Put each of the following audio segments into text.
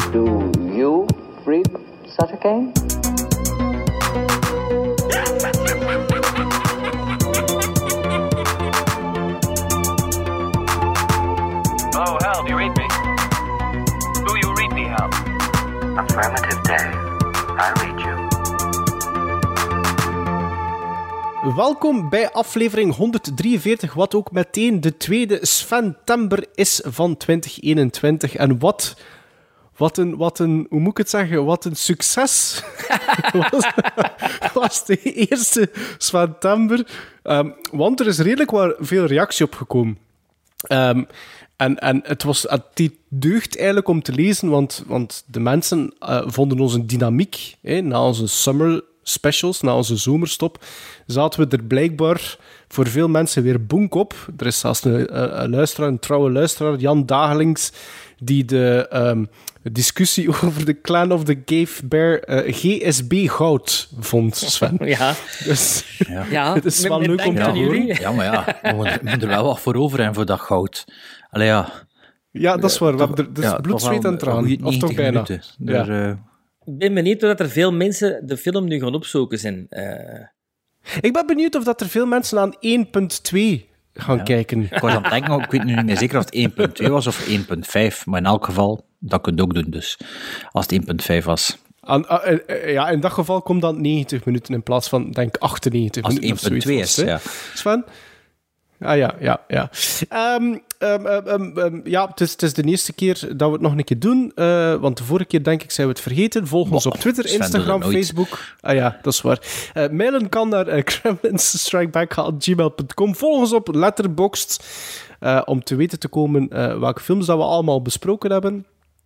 Do you read Sutter Kane? Oh, Hal, do you read me? Do you read me, Hal? Affirmative, Dave. I read you. Welkom bij aflevering 143, wat ook meteen de tweede Sven-tember is van 2021. En wat een, hoe moet ik het zeggen, wat een succes was de eerste Sven-tember. Want er is redelijk wel veel reactie op gekomen. En het deugd eigenlijk om te lezen, want de mensen vonden onze dynamiek, na onze summer specials, na onze zomerstop, zaten we er blijkbaar voor veel mensen weer boenk op. Er is zelfs een trouwe luisteraar, Jan Dagelings, die de discussie over de Clan of the Cave Bear GSB goud vond, Sven. Ja. Dus ja, het is wel leuk om te horen. Ja, maar ja, we moeten er wel wat voor over hebben voor dat goud. Allee, ja. Ja, dat is waar. We hebben er bloed, zweet en traan. Of toch bijna. Ik ben benieuwd dat er veel mensen de film nu gaan opzoeken zijn. Ik ben benieuwd of dat er veel mensen aan 1.2 gaan kijken. Ik was aan het denken, ik weet nu niet meer zeker of het 1.2 was of 1.5, maar in elk geval, dat kun je ook doen, dus. Als het 1.5 was. Ja, in dat geval komt dan 90 minuten in plaats van, denk 98 als minuten. Als het 1.2 is, ja. Sven? Ah, ja. Ja, het is de eerste keer dat we het nog een keer doen, want de vorige keer, denk ik, zijn we het vergeten. Volg ons op Twitter, Instagram, Facebook. Ah ja, dat is waar. Mailen kan naar gremlinsstrikeback@gmail.com. Volg ons op Letterboxd, om te weten te komen welke films dat we allemaal besproken hebben.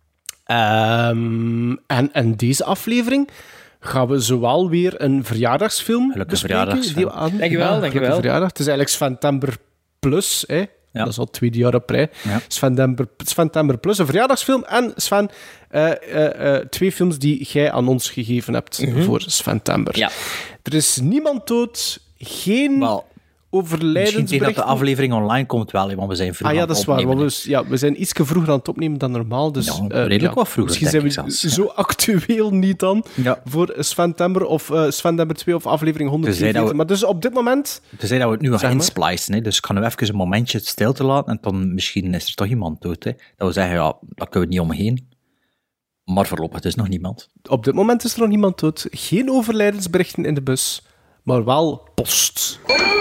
En deze aflevering gaan we zowel weer een verjaardagsfilm bespreken. Dankjewel. Verjaardag. Het is eigenlijk Sven-tember Plus, hè. Ja. Dat is al 2 jaar op rij. Ja. Sven-tember Plus, een verjaardagsfilm. En Sven, 2 films die jij aan ons gegeven hebt voor Sven-tember. Ja. Er is niemand dood, geen overlijdensberichten. Misschien tegen dat de aflevering online komt wel, want we zijn vroeg aan het opnemen. Ja, dat is waar. We zijn iets vroeger aan het opnemen dan normaal. Dus, redelijk wat vroeger, misschien zijn we zo actueel niet dan voor Sven-tember of Sven-tember 2 of aflevering 143. Maar dus op dit moment... Tenzij dat we het nu gaan insplicen, hè. Dus ik ga nu even een momentje stil te laten en dan misschien is er toch iemand dood. Hè. Dat we zeggen, ja, daar kunnen we niet omheen. Maar voorlopig, het is nog niemand. Op dit moment is er nog niemand dood. Geen overlijdensberichten in de bus, maar wel post.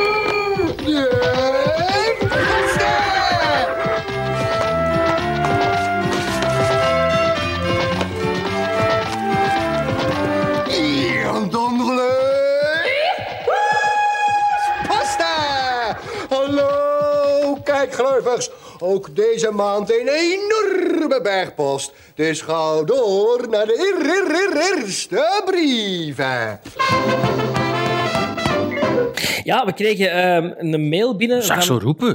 Hallo, kijkgluivers. Ook deze maand een enorme bergpost. Dus ga door naar de eerste brieven. Ja, we kregen een mail binnen. Zag zo roepen.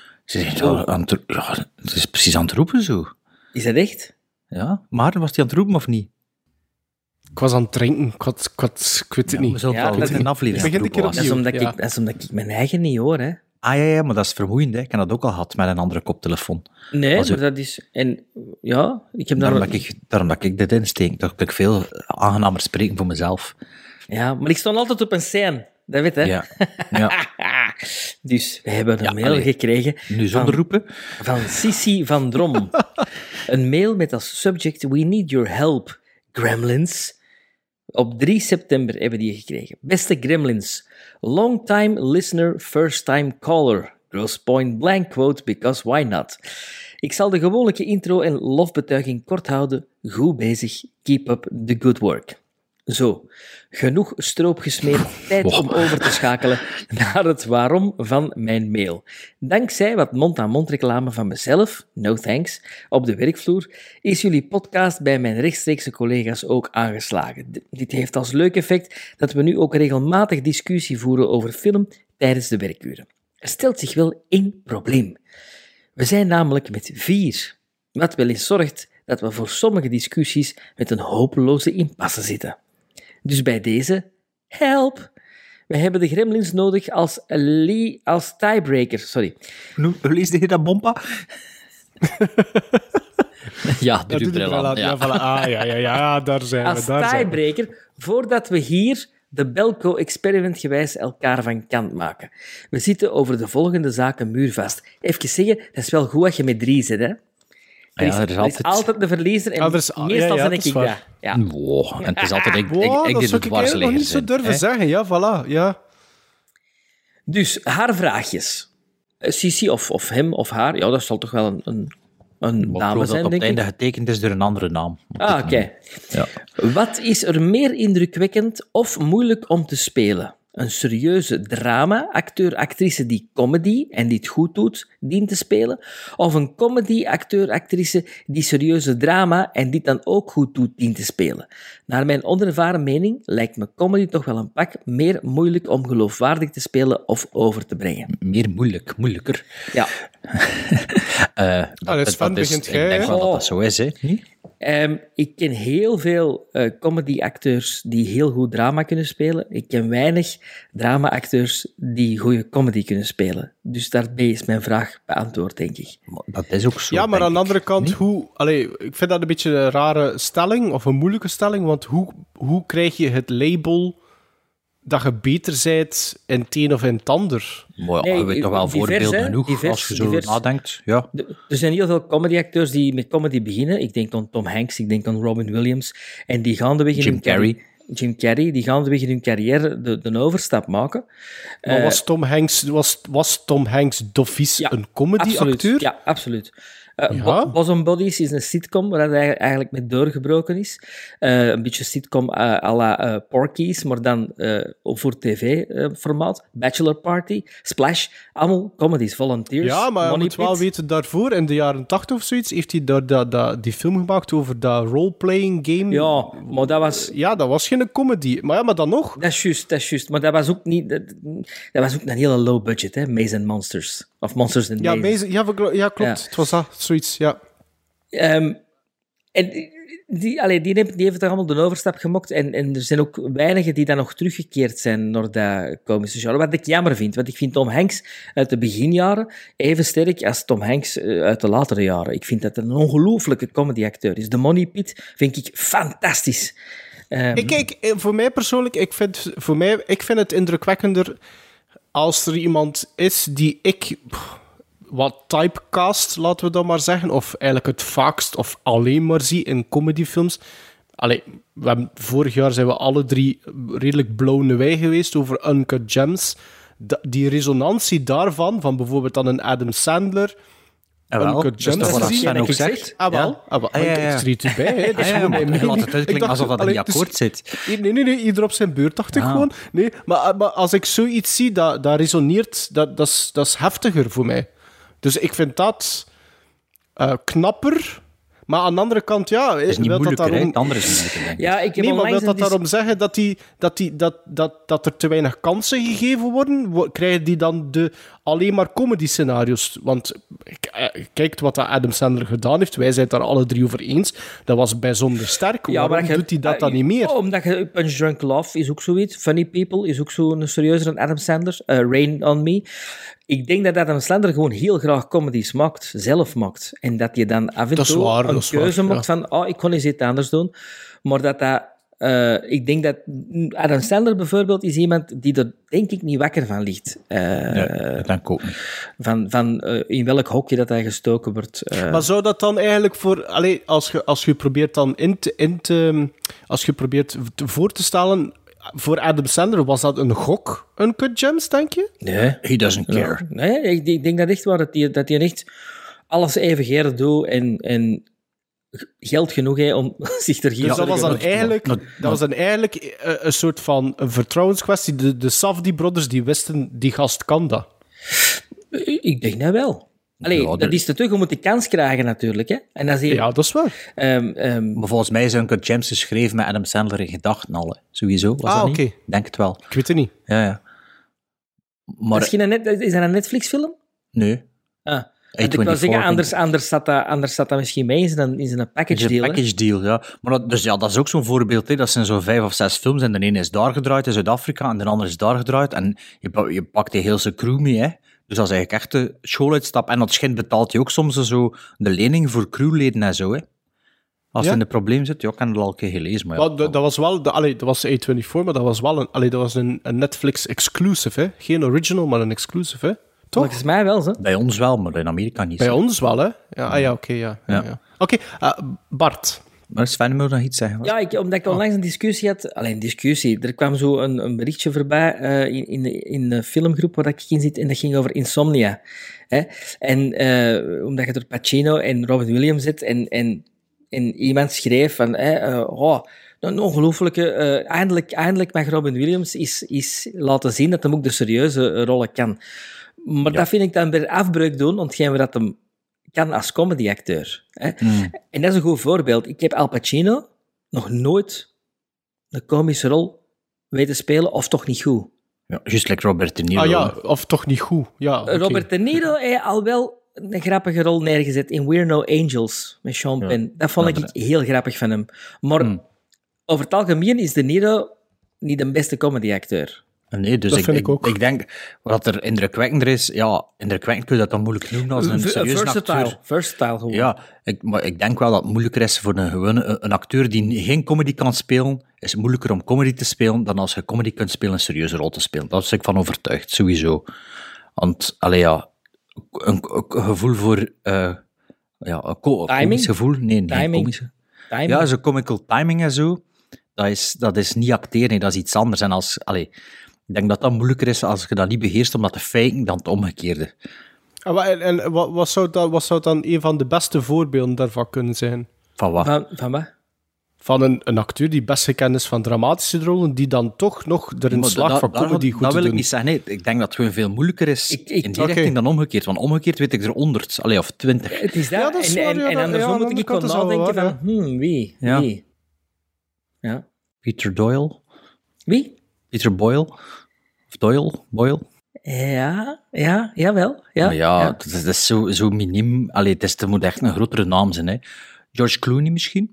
Het is precies aan het roepen zo. Is dat echt? Ja, Maarten, was hij aan het roepen of niet? Ik was aan het drinken. Ik weet het niet. We zullen wel een aflevering dat is omdat ik mijn eigen niet hoor, hè. Ja, maar dat is vermoeiend, hè. Ik heb dat ook al gehad met een andere koptelefoon. Nee, maar dat is... En ja, ik heb daarom dat ik dit insteek. Dat ik veel aangenamer spreken voor mezelf. Ja, maar ik stond altijd op een scène. Dat weet je, hè? Ja. Dus we hebben een mail gekregen. Nu zonder roepen. Van Sissi van Drom. Een mail met als subject: We need your help, Gremlins. Op 3 september hebben die gekregen. Beste Gremlins, long-time listener, first-time caller. Gross point blank quote, because why not? Ik zal de gewone intro en lofbetuiging kort houden. Goed bezig, keep up the good work. Zo, genoeg stroop gesmeerd, tijd om over te schakelen naar het waarom van mijn mail. Dankzij wat mond-aan-mond reclame van mezelf, no thanks, op de werkvloer, is jullie podcast bij mijn rechtstreekse collega's ook aangeslagen. Dit heeft als leuk effect dat we nu ook regelmatig discussie voeren over film tijdens de werkuren. Er stelt zich wel één probleem. We zijn namelijk met 4, wat wel eens zorgt dat we voor sommige discussies met een hopeloze impasse zitten. Dus bij deze, help! We hebben de Gremlins nodig als tiebreaker. Sorry. Hoe lees je dat, Bompa? Ja, Ja, doe de bril aan. Ja, voilà. Ja, daar zijn we. Als Daar zijn we. tiebreaker, voordat we hier de Belko-experimentgewijs elkaar van kant maken. We zitten over de volgende zaken muurvast. Even zeggen, dat is wel goed als je met 3 zit, hè? Er is altijd de verliezer en meestal ben ik daar. Ja. Wow, en het is altijd ik Wow, die dat de zou ik eigenlijk dwarsligger nog niet zo zijn, durven hè. zeggen. Ja, voilà. Ja. Dus, haar vraagjes. Sissi of hem of haar, ja, dat zal toch wel een Maar ik dame geloof dat zijn, op het denk ik. einde getekend is door een andere naam. Ah, oké. Ja. Wat is er meer indrukwekkend of moeilijk om te spelen? Een serieuze drama, acteur, actrice die comedy en die het goed doet, dient te spelen? Of een comedy, acteur, actrice die serieuze drama en die het dan ook goed doet, dient te spelen? Naar mijn onervaren mening lijkt me comedy toch wel een pak meer moeilijk om geloofwaardig te spelen of over te brengen. Meer moeilijker. Ja. Sven, begint jij, Ik denk hè? wel dat dat zo is, hè? Niet? Ik ken heel veel comedy-acteurs die heel goed drama kunnen spelen. Ik ken weinig drama-acteurs die goede comedy kunnen spelen. Dus daarmee is mijn vraag beantwoord, denk ik. Maar dat is ook zo. Ja, maar denk aan de andere ik. kant, ik vind dat een beetje een rare stelling, of een moeilijke stelling, want hoe krijg je het label dat je beter bent in het een of in het ander? Maar Nee, je weet toch wel divers, voorbeelden hè? genoeg, Divers, als je zo divers. nadenkt. Ja. Er zijn heel veel comedy-acteurs die met comedy beginnen. Ik denk aan Tom Hanks, ik denk aan Robin Williams. En die gaandeweg in Jim hun Carrey. Jim Carrey, die gaandeweg in hun carrière de overstap maken. Maar was Tom Hanks Doffies Ja, een comedy-acteur? Absoluut, ja, absoluut. Ja? Bosom Bodies is een sitcom waar hij eigenlijk mee doorgebroken is. Een beetje sitcom à la Porky's, maar dan voor tv-formaat. Bachelor Party, Splash, allemaal comedies, Volunteers, Ja, maar je Money moet wel Pit. weten, daarvoor, in de jaren 80 of zoiets, heeft hij daar die film gemaakt over dat role-playing game. Ja, maar dat was... Ja, dat was geen comedy. Maar ja, maar dan nog. Dat is juist. Maar dat was ook niet... Dat was ook een hele low budget, hè. Maze and Monsters. Of Monsters and Ja, Maze. ja, klopt. Ja. Het was dat, zoiets, ja. En die heeft er allemaal de overstap gemaakt. En er zijn ook weinigen die dan nog teruggekeerd zijn naar dat komische genre. Wat ik jammer vind. Want ik vind Tom Hanks uit de beginjaren even sterk als Tom Hanks uit de latere jaren. Ik vind dat een ongelooflijke comedyacteur is. The Money Pit vind ik fantastisch. Voor mij persoonlijk, ik vind het indrukwekkender als er iemand is die wat typecast, laten we dat maar zeggen, of eigenlijk het vaakst of alleen maar zie in comedyfilms. Vorig jaar zijn we alle 3 redelijk blown away geweest over Uncut Gems. Die resonantie daarvan, van bijvoorbeeld dan een Adam Sandler, Uncut Gems dat is te wat zien. Sven ook ik zegt. zeg. Ik street u bij, hè. Dat is gewoon mijn Je laat mening. het uitklinken Ik dacht, alsof dat allee, niet dus- akkoord zit. Nee, ieder op zijn beurt, dacht ik gewoon. Nee, maar als ik zoiets zie, dat resoneert, dat is heftiger voor mij. Dus ik vind dat knapper. Maar aan de andere kant, ja... Het is niet moeilijker, hè? Het andere is moeilijker, denk ik. Ja, ik heb Nee, maar onlangs wil dat een daarom zeggen dat er te weinig kansen gegeven worden? Krijgen die dan alleen maar comedy-scenario's? Want kijk wat dat Adam Sandler gedaan heeft. Wij zijn het daar alle 3 over eens. Dat was bijzonder sterk. Waarom doet hij dat dan niet meer? Omdat je Punch Drunk Love is ook zoiets. Funny People is ook zo'n serieuzer dan Adam Sandler. Rain on Me. Ik denk dat Adam Sandler gewoon heel graag comedies maakt, zelf maakt. En dat je dan af en Dat is toe waar, een dat is keuze waar, maakt van, ik kon eens iets anders doen. Maar ik denk dat Adam Sandler bijvoorbeeld is iemand die er denk ik niet wakker van ligt. Dat denk ik ook niet. Van in welk hokje dat hij gestoken wordt. Maar zou dat dan eigenlijk als je probeert dan als je probeert voor te stellen, voor Adam Sandler, was dat een gok, Uncut Gems, denk je? Nee. He doesn't care. Nee, ik denk dat echt waar, dat hij echt alles even geer doet en geld genoeg heeft om zich er hier Dus dat was dan eigenlijk een soort van een vertrouwenskwestie. De Safdie brothers, die wisten, die gast kan dat. Ik denk dat wel. Allee, Ja, dat is te terug, je moet de kans krijgen natuurlijk. Hè? En dat is Ja, dat is waar. Maar volgens mij is Uncut Gems geschreven met Adam Sandler in gedachten al. Hè. Sowieso, was dat niet? oké. Denk het wel. Ik weet het niet. Ja. Maar is dat een Netflix-film? nee. Ah. Ik wil zeggen, anders zat dat misschien mee in een package Het is deal. een hè. package deal, ja. Maar dat is ook zo'n voorbeeld. Hè. Dat zijn zo 5 of 6 films en de ene is daar gedraaid in Zuid-Afrika en de andere is daar gedraaid. En je pakt die hele crew mee, hè. Dus dat is eigenlijk echt de schooluitstap. En dat schijnt betaalt je ook soms zo de lening voor crewleden en zo, hè. Als Ja? je in de probleem zit, ja, ik heb het al een keer gelezen. Maar ja, Maar dat was wel... dat was A24, maar dat was wel een Netflix-exclusive, hè? Geen original, maar een exclusive, hè? Toch? Volgens mij wel, hè. bij ons wel, maar in Amerika niet. Bij ons wel, hè? Ja, oké, ja. Ja. Oké, Bart. Maar Sven moet nog iets zeggen. Ja, omdat ik onlangs een discussie had... Alleen discussie. Er kwam zo een berichtje voorbij in de filmgroep waar ik in zit en dat ging over Insomnia. Hè? En omdat je door Pacino en Robin Williams zit en iemand schreef van... een ongelooflijke... eindelijk mag Robin Williams is laten zien dat hij ook de serieuze rollen kan. Maar dat vind ik dan weer afbreuk doen, ontgeen we dat hem kan als comedyacteur. Hè? En dat is een goed voorbeeld. Ik heb Al Pacino nog nooit een komische rol weten spelen, of toch niet goed. Ja, juist like Robert De Niro. Ah ja, of toch niet goed. Ja, oké. Robert De Niro heeft al wel een grappige rol neergezet in We're No Angels met Sean Penn. Dat vond ik heel grappig van hem. Maar over het algemeen is De Niro niet de beste comedyacteur. Nee, dus Dat vind ik ook. Ik denk, wat er indrukwekkender is... Ja, indrukwekkend kun je dat dan moeilijk noemen als een serieuze acteur. Versatile gewoon. Ja, maar ik denk wel dat het moeilijker is voor een acteur die geen comedy kan spelen, is het moeilijker om comedy te spelen dan als je comedy kunt spelen een serieuze rol te spelen. Daar ben ik van overtuigd, sowieso. Want, een gevoel voor... een komisch gevoel? Nee, Timing. komische. Timing. Ja, zo'n comical timing en zo, dat is niet acteren, nee, dat is iets anders. En ik denk dat dat moeilijker is als je dat niet beheerst om dat te faken dan het omgekeerde. En wat zou dan een van de beste voorbeelden daarvan kunnen zijn? Van wat? Van wat? Van een acteur die best gekend is van dramatische rollen, die dan toch nog erin Maar slaagt van comedy goed dat te wil doen. ik niet zeggen. Nee, ik denk dat het gewoon veel moeilijker is in die oké. richting dan omgekeerd. Want omgekeerd weet ik er 100, of 20. Het is dat. Ja, dat is waar, ja, en andersom aan de moet ik andere gewoon kant is dat wel nadenken waar, van... Wie? Ja. Wie? Ja. Peter Doyle? Wie? Peter Boyle? Of Doyle? Boyle? Jawel. Ja, Maar dat is zo miniem. Er moet echt een grotere naam zijn. Hè. George Clooney misschien?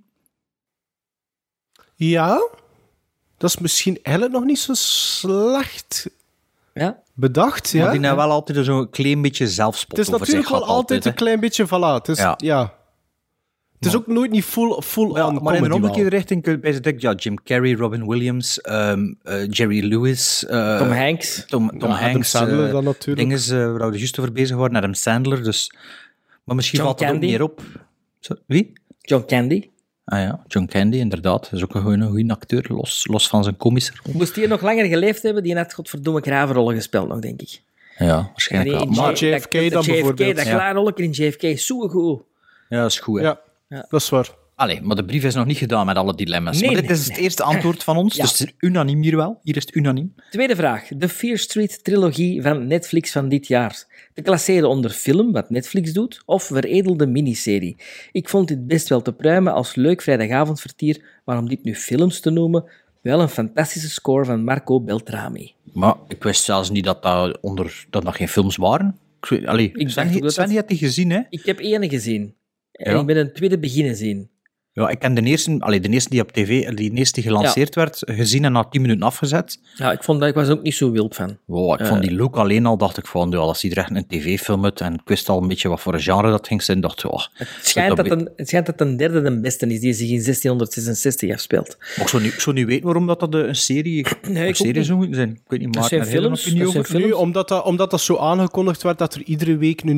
Ja, dat is misschien eigenlijk nog niet zo slecht Ja. bedacht, Maar ja. die heeft wel altijd zo'n klein beetje zelfspot Het is over zich natuurlijk wel gehad altijd hè. een klein beetje, voilà. Het is, Ja. Het is ook nooit niet full Ja, on maar in comedy een omgekeerde wel. richting kun je bij Jim Carrey, Robin Williams, Jerry Lewis, Tom Hanks. Tom Adam Hanks, Sandler dan natuurlijk. Dingen waar we er juist over bezig waren, Adam Sandler. Dus, maar misschien John valt het ook Candy. meer op. Wie? John Candy. Ah ja, John Candy, inderdaad. Dat is ook een goede acteur, los van zijn komische rol. Moest hij nog langer geleefd hebben, die had godverdomme gravenrollen gespeeld nog, denk ik. Ja, waarschijnlijk wel. In Maar dat JFK dan bijvoorbeeld. Dat klaarrolletje in JFK is zo goed. Ja, dat is goed, hè. Ja, dat is waar. Allee, maar de brief is nog niet gedaan met alle dilemma's. Nee, maar dit nee, is het eerste antwoord van ons, Ja. dus het is unaniem hier wel. Hier is het unaniem. Tweede vraag. De Fear Street-trilogie van Netflix van dit jaar. Te klasseren onder film, wat Netflix doet, of veredelde miniserie. Ik vond dit best wel te pruimen als leuk vrijdagavondvertier, maar om dit nu films te noemen, wel een fantastische score van Marco Beltrami. Maar ik wist zelfs niet dat dat geen films waren. Ik dacht ook dat Sven dat- had die gezien, hè? Ik heb één gezien. En Ja. ik ben een tweede beginnen zien. Ja, ik heb de eerste die op tv, die eerste die gelanceerd werd, gezien en na 10 minuten afgezet. Ja, ik was ook niet zo wild van. Wow, ik vond die look alleen al, dacht ik van, ja, als hij er echt een tv-film uit, en ik wist al een beetje wat voor een genre dat ging zijn, dacht ik, oh, Het schijnt dat een derde de beste is, die zich in 1666 afspeelt. maar ik zou niet weten waarom dat een serie, Nee, ik ook niet. zou moeten zijn. Ik weet niet, Dat maar zijn ik heb er films, een opinie dat zijn over. films. Nu, omdat dat zo aangekondigd werd dat er iedere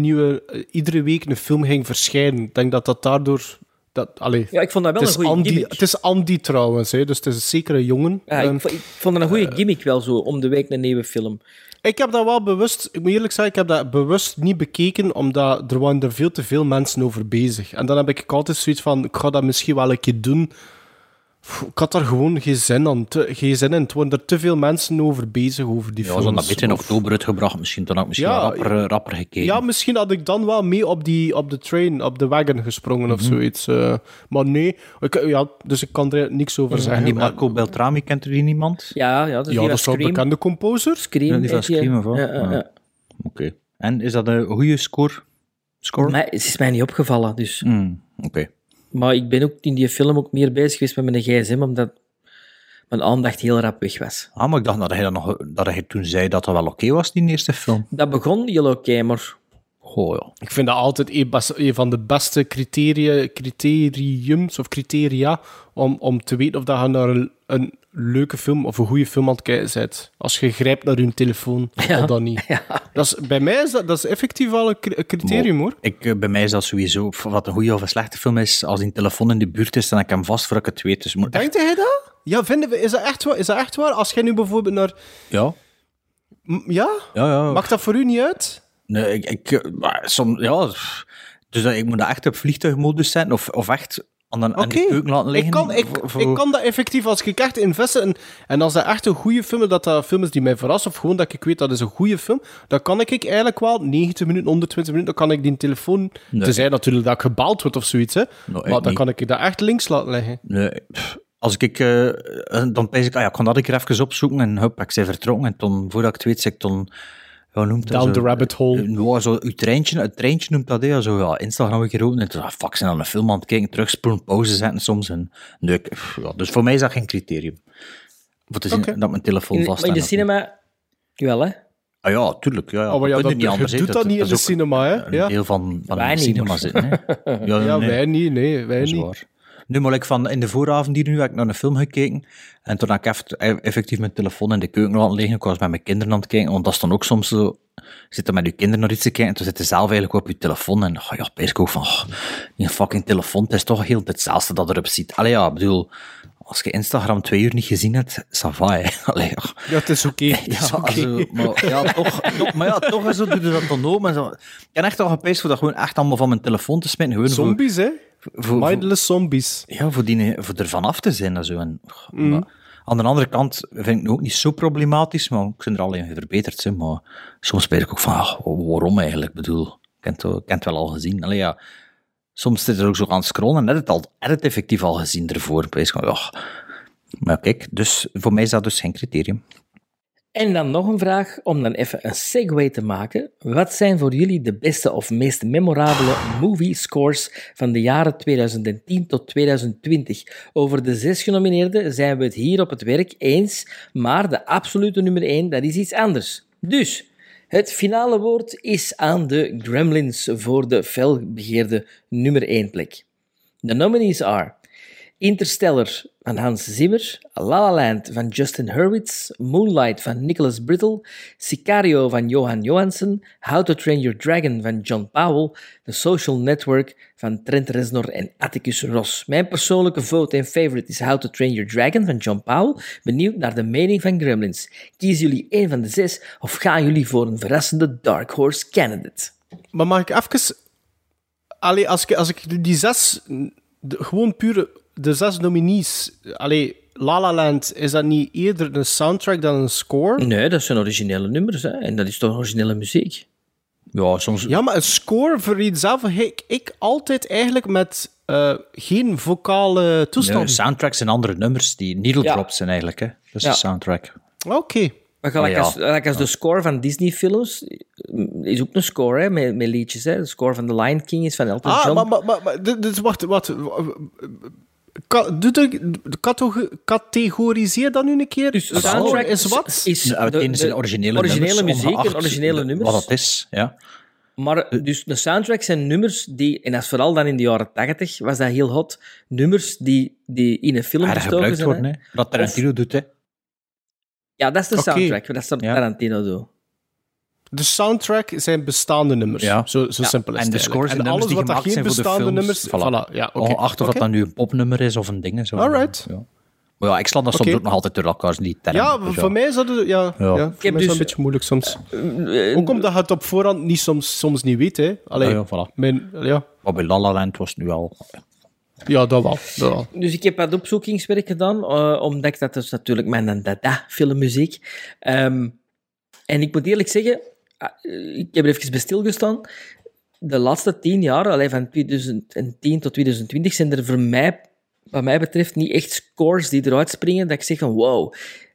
week een film ging verschijnen. Ik denk dat daardoor... Ja, ik vond dat wel een goede gimmick. Het is Andy trouwens, hè, dus het is zeker een jongen. Ja, ik vond dat een goede gimmick wel zo, om de week een nieuwe film. Ik heb dat wel bewust, ik moet eerlijk zeggen, ik heb dat bewust niet bekeken, omdat er waren er veel te veel mensen over bezig. En dan heb ik altijd zoiets van, ik ga dat misschien wel een keer doen. Ik had daar gewoon geen zin in. Het waren er te veel mensen over bezig, over die Ja, films. ze hadden dat beter in oktober uitgebracht, misschien had ik misschien Ja, wel rapper gekeken. Ja, misschien had ik dan wel mee op de train, op de wagon gesprongen of zoiets. Maar nee, dus ik kan er niks over zeggen. En die Marco Beltrami, kent er die niemand? Ja, Ja, die dat van is wel een Scream. bekende composer. Scream Ja, die van heet die. Scream, of wat? Ja. Oké. En is dat een goede score? Maar het is mij niet opgevallen, dus... Oké. Maar ik ben ook in die film ook meer bezig geweest met mijn gsm, omdat mijn aandacht heel rap weg was. Ah, maar ik dacht dat hij toen zei dat dat wel oké was, die eerste film. Dat begon heel oké, maar Goh, ja. Ik vind dat altijd een van de beste criteria om te weten of dat je naar een leuke film of een goede film aan het kijken bent. Als je grijpt naar je telefoon, of dan niet. Ja. Bij mij is dat is effectief wel een criterium, hoor. Bij mij is dat sowieso, wat een goede of een slechte film is, als die telefoon in de buurt is, dan heb ik hem vast voor ik het weet. Dus moet Denkt jij dat? Ja, is dat echt waar? Is dat echt waar? Als jij nu bijvoorbeeld naar... Ja. Ja? Ja. Maakt dat voor u niet uit? Nee, soms, ja. Dus ik moet dat echt op vliegtuigmodus zetten, of echt aan de keuken laten liggen. Ik kan dat effectief, als ik echt investeer, en als dat echt een goede film is, dat een film is die mij verrast, of gewoon dat ik weet dat is een goede film, dan kan ik eigenlijk wel 90 minuten, 120 minuten, dan kan ik die telefoon, tenzij natuurlijk dat ik gebeld word of zoiets, hè, maar dan kan ik dat echt links laten liggen. Nee, als ik, dan pijs ik, ik kan dat even opzoeken, en hup, ik ben vertrokken, en toen, voordat ik het weet, zeg ik dan... Ja, noemt dat Down zo, the rabbit hole. Ja, zo het treintje noemt dat, hè. Zo, ja, Instagram een keer open en toen, fuck, zijn aan een film aan het kijken, terugspoelen, pauze zetten soms. En, nee, dus voor mij is dat geen criterium. Voor te zien dat mijn telefoon vast Maar in de cinema, wel, hè? Ah ja, tuurlijk. Ja. Oh, maar ja, dat niet anders, je doet dat niet in de cinema, hè? Een Ja. deel van Wij de niet, cinema zitten, hè. Ja, nee. wij niet, nee, wij Dat is niet. waar. Nu, maar in de vooravond hier nu heb ik naar een film gekeken. En toen heb ik effectief mijn telefoon in de keuken laten liggen. Ik was met mijn kinderen aan het kijken. Want dat is dan ook soms zo... Je zit dan met je kinderen naar iets te kijken. En toen zit je zelf eigenlijk op je telefoon. En pees ik ook van... die fucking telefoon, het is toch heel hetzelfde dat erop zit. Allee, ja, ik bedoel... Als je Instagram 2 uur niet gezien hebt, ça va, hè. Allee, ja. Ja, het is oké. Maar toch zo doe je dat dan ook. Ik heb echt al gepeest voor dat gewoon echt allemaal van mijn telefoon te smijten. Gewoon Zombies, hè? voor Mindless zombies. Ja, voor er vanaf te zijn en zo. Maar aan de andere kant vind ik het ook niet zo problematisch, maar ik ben er al in verbeterd. Hè, maar soms weet ik ook van, waarom eigenlijk? Ik bedoel, ik heb het wel al gezien. Allee, ja, soms zit er ook zo aan het scrollen en heb het effectief al gezien ervoor. Maar kijk, dus voor mij is dat dus geen criterium. En dan nog een vraag, om dan even een segue te maken. Wat zijn voor jullie de beste of meest memorabele movie scores van de jaren 2010 tot 2020? Over de 6 genomineerden zijn we het hier op het werk eens, maar de absolute nummer 1, dat is iets anders. Dus, het finale woord is aan de Gremlins voor de felbegeerde nummer 1 plek. De nominees are Interstellar van Hans Zimmer, La La Land van Justin Hurwitz, Moonlight van Nicholas Brittle, Sicario van Johan Johansson, How to Train Your Dragon van John Powell, The Social Network van Trent Reznor en Atticus Ross. Mijn persoonlijke vote en favorite is How to Train Your Dragon van John Powell. Benieuwd naar de mening van Gremlins. Kiezen jullie één van de 6 of gaan jullie voor een verrassende Dark Horse candidate? Maar mag ik even... Allee, als ik die 6... Gewoon puur de 6 nominees... Allee, La La Land, is dat niet eerder een soundtrack dan een score? Nee, dat zijn originele nummers, hè? En dat is toch originele muziek? Ja, soms... Ja, maar een score voor jezelf ik altijd eigenlijk met geen vocale toestand. Nee, soundtracks zijn andere nummers die needle drops zijn eigenlijk, hè. Dat is een soundtrack. Oké. Maar gelijk als de score van Disney-films is ook een score, hè, met liedjes. Hè. De score van The Lion King is van Elton John. Maar dus wacht. Categoriseer dat nu een keer. Dus de soundtrack is wat? Is de originele muziek en originele nummers. Wat het is, ja. Maar dus de soundtrack zijn nummers die, en dat is vooral dan in de jaren 80, was dat heel hot, nummers die in een film gestoken zijn. Worden, hè. Wat Tarantino doet, hè. Ja, dat is de soundtrack. Dat is wat Tarantino doet. De soundtrack zijn bestaande nummers. Ja. Zo simpel is het. En de scores zijn nummers die gemaakt zijn voor de films. Nummers, voilà. Ja, Ongeacht of dat nu een popnummer is of een ding. Zo. Alright. Ja. Maar ja, ik sla dat soms ook nog altijd door elkaar, die termen. Ja, dus voor mij is dat... voor mij is dat een beetje moeilijk soms. Ook omdat je het op voorhand niet soms niet weet, hè. Allee, voilà. Maar bij La La Land was het nu al... Ja, dat wel. Dus ik heb wat opzoekingswerk gedaan, omdat dat is natuurlijk mijn filmmuziek. En ik moet eerlijk zeggen, ik heb er even bij stilgestaan. De laatste 10 jaar, van 2010 tot 2020, zijn er voor mij, wat mij betreft, niet echt scores die eruit springen, dat ik zeg van wow.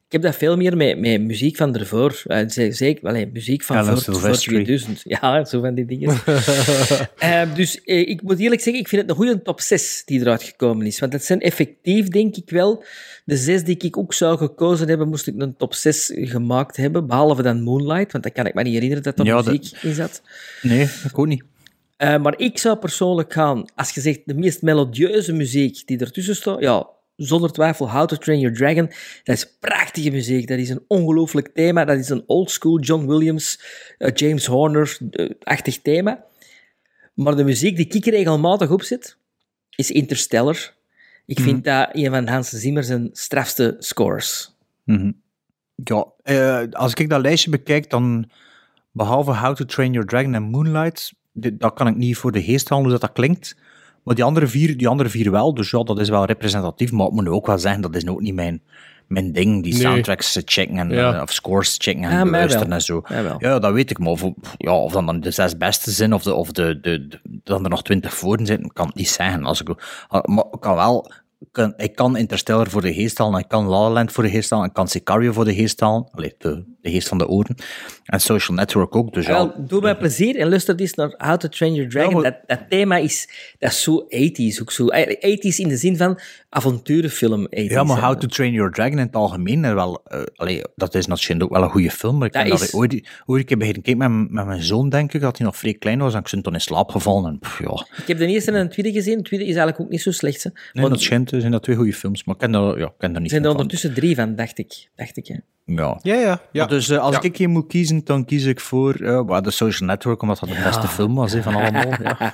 Ik heb dat veel meer met muziek van ervoor. Zeker, muziek van voor 2000. Ja, zo van die dingen. Dus ik moet eerlijk zeggen, ik vind het een goede top 6 die eruit gekomen is. Want het zijn effectief, denk ik wel, de 6 die ik ook zou gekozen hebben, moest ik een top 6 gemaakt hebben. Behalve dan Moonlight, want dat kan ik me niet herinneren dat er muziek in zat. Nee, ik ook niet. Maar ik zou persoonlijk gaan, als je zegt de meest melodieuze muziek die ertussen staat, ja, zonder twijfel How to Train Your Dragon. Dat is prachtige muziek, dat is een ongelooflijk thema, dat is een oldschool John Williams, James Horner-achtig thema. Maar de muziek die ik regelmatig opzet, is Interstellar. Ik vind dat een van Hans Zimmer zijn strafste scores. Mm-hmm. Ja, als ik dat lijstje bekijk, dan behalve How to Train Your Dragon en Moonlight, dat kan ik niet voor de geest halen hoe dat klinkt. Maar die andere vier wel, dus ja, dat is wel representatief. Maar ik moet ook wel zeggen, dat is ook niet mijn ding, die soundtracks checken en of scores checken en beluisteren en zo. Ja, dat weet ik, maar of dan de 6 beste zijn of dan er nog 20 voor zitten, kan ik niet zeggen. Maar ik kan wel... Ik kan Interstellar voor de geest halen, ik kan La La Land voor de geest halen, ik kan Sicario voor de geest halen. Allee, de geest van de oren. En Social Network ook. Dus doe mij plezier en luister eens naar How to Train Your Dragon. Dat thema is zo 80s ook zo. 80s in de zin van avonturenfilm 80s. Ja, maar How to Train Your Dragon in het algemeen, dat is natuurlijk ook wel een goede film. Maar ik heb dat ooit een keer beginnen kijken met mijn zoon, denk ik, dat hij nog vrij klein was en ik ben toen in slaap gevallen. En, ja. Ik heb de eerste en de tweede gezien. De tweede is eigenlijk ook niet zo slecht. Hè. Nee, dat schijnt, zijn dat 2 goede films, maar ik ken daar niet. Er zijn er ondertussen 3 van, dacht ik. Hè. Ja. Dus als ik hier moet kiezen, dan kies ik voor The Social Network, omdat dat de beste film was van allemaal.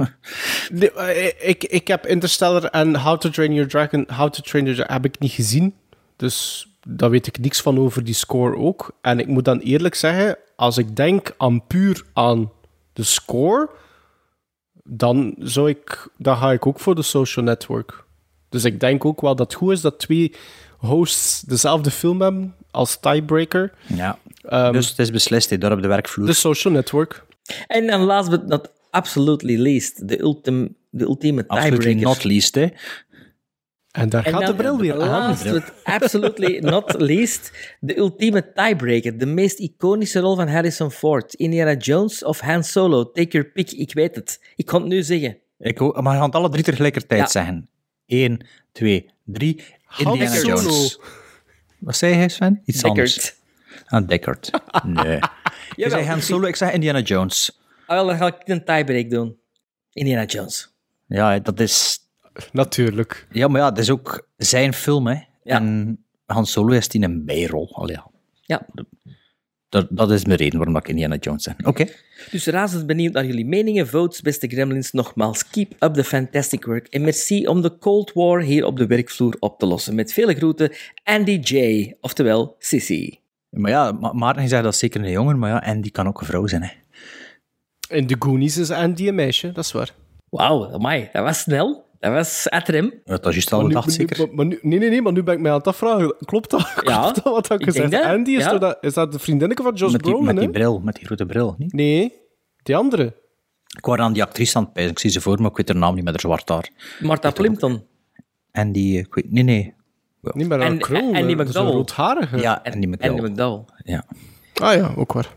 Ik heb Interstellar en How to Train Your Dragon heb ik niet gezien. Dus daar weet ik niks van over die score ook. En ik moet dan eerlijk zeggen, als ik denk puur aan de score, dan ga ik ook voor The Social Network. Dus ik denk ook wel dat het goed is dat 2 hosts dezelfde film hebben als tiebreaker. Ja, dus het is beslist daar op de werkvloer. The Social Network. En dan last but not absolutely least, de ultieme tiebreaker. Absolutely not least, hè. En daar gaat de bril weer aan. Last but absolutely not least, de ultieme tiebreaker. De meest iconische rol van Harrison Ford. Indiana Jones of Han Solo. Take your pick, ik weet het. Ik kan het nu zeggen. Maar we gaan het alle 3 tegelijkertijd zeggen. 1, 2, 3. Indiana Jones. Wat zei hij, Sven? Iets anders. Deckard. Nee. Je zei Han Solo, ik zei Indiana Jones. Wel, dan ga ik een tiebreak doen. Indiana Jones. Ja, dat is... Natuurlijk. Ja, maar dat is ook zijn film, hè. Ja. En Han Solo is die een bijrol. Ja. Dat is mijn reden waarom ik Indiana Jones zeg. Oké. Dus razend benieuwd naar jullie meningen. Votes, beste Gremlins, nogmaals. Keep up the fantastic work. En merci om de Cold War hier op de werkvloer op te lossen. Met vele groeten, Andy J. Oftewel, Sissy. Maar ja, Maarten zegt dat is zeker een jongen, maar ja, Andy kan ook een vrouw zijn, hè. In de Goonies is Andy een meisje, dat is waar. Wauw, amai, dat was snel. Dat was atrem. Ja, dat is juist al gedacht, zeker. Maar nu ben ik mij aan het afvragen. Klopt dat? Ja, klopt dat wat ik gezegd heb? Andy, is dat de vriendinneke van Josh Brolin? Met die grote bril, niet? Nee, die andere. Ik was aan die actrice aan het pijzen. Ik zie ze voor me, ik weet haar naam niet met haar zwart haar. Martha Plimpton. En die, ik weet... Nee. Ja. Niet met haar krul. Andy McDowell. Roodharige. Ja, Andy McDowell. Ja. Ah ja, ook waar.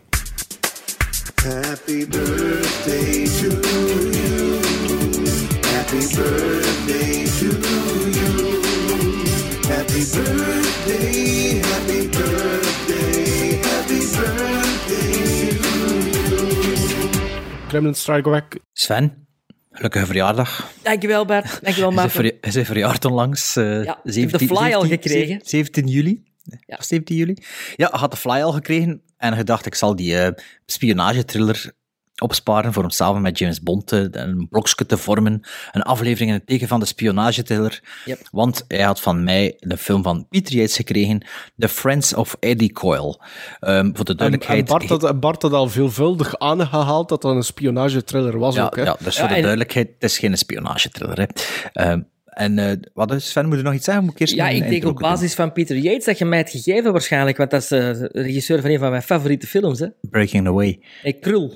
Happy birthday to you. Happy birthday to you. Happy birthday, happy birthday, happy birthday to you. Gremlin Strike Back. Sven, gelukkige verjaardag. Dankjewel, Bert. Dankjewel, Maarten. Hij is verjaard onlangs. Ik heb de fly al gekregen. 17 juli. Ja. 17 juli. Ja, hij had de fly al gekregen en gedacht, ik zal die spionagetriller opsparen voor hem samen met James Bond een blokje te vormen. Een aflevering in het teken van de spionagetriller. Yep. Want hij had van mij een film van Peter Yates gekregen, The Friends of Eddie Coyle. Voor de duidelijkheid... En Bart had al veelvuldig aangehaald dat dat een spionagetriller was ook. Hè? Ja, dus voor de duidelijkheid, het is geen spionagetriller. Hè. Wat is, Sven, moet je nog iets zeggen? Moet ik ik denk op basis van Peter Yates dat je mij het gegeven waarschijnlijk, want dat is de regisseur van een van mijn favoriete films. Hè? Breaking Away. Krul.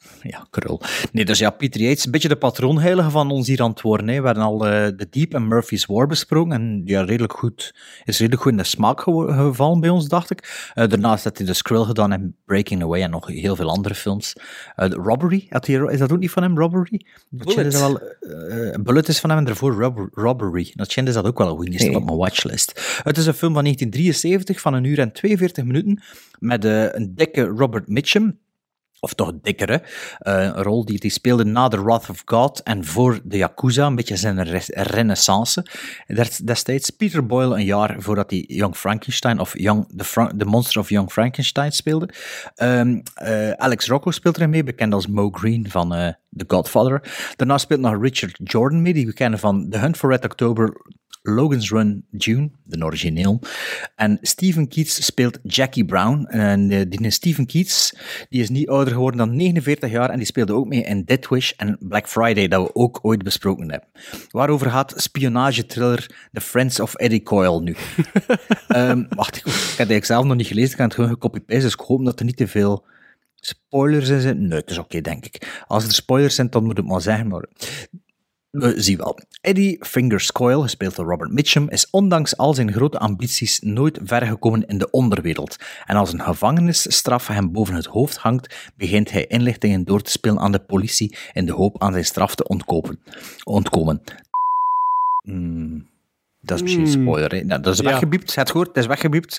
Ja, krul. Nee, dus ja, Peter Yates, een beetje de patroonheilige van ons hier aan het worden. Hè. We hebben al The Deep en Murphy's War besproken. En ja, is redelijk goed in de smaak gevallen bij ons, dacht ik. Daarnaast had hij The Skrill gedaan en Breaking Away en nog heel veel andere films. Robbery, is dat ook niet van hem, Robbery? Bullet is van hem en daarvoor Robbery. Dat schijnt is dat ook wel een goeie, staat op mijn watchlist. Het is een film van 1973 van 1 uur en 42 minuten met een dikke Robert Mitchum. Of toch dikkere, een rol die hij speelde na The Wrath of God en voor de Yakuza, een beetje zijn renaissance. Destijds Peter Boyle een jaar voordat hij Young Frankenstein of The Monster of Young Frankenstein speelde. Alex Rocco speelt erin mee, bekend als Mo Green van The Godfather. Daarna speelt nog Richard Jordan mee, die we kennen van The Hunt for Red October, Logan's Run, June, de origineel. En Stephen Keats speelt Jackie Brown. En die Stephen Keats die is niet ouder geworden dan 49 jaar en die speelde ook mee in Death Wish en Black Friday, dat we ook ooit besproken hebben. Waarover gaat spionagetriller The Friends of Eddie Coyle nu? Wacht, ik heb het eigenlijk zelf nog niet gelezen, ik heb het gewoon gecopy-paste, dus ik hoop dat er niet te veel spoilers in zitten. Nee, het is oké, denk ik. Als er spoilers zijn, dan moet ik maar zeggen, maar... Zie wel. Eddie Fingers Coyle, gespeeld door Robert Mitchum, is ondanks al zijn grote ambities nooit ver gekomen in de onderwereld. En als een gevangenisstraf hem boven het hoofd hangt, begint hij inlichtingen door te spelen aan de politie in de hoop aan zijn straf te ontkomen. Dat is misschien een spoiler, hè? Nou, dat is weggebiept. Het gehoord, het is weggebiept.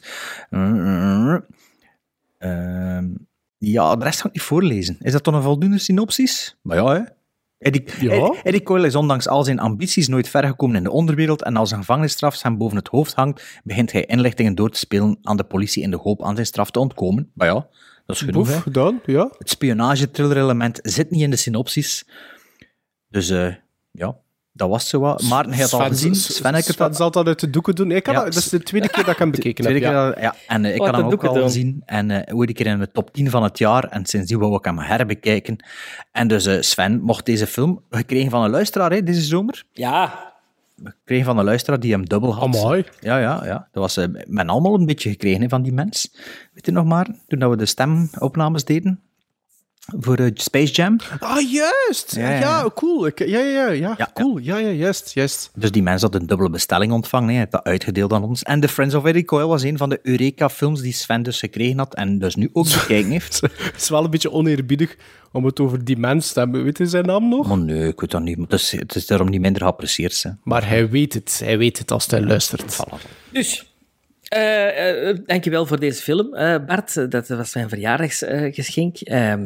Ja, de rest ga ik niet voorlezen. Is dat dan een voldoende synopsis? Maar ja, hè. Eddie Coyle is ondanks al zijn ambities nooit ver gekomen in de onderwereld en als een gevangenisstraf hem boven het hoofd hangt, begint hij inlichtingen door te spelen aan de politie in de hoop aan zijn straf te ontkomen. Maar ja, dat is genoeg. Boef, gedaan, ja. Het spionage-thriller-element zit niet in de synopsis. Dus ja, dat was zo wat. Maarten, hij had al gezien. Sven zal dat uit de doeken doen. Dat is de tweede keer dat ik hem bekeken heb. En ik had hem ook al gezien. En ooit een keer in de top 10 van het jaar. En sindsdien wou ik hem herbekijken. En dus Sven mocht deze film gekregen van een luisteraar, hè, deze zomer. Ja. Gekregen van een luisteraar die hem dubbel had. Amai. Ja. Dat was men allemaal een beetje gekregen, hè, van die mens. Weet je nog maar? Toen we de stemopnames deden. Voor Space Jam. Ah, juist! Ja, cool. Cool. Ja, juist. Dus die mens had een dubbele bestelling ontvangen, hij heeft dat uitgedeeld aan ons. En The Friends of Eddie Coyle was een van de Eureka-films die Sven dus gekregen had en dus nu ook bekijken heeft. Het is wel een beetje oneerbiedig om het over die mens te hebben. Weet je zijn naam nog? Maar nee, ik weet dat niet. Het is daarom niet minder geapprecieerd. Hè. Maar hij weet het als hij luistert. Voilà. Dus... dankjewel voor deze film, Bart. Dat was mijn verjaardagsgeschenk.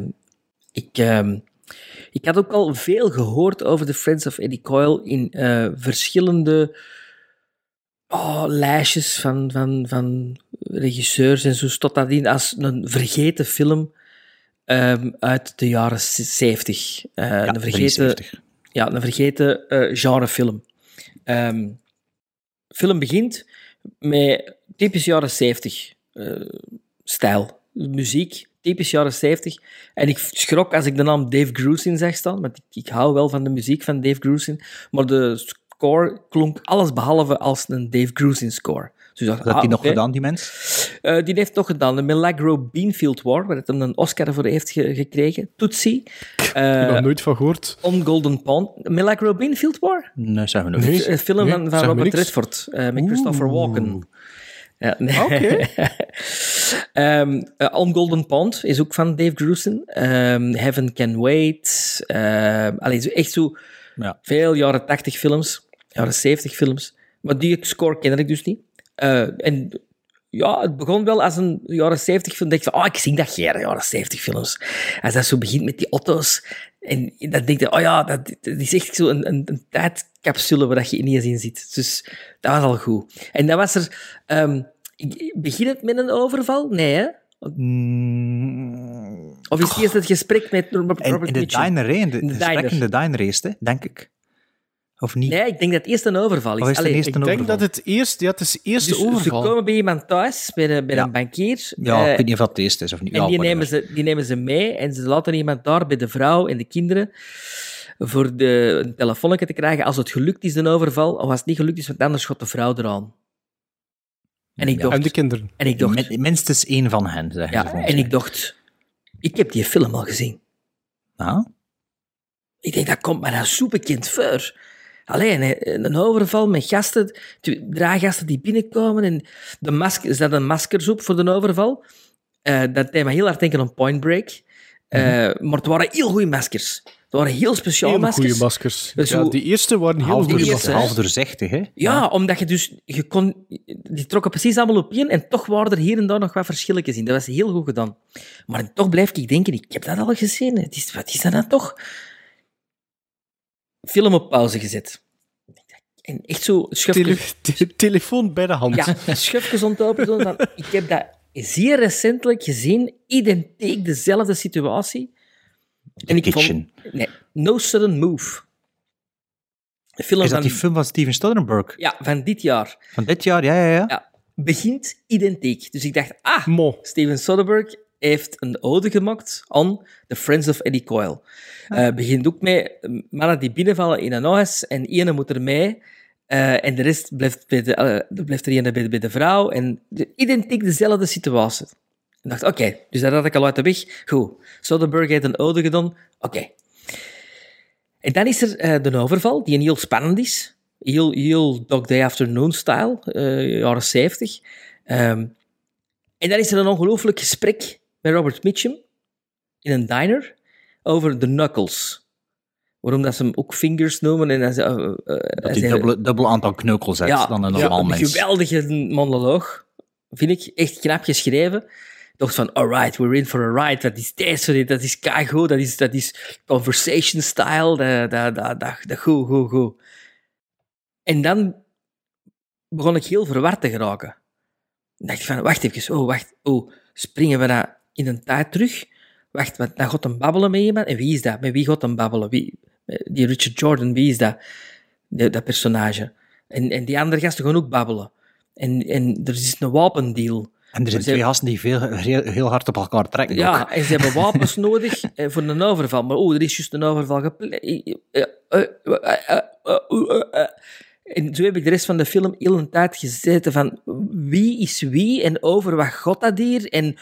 Ik had ook al veel gehoord over The Friends of Eddie Coyle in verschillende lijstjes van regisseurs en zo. Tot dat in als een vergeten film uit de jaren 70. Een vergeten genrefilm. Film begint met typisch jaren 70 stijl. Muziek, typisch jaren 70. En ik schrok als ik de naam Dave Grusin zag staan, want ik hou wel van de muziek van Dave Grusin, maar de score klonk allesbehalve als een Dave Grusin score. Dus dat heeft hij nog gedaan, die mens? Die heeft nog gedaan. De Milagro Beanfield War, waar hij een Oscar voor heeft gekregen. Tootsie. Ik heb er nooit van gehoord. On Golden Pond. Milagro Beanfield War? Nee, zeggen we nog niet. Een film van Robert Redford met Christopher Walken. Ja, nee. Oké. On Golden Pond is ook van Dave Grusin. Heaven Can Wait. Echt zo veel jaren 80 films, jaren 70 films. Maar die score ken ik dus niet. En ja, het begon wel als een jaren 70 film. Dan denk ik van, ik zie dat geen jaren 70 films. Als dat zo begint met die auto's. En dan denk je, dat is echt zo een tijdcapsule waar je ineens in zit. Dus dat was al goed. En dan was er... begint het met een overval? Nee, hè? Of is het eerst het gesprek met Robert in de diner, hè? In de gesprek in de diner eerst, hè? Denk ik. Of niet? Nee, ik denk dat het eerst een overval is. Ik denk dat het eerst... Ja, het is eerst de overval. Ze komen bij iemand thuis, bij een bankier. Ja, ik weet niet of dat het eerst is of niet. En die nemen ze mee en ze laten iemand daar bij de vrouw en de kinderen voor een telefoonnetje te krijgen als het gelukt is, de overval. Of als het niet gelukt is, want anders schot de vrouw eraan. En de kinderen. En ik dacht... Minstens één van hen, zeggen ze. En ik dacht... Ik heb die film al gezien. Ah? Ik denk, dat komt mij nou zo bekend voor. Alleen een overval met gasten, draaggasten die binnenkomen en er zat een maskers op voor de overval. Dat deed me heel hard denken aan Point Break. Maar het waren heel goede maskers. Het waren heel speciaal Heel maskers. goede maskers. Dus Ja, zo- die eerste waren heel Half, goede eerste, maskers. hè? half doorzichtig, hè? Ja, omdat die trokken precies allemaal op één en toch waren er hier en daar nog wat verschilletjes in. Dat was heel goed gedaan. Maar toch blijf ik denken, ik heb dat al gezien. Wat is dat dan toch? Film op pauze gezet. En echt zo schufjes... Telefoon bij de hand. Ja, schufjes ontlopen doen. Van, ik heb dat zeer recentelijk gezien, identiek dezelfde situatie. En ik Kitchen. vond... Nee, No Sudden Move. De film Is dat van, die film van Steven Soderbergh? Ja, van dit jaar. Van dit jaar? Ja. Ja, begint identiek. Dus ik dacht, Mo. Steven Soderbergh heeft een ode gemaakt aan The Friends of Eddie Coyle. Begint ook met mannen die binnenvallen in een huis en ene moet er mee. En de rest blijft er ene bij de vrouw. En identiek dezelfde situatie. Ik dacht, oké, dus dat had ik al uit de weg. Goed, Soderbergh heeft een ode gedaan. Oké. En dan is er de overval, die een heel spannend is. Heel Dog Day Afternoon-style, jaren 70. En dan is er een ongelooflijk gesprek met Robert Mitchum in een diner over de knuckles. Waarom dat ze hem ook fingers noemen. En Dat hij dubbel aantal kneukels heeft dan een normaal een mens. geweldige monoloog, vind ik. Echt knap geschreven. Ik dacht van, alright, we're in for a ride. Dat is deze, dat is keigoed, dat is conversation style, dat goed. En dan begon ik heel verward te geraken. Dan dacht ik van, wacht even, springen we dat in een tijd terug? Wacht, dan gaat hem babbelen met iemand. En wie is dat? Met wie gaat hem babbelen? Die Richard Jordan, wie is dat? Dat personage. En die andere gasten gaan ook babbelen. En er is een wapendeal. En er zijn twee gasten die heel hard op elkaar trekken. Ja, ook. en ze hebben wapens nodig voor een overval. Maar er is juist een overval gepleegd. En zo heb ik de rest van de film heel een tijd gezeten van wie is wie en over wat gaat dat hier? En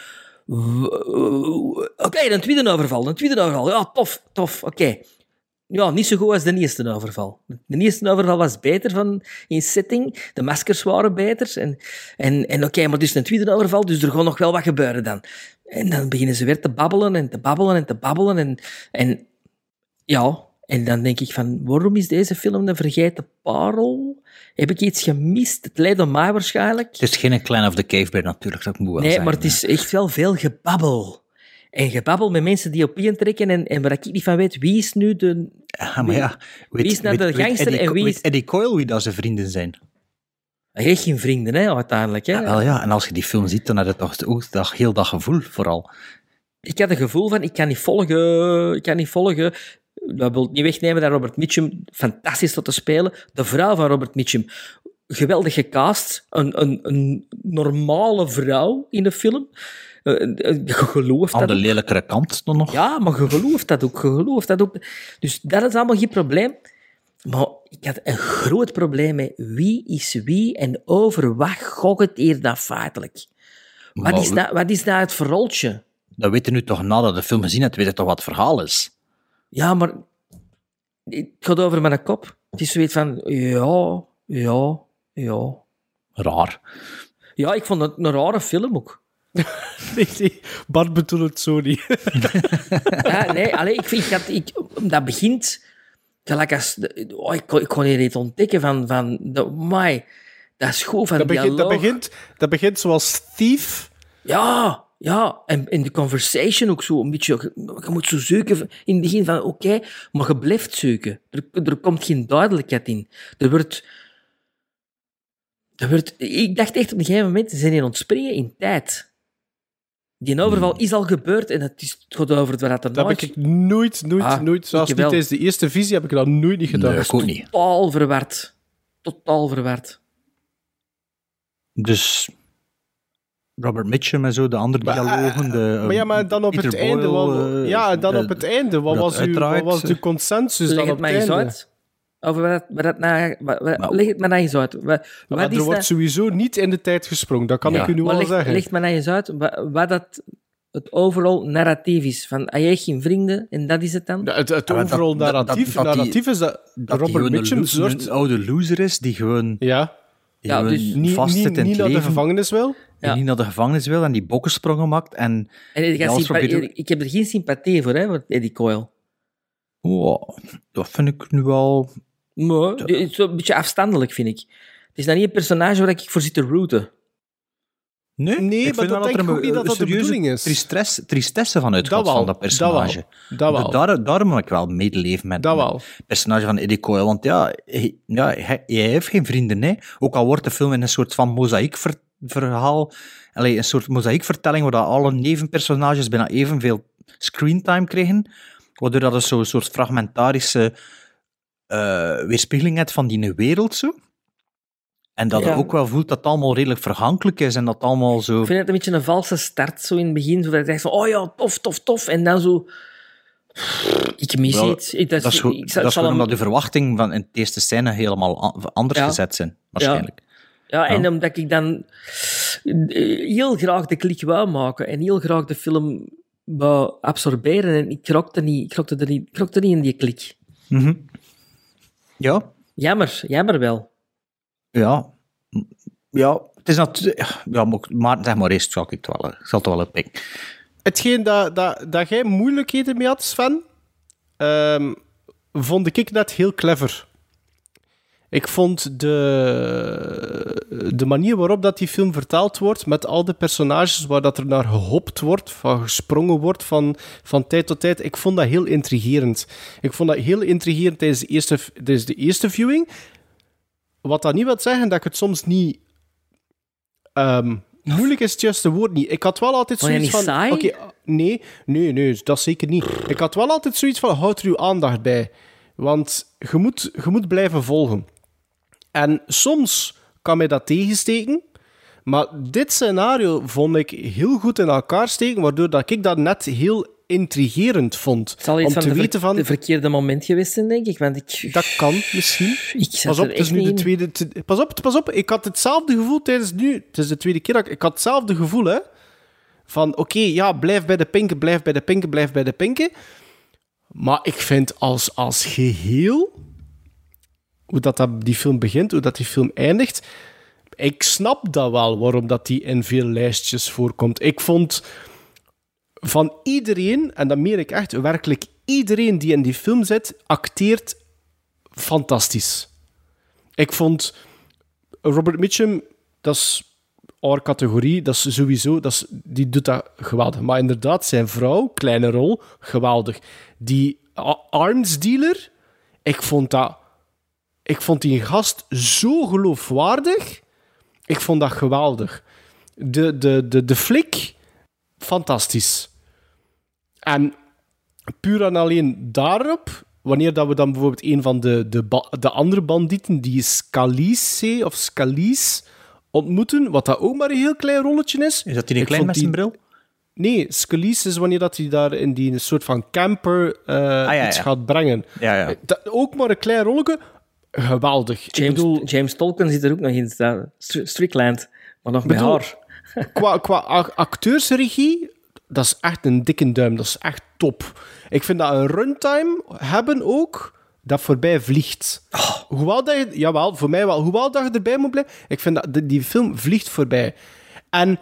oké, een tweede overval. Ja, tof, oké. Ja, niet zo goed als de eerste overval. De eerste overval was beter in setting. De maskers waren beter. En oké, maar dus een tweede overval, dus er gaat nog wel wat gebeuren dan. En dan beginnen ze weer te babbelen. En ja, en dan denk ik van, waarom is deze film een vergeten parel? Heb ik iets gemist? Het leidt om mij waarschijnlijk. Het is geen Clan of the Cave Bear natuurlijk, dat moet wel Nee, zijn. maar het is echt wel veel gebabbel. En gebabbel met mensen die op trekken en waar ik niet van weet, wie is nu de... Ja, maar ja, wie is nou de gangster en wie is... Weet Eddie Coyle wie dat zijn vrienden zijn? Hij heeft geen vrienden, hè, uiteindelijk. Hè. Ja, wel ja, en als je die film ziet, dan heb je toch ook heel dat gevoel vooral. Ik had het gevoel van, ik kan niet volgen. Dat wil niet wegnemen dat Robert Mitchum fantastisch tot te spelen. De vrouw van Robert Mitchum, geweldig gecast. Een normale vrouw in de film. Je gelooft Aan dat de ook. lelijkere kant dan nog. Ja, maar je gelooft dat ook. Dus dat is allemaal geen probleem. Maar ik had een groot probleem met wie is wie en over wat gaat het hier dan feitelijk? Wat is nou het verroltje? Dat weet je nu toch nadat de film gezien hebt, weet je toch wat het verhaal is? Ja, maar het gaat over mijn kop. Het is zoiets van, ja. Raar. Ja, ik vond het een rare film ook. Nee, Bart bedoelt het zo niet. Ja, nee, ik vind dat begint gelijk als... ik kon hier iets ontdekken van dat is goed van dialoog. Dat begint zoals Thief. Ja, en de conversation ook zo een beetje... Je moet zo zoeken in het begin van, oké, maar je blijft zoeken. Er komt geen duidelijkheid in. Ik dacht echt op een gegeven moment, ze zijn hier ontspringen in tijd. Die overval is al gebeurd en het gaat over wat er Dat heb ik nooit. Zelfs ik niet wel. tijdens de eerste visie heb ik dat nooit niet gedaan. Nee, ik ook niet. Totaal verward. Dus Robert Mitchum en zo, de andere dialogen. Maar dan op Peter het einde. Boyle, Op het einde. Wat uiteraard, was de consensus Leg dan het op mij het eens einde? uit. Over leg het mij eens uit. Maar Wat er wordt sowieso niet in de tijd gesprongen, dat kan ik u nu al zeggen. Leg me eens uit wat dat het overal narratief is. Van, hij heeft geen vrienden en dat is het dan. Het overal narratief is dat Robert Mitchum een oude loser is die gewoon, Ja, die gewoon dus vast zit in het niet naar de leven, gevangenis wil. die Ja. niet naar de gevangenis wil en die bokkensprongen maakt. En Ik heb er geen sympathie voor, hè, voor Eddie Coyle. dat vind ik nu wel... Maar het is een beetje afstandelijk, vind ik. Het is dan niet een personage waar ik voor zit te rooten. Nee, ik maar vind dat wel denk ik er ook niet dat dat de serieuze bedoeling is. Tristesse van uitgaat Dat wel, van dat personage. dat wel. Daarom heb ik wel medeleven met Dat wel. het personage van Eddie Coyle. Want hij heeft geen vrienden. Hè. Ook al wordt de film in een soort van mozaïekverhaal, een soort mozaïekvertelling waar dat alle nevenpersonages bijna evenveel screentime krijgen, waardoor dat zo'n soort fragmentarische weerspiegeling hebt van die wereld zo. En dat je ook wel voelt dat het allemaal redelijk vergankelijk is en dat het allemaal zo... Ik vind het een beetje een valse start, zo in het begin. Zo dat je denkt van, oh ja, tof. En dan zo... Ik mis iets. Dat is gewoon omdat de verwachtingen van in de eerste scène helemaal anders gezet zijn, waarschijnlijk. Ja, en omdat ik dan heel graag de klik wou maken en heel graag de film wou absorberen en ik krokte niet in die klik. Mm-hmm. Ja. Jammer wel. Ja, het is natuurlijk... Ja, maar zeg maar eerst, zal ik het wel oppikken. Hetgeen dat jij moeilijkheden mee had, Sven, vond ik net heel clever. Ik vond de manier waarop dat die film vertaald wordt, met al de personages waar dat er naar gehopt wordt, van gesprongen wordt van tijd tot tijd, ik vond dat heel intrigerend. Ik vond dat heel intrigerend tijdens de eerste viewing. Wat dat niet wil zeggen dat ik het soms niet... moeilijk is het juiste woord niet. Ik had wel altijd Vond je zoiets niet van... saai? Nee, dat zeker niet. Ik had wel altijd zoiets van, houd er uw aandacht bij. Want je moet blijven volgen. En soms kan mij dat tegensteken, maar dit scenario vond ik heel goed in elkaar steken, waardoor dat ik dat net heel intrigerend vond. Het zal iets om te van weten van... de verkeerde moment geweest zijn, denk ik. Want Dat kan misschien. Pas op, het is nu de tweede... Pas op, ik had hetzelfde gevoel tijdens nu... Het is de tweede keer dat ik had hetzelfde gevoel, hè. Van, oké, blijf bij de pinken. Maar ik vind als geheel... Hoe die film begint, hoe dat die film eindigt... Ik snap dat wel, waarom dat die in veel lijstjes voorkomt. Ik vond... Van iedereen, en dat meen ik echt, werkelijk iedereen die in die film zit, acteert fantastisch. Ik vond Robert Mitchum, dat is our categorie, dat is sowieso, die doet dat geweldig. Maar inderdaad, zijn vrouw, kleine rol, geweldig. Die arms dealer, ik vond die gast zo geloofwaardig. Ik vond dat geweldig. De flik... Fantastisch. En puur en alleen daarop, wanneer dat we dan bijvoorbeeld een van de andere bandieten, die Scalise ontmoeten, wat dat ook maar een heel klein rolletje is. Is dat die een klein met zijn bril? Nee, Scalise is wanneer dat hij daar in die soort van camper iets gaat brengen. Ja. Ook maar een klein rolletje. Geweldig. James Tolkien zit er ook nog in staan. Strickland. Maar nog bij haar. Qua acteursregie, dat is echt een dikke duim. Dat is echt top. Ik vind dat een runtime hebben ook, dat voorbij vliegt. Hoewel dat je... Jawel, voor mij wel. Hoewel dat je erbij moet blijven. Ik vind dat die film vliegt voorbij. En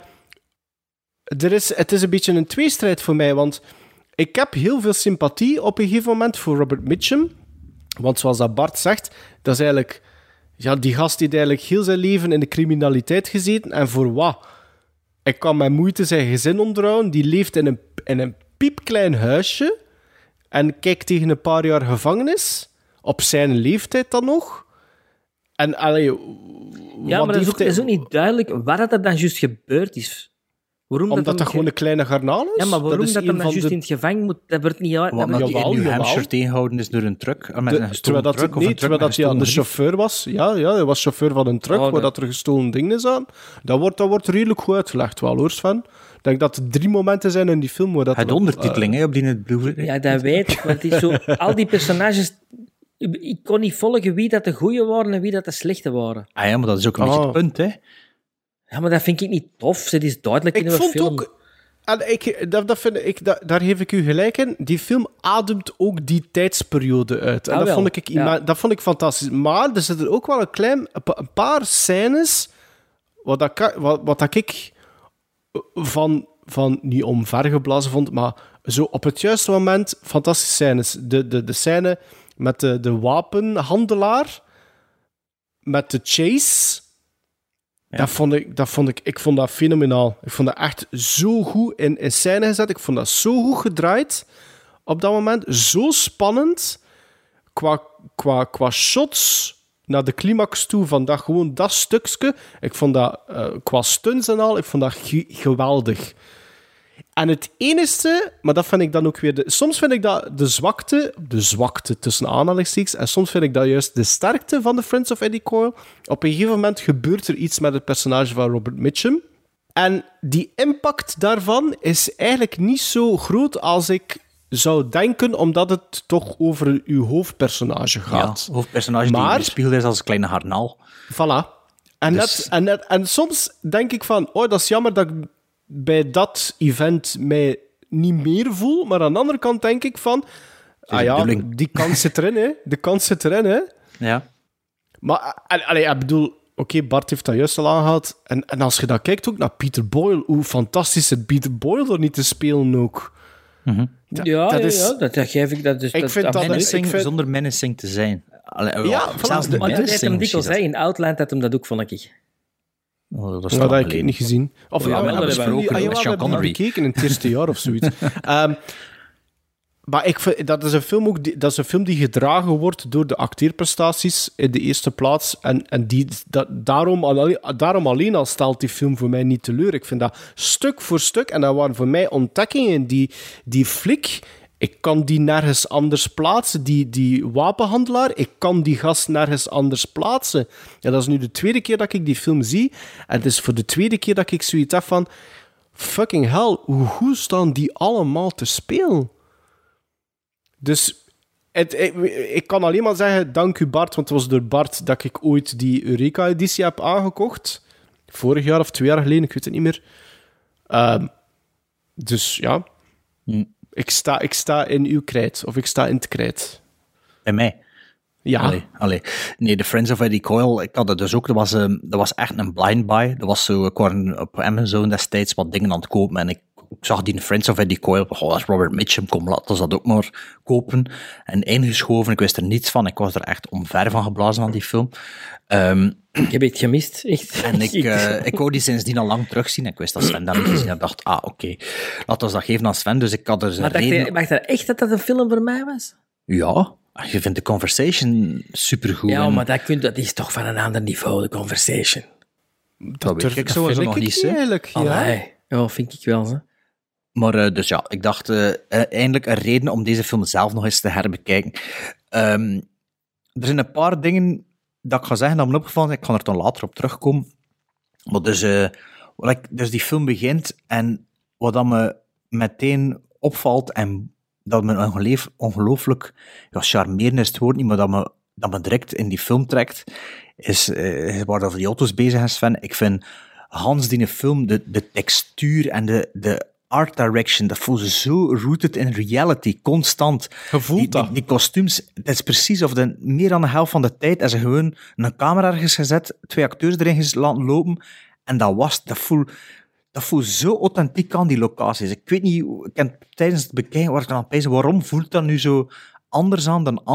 het is een beetje een tweestrijd voor mij, want ik heb heel veel sympathie op een gegeven moment voor Robert Mitchum. Want zoals dat Bart zegt, dat is eigenlijk... Ja, die gast heeft eigenlijk heel zijn leven in de criminaliteit gezeten. En voor wat? Ik kan met moeite zijn gezin onderhouden. Die leeft in een piepklein huisje. En kijkt tegen een paar jaar gevangenis. Op zijn leeftijd dan nog. En Ja, maar dat is ook niet duidelijk wat er dan juist gebeurd is. Omdat dat gewoon een kleine garnaal is? Ja, maar waarom dat hem dan van juist in het gevangen moet, dat wordt niet uit. Omdat hij in New Hampshire tegenhouden is door een truck. Terwijl dat hij aan de chauffeur was. Ja, hij was chauffeur van een truck waar dat er gestolen dingen is aan. Dat wordt redelijk goed uitgelegd wel, hoor, Sven. Ik denk dat er 3 momenten zijn in die film waar dat... Het ondertiteling, op die Blu-ray. Ja, dat weet ik. Want zo, al die personages... Ik kon niet volgen wie dat de goeie waren en wie dat de slechte waren. Ah ja, maar dat is ook een beetje het punt, hè. Ja, maar dat vind ik niet tof. Het is duidelijk in een film. En daar geef ik u gelijk in. Die film ademt ook die tijdsperiode uit. En dat vond ik fantastisch. Maar er zitten ook wel een paar scènes wat ik van niet omvergeblazen vond, maar zo op het juiste moment fantastische scènes. De scène met de wapenhandelaar, met de chase... Ja. Ik vond dat fenomenaal. Ik vond dat echt zo goed in scène gezet. Ik vond dat zo goed gedraaid op dat moment. Zo spannend. Qua shots naar de climax toe van dat stukje. Ik vond dat qua stunts en al, ik vond dat geweldig. En het enige, maar dat vind ik dan ook weer... soms vind ik dat de zwakte tussen aanhalingstekens, en soms vind ik dat juist de sterkte van de Friends of Eddie Coyle. Op een gegeven moment gebeurt er iets met het personage van Robert Mitchum. En die impact daarvan is eigenlijk niet zo groot als ik zou denken, omdat het toch over uw hoofdpersonage gaat. Ja, hoofdpersonage die gespeeld is als kleine harnaal. Voilà. En soms denk ik van, dat is jammer dat ik bij dat event mij niet meer voel, maar aan de andere kant denk ik van, die kans zit erin, hè. De kans zit erin, hè. Ja. Maar, ik bedoel, Bart heeft dat juist al aangehaald, en als je dan kijkt ook naar Peter Boyle, hoe fantastisch is Peter Boyle er niet te spelen ook. Mm-hmm. Dat geef ik. Dat is, ik vind dat zonder menacing te zijn. Zelfs de menacing. Hem dikwijls zei in Outland dat hem dat ook, vond ik. Dat heb ik niet gezien. Of we hebben gekeken in het eerste jaar of zoiets. Maar ik vind, dat is een film die gedragen wordt door de acteerprestaties in de eerste plaats. En daarom alleen al stelt die film voor mij niet teleur. Ik vind dat stuk voor stuk, en dat waren voor mij ontdekkingen, die flik. Ik kan die nergens anders plaatsen. Die wapenhandelaar, ik kan die gast nergens anders plaatsen. Ja, dat is nu de tweede keer dat ik die film zie. En het is voor de tweede keer dat ik zoiets heb van... Fucking hell, hoe goed staan die allemaal te spelen? Dus ik kan alleen maar zeggen, dank u Bart, want het was door Bart dat ik ooit die Eureka-editie heb aangekocht. Vorig jaar of 2 jaar geleden, ik weet het niet meer. Dus ja... Ik sta in uw krijt, of ik sta in het krijt. Bij mij? Ja. Allee. Nee, de Friends of Eddie Coyle, ik had het dus ook, dat was echt een blind buy. Dat was zo, ik was op Amazon destijds wat dingen aan het kopen en ik zag die Friends of Eddie Coyle, dat is Robert Mitchum, kom, laten we dat ook maar kopen. En ingeschoven, ik wist er niets van, ik was er echt omver van geblazen van die film. Ik heb het gemist, echt. En ik wou die sindsdien al lang terugzien. Ik wist dat Sven dat niet gezien had. Ik dacht, oké, laten we dat geven aan Sven. Dus ik had er maar dacht je echt dat een film voor mij was? Ja, je vindt de Conversation supergoed. Ja, maar dat is toch van een ander niveau, de Conversation. Dat weet ik zo nog niet, eigenlijk. Ja, vind ik wel, hè. Maar dus ja, ik dacht eindelijk een reden om deze film zelf nog eens te herbekijken. Er zijn een paar dingen dat ik ga zeggen dat me opgevallen is. Ik ga er dan later op terugkomen. Maar dus die film begint en wat dat me meteen opvalt en dat me ongelooflijk charmerend is het woord niet, maar dat me direct in die film trekt, is waar over die auto's bezig is, Sven. Ik vind Hans die film, de textuur en de art direction, dat voelt zo rooted in reality, constant. Gevoeld dat. Die kostuums, het is precies of meer dan de helft van de tijd is er gewoon een camera ergens gezet, 2 acteurs erin laten lopen, en dat voelt zo authentiek aan die locaties. Ik weet niet, tijdens het bekijken waar ik aan het pijzen, waarom voelt dat nu zo anders aan dan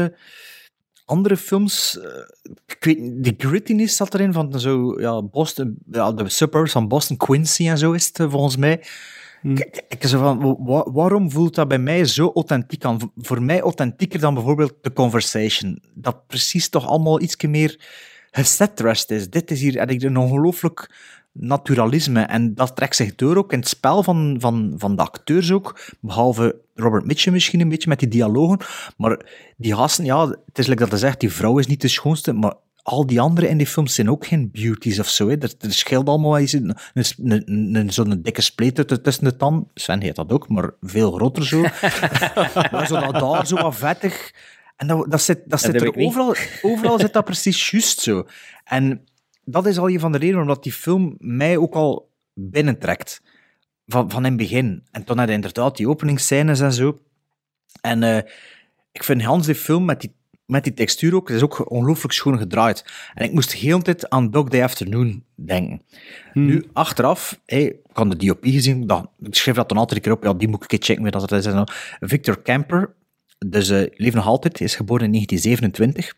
andere films? Ik weet niet, de grittiness zat erin van zo, Boston, de suburbs van Boston, Quincy en zo is het volgens mij. Ik zo van, waarom voelt dat bij mij zo authentiek aan? Voor mij authentieker dan bijvoorbeeld The Conversation. Dat precies toch allemaal iets meer gesetrest is. Dit is hier een ongelooflijk naturalisme. En dat trekt zich door ook in het spel van de acteurs ook. Behalve Robert Mitchum misschien een beetje met die dialogen. Maar die gasten, het is like dat hij zegt, die vrouw is niet de schoonste, maar al die anderen in die films zijn ook geen beauties of zo. Hè. Er scheelt allemaal iets, zo'n dikke spleet tussen de tanden. Sven heet dat ook, maar veel groter zo. Maar zo daar zo wat vettig. En dat zit er overal zit dat precies juist zo. En dat is al een van de redenen waarom die film mij ook al binnentrekt. van in het begin. En toen had je inderdaad die openingsscènes en zo. En ik vind Hans die film met die textuur ook, het is ook ongelooflijk schoon gedraaid. En ik moest de hele tijd aan Dog Day Afternoon denken. Nu, achteraf, ik had de DOP gezien, ik schreef dat dan altijd een keer op, ja, die moet ik een keer checken, weer dat het is. Victor Kemper, dus leeft nog altijd, hij is geboren in 1927.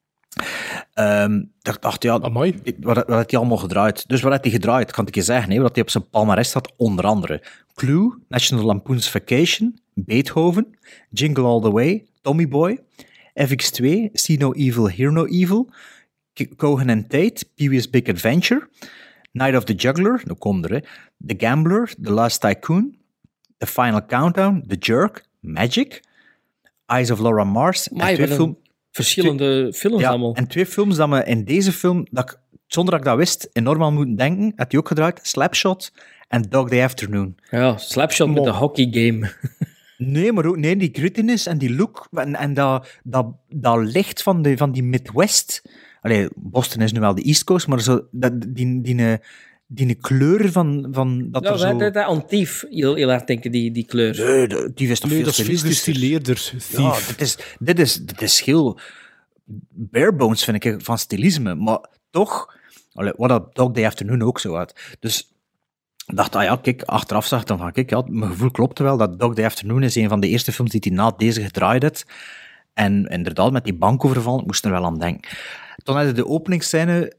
Ik dacht, ja, wat heeft hij allemaal gedraaid? Dus wat heeft hij gedraaid? Kan ik je zeggen, wat hij op zijn palmarès staat, onder andere Clue, National Lampoon's Vacation, Beethoven, Jingle All The Way, Tommy Boy, FX2, See No Evil, Hear No Evil, Cohen and Tate, Pee-wee's Big Adventure, Night of the Juggler, nou kom er, The Gambler, The Last Tycoon, The Final Countdown, The Jerk, Magic, Eyes of Laura Mars. Verschillende films allemaal. En 2 films dat me in deze film, zonder dat ik dat wist, enorm aan moeten denken, had hij ook gedraaid, Slapshot en Dog Day Afternoon. Ja, Slapshot met de hockey game. Nee, maar ook die grittiness en die look en dat licht van die Midwest. Allee, Boston is nu wel de East Coast, maar zo, die kleur van dat er zo... dat Antief heel erg denken, die kleur. Nee, die is toch veel gestileerder. Ja, dit is heel bare bones, vind ik, van stilisme. Maar toch, wat dat Dog Day Afternoon ook zo had. Dus ik dacht, kijk, achteraf zag ik dan van, kijk, mijn gevoel klopte wel, dat Dog Day Afternoon is een van de eerste films die hij na deze gedraaid heeft. En inderdaad, met die bankoverval, ik moest er wel aan denken. Toen hadden de openingsscène,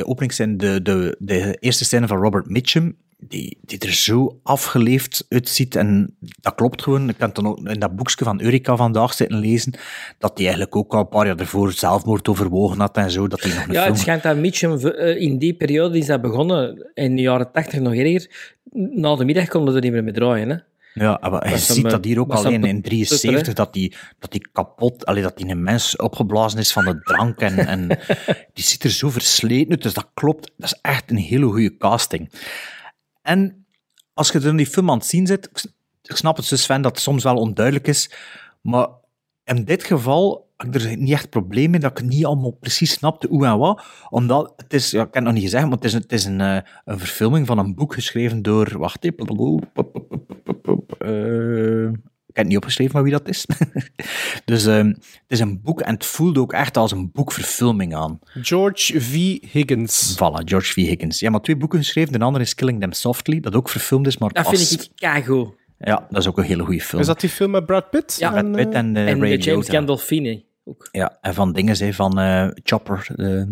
de eerste scène van Robert Mitchum, die er zo afgeleefd uitziet. En dat klopt gewoon. Ik kan dan ook in dat boekje van Eureka vandaag zitten lezen, dat hij eigenlijk ook al een paar jaar ervoor zelfmoord overwogen had en zo. Dat hij nog een film... Het schijnt dat Mitchum in die periode is dat begonnen, in de jaren 80 nog erger. Na de middag konden ze er niet meer mee draaien, hè. Ja, maar je ziet dat hier ook alleen in 73, dat die kapot, dat die een mens opgeblazen is van de drank en die ziet er zo versleten uit, dus dat klopt. Dat is echt een hele goede casting. En als je er in die film aan het zien zit, ik snap het, Sven, dat het soms wel onduidelijk is, maar in dit geval heb ik er niet echt probleem mee dat ik niet allemaal precies snapte hoe en wat, omdat het is, ik heb het nog niet gezegd, maar het is een verfilming van een boek geschreven door, ik heb het niet opgeschreven van wie dat is. Dus het is een boek en het voelde ook echt als een boekverfilming aan. George V. Higgins. Voilà, George V. Higgins. Ja, maar 2 boeken geschreven. De andere is Killing Them Softly, dat ook verfilmd is. Maar dat vind ik kago. Ja, dat is ook een hele goede film. Is dat die film met Brad Pitt? Ja, Brad Pitt en Ray James Liotta. Gandolfini ook. Ja, en van dingen, van Chopper,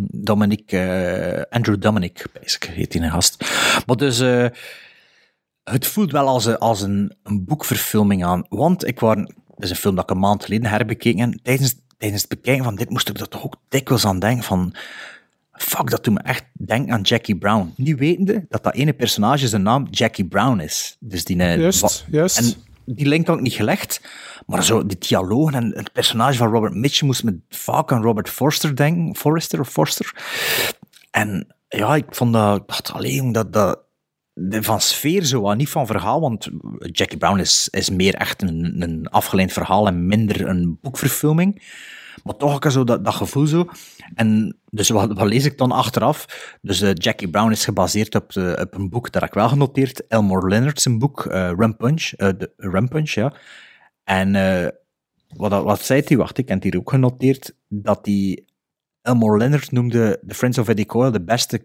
Andrew Dominic, basically, heet die een gast. Maar dus... het voelt wel als een boekverfilming aan. Want het is een film dat ik een maand geleden herbekeken en tijdens het bekijken van dit moest ik er toch ook dikwijls aan denken van... Fuck, dat doet me echt denken aan Jackie Brown. Nu wetende dat ene personage zijn naam Jackie Brown is. Dus die... Juist. En die link had ik niet gelegd. Maar zo, die dialogen en het personage van Robert Mitchum moest me vaak aan Robert Forster denken. Forster. En ja, ik vond dat... Ik dacht alleen dat van sfeer zo, niet van verhaal, want Jackie Brown is meer echt een afgeleid verhaal en minder een boekverfilming. Maar toch ook zo dat gevoel zo. En dus wat lees ik dan achteraf? Dus Jackie Brown is gebaseerd op een boek dat ik wel genoteerd, Elmore Leonard's boek, Rum Punch, ja. En wat zei hij? Wacht, ik heb hier ook genoteerd, dat die Elmore Leonard noemde The Friends of Eddie Coyle de beste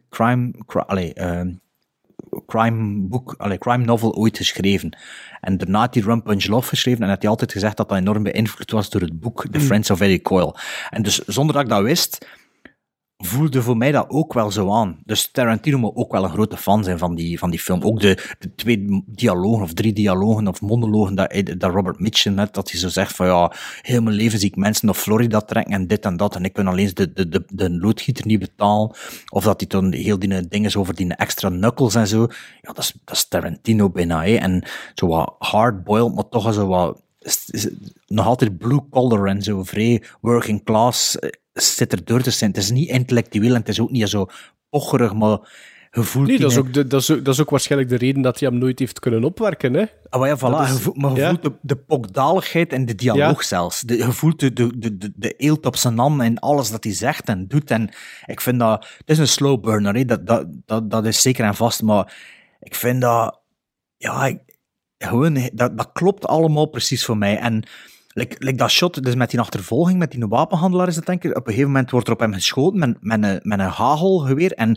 crime novel ooit geschreven. En daarna had hij Rum Punch Love geschreven en had hij altijd gezegd dat dat enorm beïnvloed was door het boek The Friends of Eddie Coyle. En dus zonder dat ik dat wist, voelde voor mij dat ook wel zo aan. Dus Tarantino moet ook wel een grote fan zijn van die film. Ook de 2 dialogen of 3 dialogen of monologen dat Robert Mitchum net, dat hij zo zegt van ja, heel mijn leven zie ik mensen naar Florida trekken en dit en dat en ik kan alleen de loodgieter niet betalen. Of dat hij dan heel die dingen over die extra knuckles en zo. Ja, dat is Tarantino bijna. En zo wat hard-boiled, maar toch zo wat... Is nog altijd blue-collar en zo vrij working class zit er door te zijn. Het is niet intellectueel en het is ook niet zo pocherig, maar je voelt... Nee, dat is ook waarschijnlijk de reden dat hij hem nooit heeft kunnen opwerken, hè? Ah, ja, voilà. Je voelt de pokdaligheid en de dialoog zelfs. Je voelt de eelt op zijn nam en alles dat hij zegt en doet. En ik vind dat... Het is een slow burner, hè. Dat is zeker en vast, maar ik vind dat... Ja, gewoon, dat klopt allemaal precies voor mij. En like dat shot, dus met die achtervolging, met die wapenhandelaar is het denk ik, op een gegeven moment wordt er op hem geschoten met een hagelgeweer en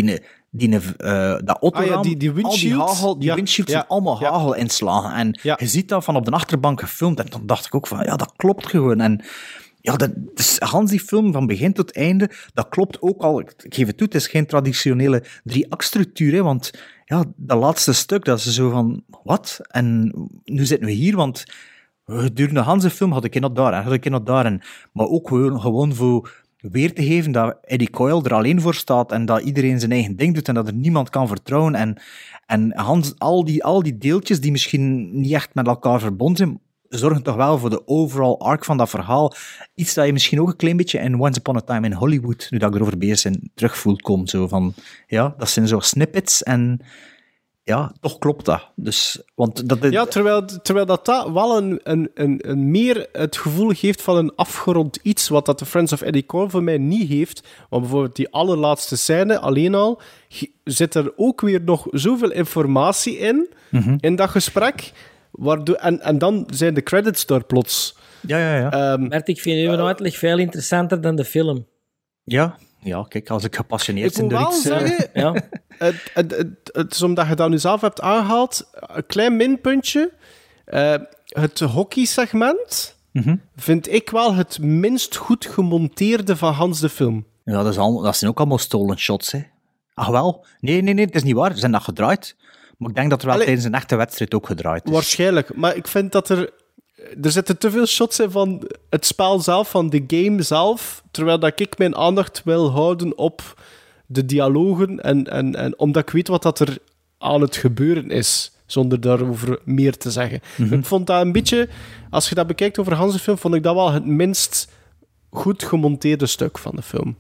dat autoraam, die windshield. al die windshields zijn allemaal hagelinslagen. En je ziet dat van op de achterbank gefilmd en dan dacht ik ook van, ja, dat klopt gewoon. En ja, dus Hans, die film van begin tot einde, dat klopt ook al. Ik geef het toe, het is geen traditionele 3-act-structuur, hè, want ja, dat laatste stuk, dat is zo van, wat? En nu zitten we hier, want gedurende de hele film had ik nog daar. Maar ook gewoon voor weer te geven dat Eddie Coyle er alleen voor staat en dat iedereen zijn eigen ding doet en dat er niemand kan vertrouwen. En Hans, al die deeltjes die misschien niet echt met elkaar verbonden zijn, zorgen toch wel voor de overall arc van dat verhaal. Iets dat je misschien ook een klein beetje in Once Upon a Time in Hollywood, nu dat ik erover bezig ben, terugvoelt komt. Zo van, ja, dat zijn zo snippets en ja, toch klopt dat. Dus, want ja, terwijl dat wel een meer het gevoel geeft van een afgerond iets, wat dat de Friends of Eddie Coyle voor mij niet heeft. Want bijvoorbeeld die allerlaatste scène, alleen al, zit er ook weer nog zoveel informatie in dat gesprek, waardoor, en dan zijn de credits daar plots. Ja. Bert, ik vind uw uitleg veel interessanter dan de film. Ja, kijk, als ik gepassioneerd ben door iets... zeggen, het is omdat je dat nu zelf hebt aangehaald, een klein minpuntje. Het hockeysegment vind ik wel het minst goed gemonteerde van Hans de film. Ja, dat zijn ook allemaal stolen shots, hè. Ach wel? Nee, het is niet waar. Ze zijn dat gedraaid. Maar ik denk dat er wel tijdens een echte wedstrijd ook gedraaid is. Waarschijnlijk, maar ik vind dat er zitten te veel shots in van het spel zelf, van de game zelf, terwijl dat ik mijn aandacht wil houden op de dialogen en omdat ik weet wat dat er aan het gebeuren is, zonder daarover meer te zeggen. Ik vond dat een beetje, als je dat bekijkt over Hans de film, vond ik dat wel het minst goed gemonteerde stuk van de film.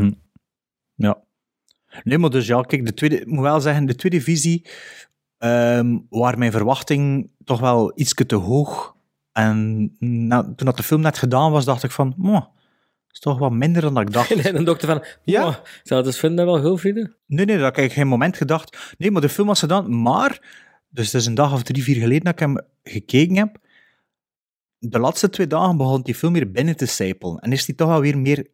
Ja. Nee, maar dus ja, kijk, ik moet wel zeggen, de tweede visie, waar mijn verwachting toch wel iets te hoog. En toen dat de film net gedaan was, dacht ik van, dat is toch wat minder dan ik dacht. En een dokter van, zou het vinden wel goed vinden? Nee, dat heb ik geen moment gedacht. Nee, maar de film was gedaan, maar, dus het is een dag of 3-4 geleden dat ik hem gekeken heb, de laatste 2 dagen begon die film weer binnen te sijpelen. En is die toch wel weer meer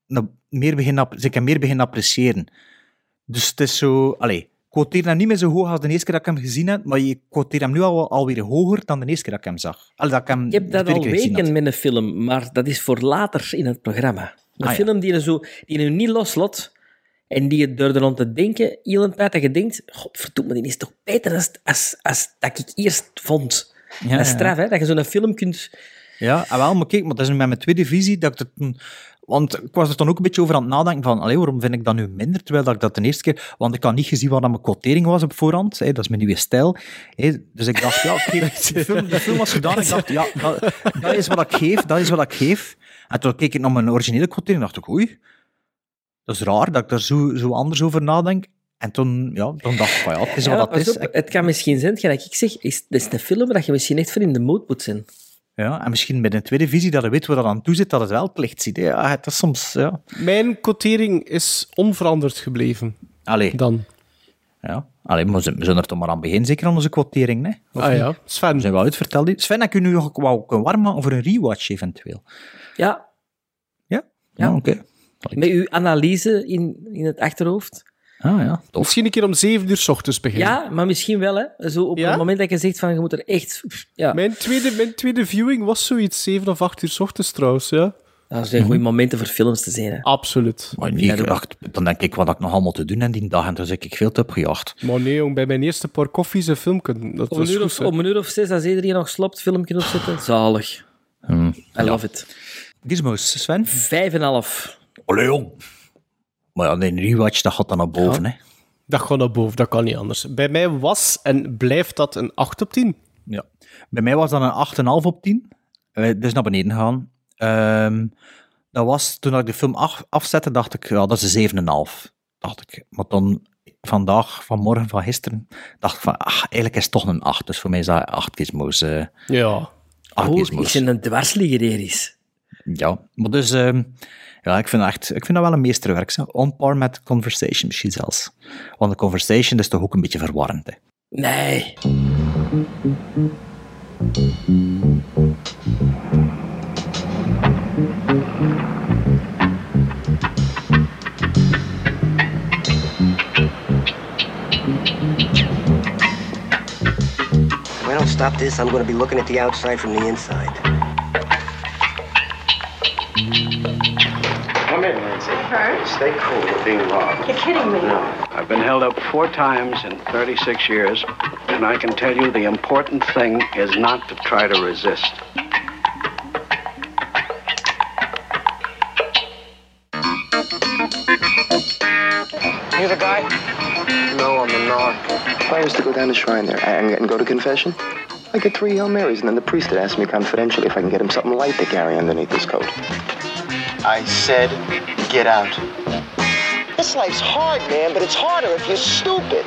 beginnen appreciëren. Dus het is zo, ik quoteer hem niet meer zo hoog als de eerste keer dat ik hem gezien heb, maar je quoteert hem nu alweer hoger dan de eerste keer dat ik hem zag. Ik heb dat al weken met een film, maar dat is voor later in het programma. Een film die je niet loslaat en die je door erom te denken, heel een tijd dat je denkt, godverdomme, die is toch beter als dat ik eerst vond. Dat is straf, hè, dat je zo'n film kunt... Ja, wel, maar kijk, maar dat is met mijn tweede visie, dat ik het... Want ik was er dan ook een beetje over aan het nadenken van, waarom vind ik dat nu minder, terwijl dat ik dat de eerste keer... Want ik had niet gezien wat mijn quotering was op voorhand, dat is mijn nieuwe stijl. Dus ik dacht, de film was gedaan, ik dacht, dat is wat ik geef. En toen keek ik naar mijn originele quotering en dacht ik, oei, dat is raar dat ik daar zo anders over nadenk. En toen dacht ik van, het is wat het is. Het kan misschien zijn, dat ik zeg, is een film dat je misschien echt voor in de mood moet zijn. Ja, en misschien met een tweede visie dat je weet waar dat aan toe zit, dat het wel plicht ziet. Ja, het is soms, Mijn quotering is onveranderd gebleven. Allee. Dan. Ja. Allee, maar we zijn er toch maar aan begin, zeker aan onze quotering, hè? Ja. Sven. We zijn wel uitverteld. Sven, ik u nu nog wel warm maken voor een rewatch, eventueel. Ja. Ja, oké. Met uw analyse in het achterhoofd. Ja, tof. Misschien een keer om 7 uur 's ochtends beginnen. Ja, maar misschien wel, hè. Zo op het moment dat je zegt van, je moet er echt... Ja. Mijn tweede viewing was zoiets 7 of 8 uur 's ochtends trouwens, ja. Dat zijn goede momenten voor films te zijn, hè. Absoluut. Maar nee, dan denk ik wat ik nog allemaal te doen en die dag, en dan zeg ik veel te opgejaagd. Maar nee, jong, bij mijn eerste paar koffies en filmpje, dat was goed, hè. Om een uur of 6, als iedereen nog slaapt, filmpje opzetten. Zalig. I love it. Gizmos, Sven? 5,5. Allee, jong. Maar ja, een rewatch, dat gaat dan naar boven, hè. Dat gaat naar boven, dat kan niet anders. Bij mij was en blijft dat een 8 op 10. Ja. Bij mij was dat een 8,5 op 10. Dus naar beneden gaan. Dat was, toen ik de film afzette, dacht ik, dat is een 7,5. Dacht ik. Maar dan vanmorgen, van gisteren, dacht ik van, eigenlijk is het toch een 8. Dus voor mij is dat 8 gizmos. Ja. 8 ik gizmos. ben een dwarsligger hier is. Ja, maar dus... ik vind dat wel een meesterwerk. On par met Conversation misschien zelfs. Want de Conversation is toch ook een beetje verwarrend. Hè? Nee. If we don't stop this, I'm going to be looking at the outside from the inside. Come in, Nancy. Her? Stay cool. You're being robbed. You're kidding me. No. I've been held up 4 times in 36 years, and I can tell you the important thing is not to try to resist. You the guy? No, I'm a narc. If I was to go down the shrine there and go to confession, I get 3 Hail Marys, and then the priest would ask me confidentially if I can get him something light to carry underneath his coat. I said, get out. This life's hard, man, but it's harder if you're stupid.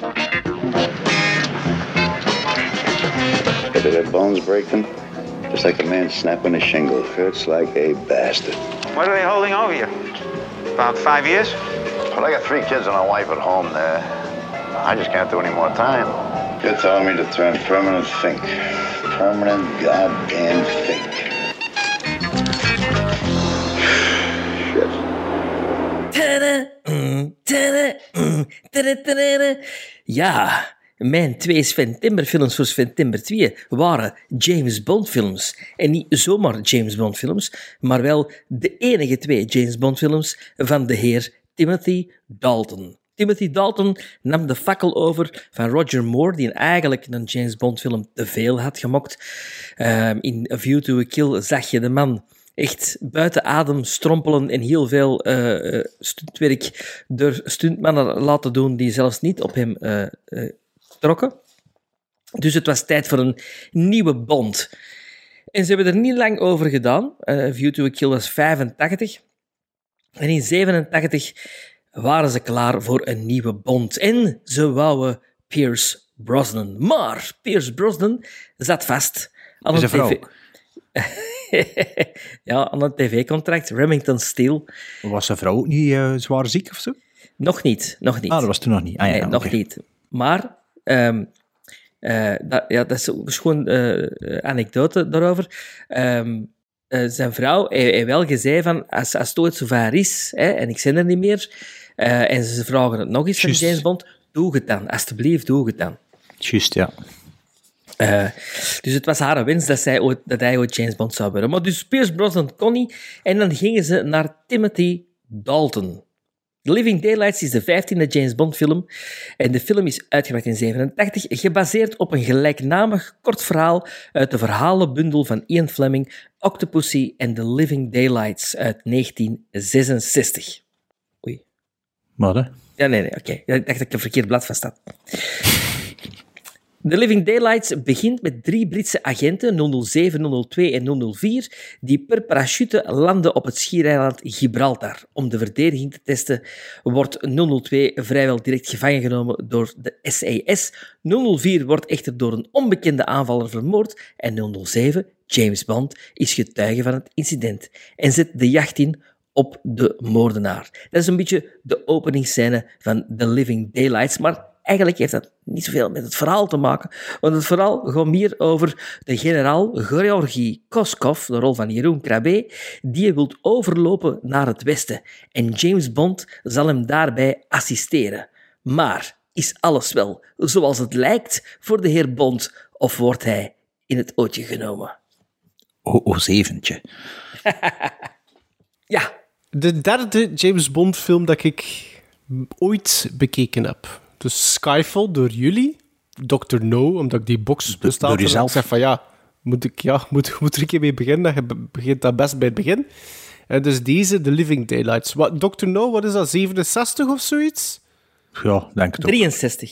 Did their bones breaking? Just like a man snapping a shingle. Hurts like a bastard. What are they holding over you? About 5 years? Well, I got 3 kids and a wife at home there. I just can't do any more time. You're telling me to turn permanent fink. Permanent goddamn fink. Shit. Ja, mijn 2 Sven Timber films voor Sven Timber 2 waren James Bond films. En niet zomaar James Bond films, maar wel de enige 2 James Bond films van de heer Timothy Dalton. Timothy Dalton nam de fakkel over van Roger Moore, die eigenlijk een James Bond film te veel had gemokt. In A View to a Kill zag je de man echt buiten adem strompelen en heel veel stuntwerk door stuntmannen laten doen die zelfs niet op hem trokken. Dus het was tijd voor een nieuwe Bond. En ze hebben er niet lang over gedaan. A View to a Kill was 85. En in 87 waren ze klaar voor een nieuwe Bond. En ze wouden Pierce Brosnan. Maar Pierce Brosnan zat vast aan een vrouw. Ja, aan een tv-contract. Remington Steele. Was zijn vrouw ook niet zwaar ziek of zo? Nog niet. Ah, dat was toen nog niet. Ah, ja, Nee, nog oké. niet. Maar dat is gewoon anekdote daarover. Zijn vrouw heeft wel gezegd van, als het ooit zover is, en ik ben er niet meer, en ze vragen het nog eens van Juist. James Bond, doe het dan. Alsjeblieft, doe het dan. Juist, ja. Dus het was haar wens dat hij ooit James Bond zou worden. Maar dus Pierce Brosnan kon niet. En dan gingen ze naar Timothy Dalton. The Living Daylights is de 15e James Bond film. En de film is uitgebracht in 1987, gebaseerd op een gelijknamig kort verhaal uit de verhalenbundel van Ian Fleming, Octopussy and The Living Daylights uit 1966. Oei. Wat, hè? Ja, nee, oké. Ik dacht dat ik een verkeerd blad vast had. The Living Daylights begint met 3 Britse agenten, 007, 002 en 004, die per parachute landen op het schiereiland Gibraltar. Om de verdediging te testen wordt 002 vrijwel direct gevangen genomen door de SAS. 004 wordt echter door een onbekende aanvaller vermoord en 007, James Bond, is getuige van het incident en zet de jacht in op de moordenaar. Dat is een beetje de openingsscène van The Living Daylights, maar eigenlijk heeft dat niet zoveel met het verhaal te maken, want het verhaal gaat meer over de generaal Georgi Koskov, de rol van Jeroen Krabbe, die wil overlopen naar het westen. En James Bond zal hem daarbij assisteren. Maar is alles wel zoals het lijkt voor de heer Bond, of wordt hij in het ootje genomen? Zeventje. Ja. De derde James Bond film dat ik ooit bekeken heb. Dus Skyfall door jullie, Dr. No, omdat ik die box bestaat. door jezelf. Ik zeg van ja, moet er een keer mee beginnen? Je begint dat best bij het begin. En dus deze, The Living Daylights. Dr. No, wat is dat, 67 of zoiets? Ja, denk het ook. 63.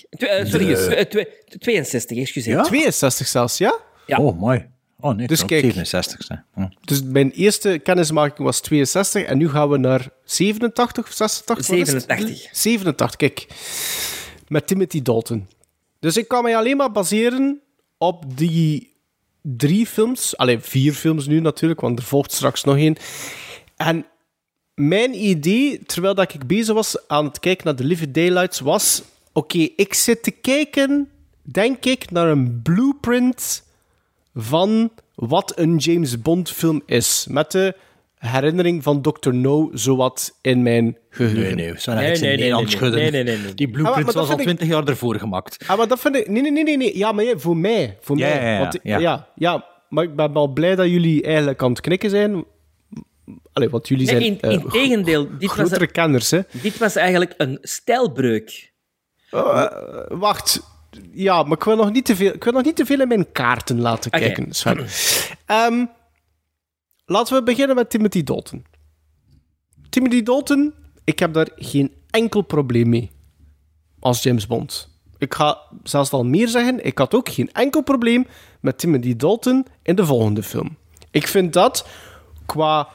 62, excuseer. Ja? 62 zelfs, ja? Ja. Oh, mooi. Oh nee, Dus dus kijk. 67. Hm. Dus mijn eerste kennismaking was 62 en nu gaan we naar 87 of 86? Wat is het? 87. 87, kijk. Met Timothy Dalton. Dus ik kan mij alleen maar baseren op die 3 films. Alleen 4 films nu natuurlijk, want er volgt straks nog 1. En mijn idee, terwijl dat ik bezig was aan het kijken naar The Living Daylights, was... Oké, ik zit te kijken denk ik, naar een blueprint van wat een James Bond film is. Met de herinnering van Dr. No zowat in mijn geheugen. Nee. Die blueprint was al 20 jaar ervoor gemaakt. Maar dat vind ik... Nee. Ja, maar voor mij. Ja, maar ik ben wel blij dat jullie eigenlijk aan het knikken zijn. Allee, want jullie zijn in tegendeel, grotere kenners, hè. Dit was eigenlijk een stijlbreuk. Wacht. Ja, maar ik wil nog niet te veel in mijn kaarten laten kijken, Sven. Laten we beginnen met Timothy Dalton. Timothy Dalton, ik heb daar geen enkel probleem mee als James Bond. Ik ga zelfs al meer zeggen, ik had ook geen enkel probleem met Timothy Dalton in de volgende film. Ik vind dat qua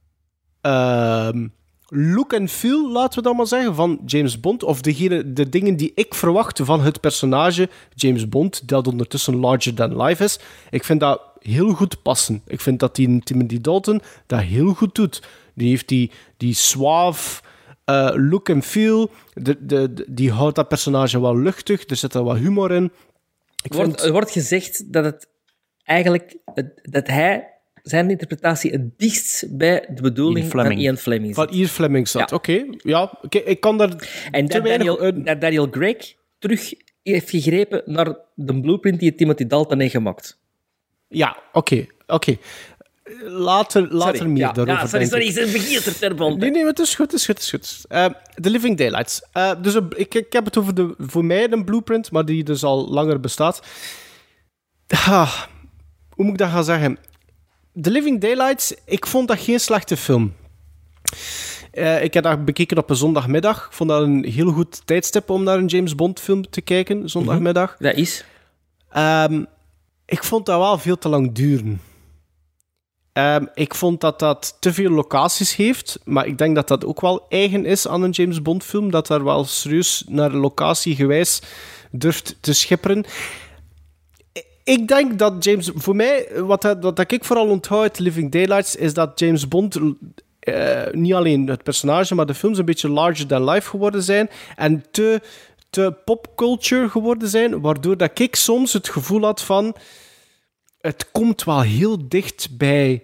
look and feel, laten we dat maar zeggen, van James Bond, of de dingen die ik verwacht van het personage James Bond, dat ondertussen larger than life is, ik vind dat heel goed passen. Ik vind dat Timothy Dalton dat heel goed doet. Die heeft die suave look and feel, die houdt dat personage wel luchtig, er zit er wat humor in. Er wordt gezegd dat het eigenlijk dat hij zijn interpretatie het dichtst bij de bedoeling van Ian Fleming zit. Van Ian Fleming zat, oké. Ja, ik kan daar... En dat Daniel Craig terug heeft gegrepen naar de blueprint die Timothy Dalton heeft gemaakt. Ja, oké. Later meer daarover. Sorry, ik ben begeesterd erbond. Nee, het is goed. The Living Daylights. Dus ik heb het over voor mij een blueprint, maar die dus al langer bestaat. Hoe moet ik dat gaan zeggen? The Living Daylights, ik vond dat geen slechte film. Ik heb dat bekeken op een zondagmiddag. Ik vond dat een heel goed tijdstip om naar een James Bond film te kijken, zondagmiddag. Dat is. Ik vond dat wel veel te lang duren. Ik vond dat te veel locaties heeft, maar ik denk dat dat ook wel eigen is aan een James Bond film, dat daar wel serieus naar locatiegewijs durft te schipperen. Ik denk dat James... Voor mij, wat ik vooral onthoud uit Living Daylights, is dat James Bond niet alleen het personage, maar de films een beetje larger than life geworden zijn en te popculture geworden zijn, waardoor dat ik soms het gevoel had van... Het komt wel heel dicht bij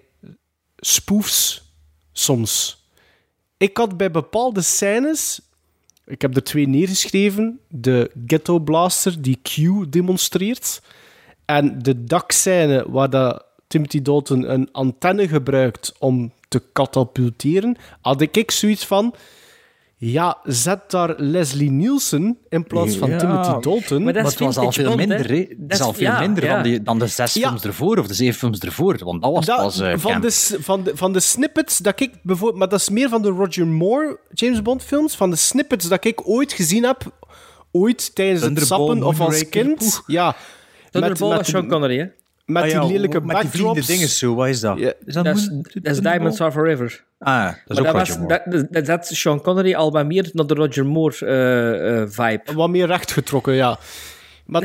spoofs, soms. Ik had bij bepaalde scènes... Ik heb er 2 neergeschreven. De Ghetto Blaster die Q demonstreert. En de dakscène waar dat Timothy Dalton een antenne gebruikt om te katapulteren. Had ik zoiets van... Ja, zet daar Leslie Nielsen in plaats van Timothy Dalton. Maar het was al veel minder, hè? Het is al veel minder dan de 6 films ervoor, of de 7 films ervoor. Want dat was pas... van de snippets dat ik bijvoorbeeld... Maar dat is meer van de Roger Moore James Bond films. Van de snippets dat ik ooit gezien heb. Ooit tijdens het sappen of als kind. Ja. Thunderball was Sean Connery, hè? Met die lelijke met backdrops. Met die dingen zo, wat is dat? Ja, dat is Diamonds Are Forever. Dat is ook Roger Moore. Dat Sean Connery al wat meer naar de Roger Moore vibe. Wat meer rechtgetrokken, ja. Maar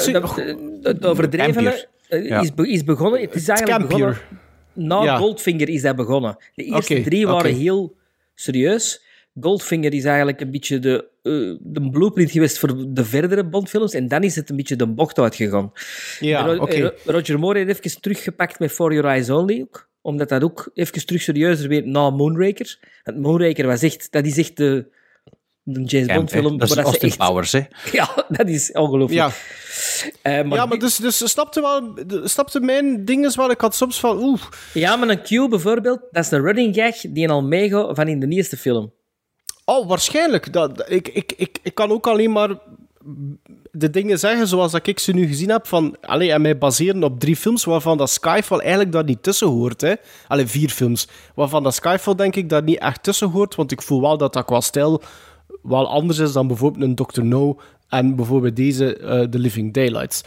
het overdrevene is begonnen... Het is eigenlijk begonnen... Na Goldfinger is dat begonnen. De eerste 3 waren heel serieus. Goldfinger is eigenlijk een beetje de blueprint geweest voor de verdere Bondfilms. En dan is het een beetje de bocht uitgegaan. Ja, Roger Moore heeft even teruggepakt met For Your Eyes Only ook. Omdat dat ook even terug serieuzer werd na Moonraker. Want Moonraker was echt... Dat is echt de James Bond film. Dat is Austin Powers, hè? Ja, dat is ongelooflijk. Ja, maar dus snapte mijn ding is wel... Ik had soms van... Ja, maar een Q bijvoorbeeld, dat is een running gag die al meegaat van in de eerste film. Oh, waarschijnlijk. Ik kan ook alleen maar de dingen zeggen zoals dat ik ze nu gezien heb. En mij baseren op 3 films waarvan dat Skyfall eigenlijk daar niet tussen hoort. Hè. 4 films. Waarvan dat Skyfall denk ik daar niet echt tussen hoort. Want ik voel wel dat dat qua stijl wel anders is dan bijvoorbeeld een Dr. No en bijvoorbeeld deze The Living Daylights.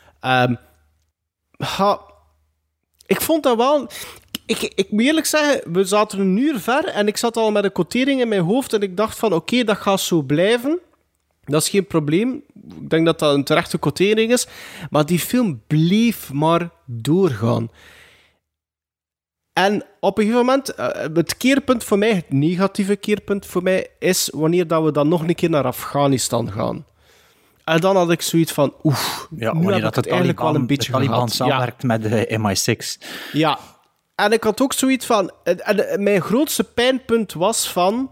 Ik vond dat wel... Ik moet eerlijk zeggen, we zaten een uur ver en ik zat al met een quotering in mijn hoofd en ik dacht van oké, dat gaat zo blijven. Dat is geen probleem. Ik denk dat dat een terechte quotering is. Maar die film bleef maar doorgaan. En op een gegeven moment, het keerpunt voor mij, het negatieve keerpunt voor mij, is wanneer dat we dan nog een keer naar Afghanistan gaan. En dan had ik zoiets van, Ja, nu wanneer heb dat ik het de eigenlijk wel een Taliban, beetje de Taliban gehad. samenwerkt met de MI6. Ja, en ik had ook zoiets van... En mijn grootste pijnpunt was van...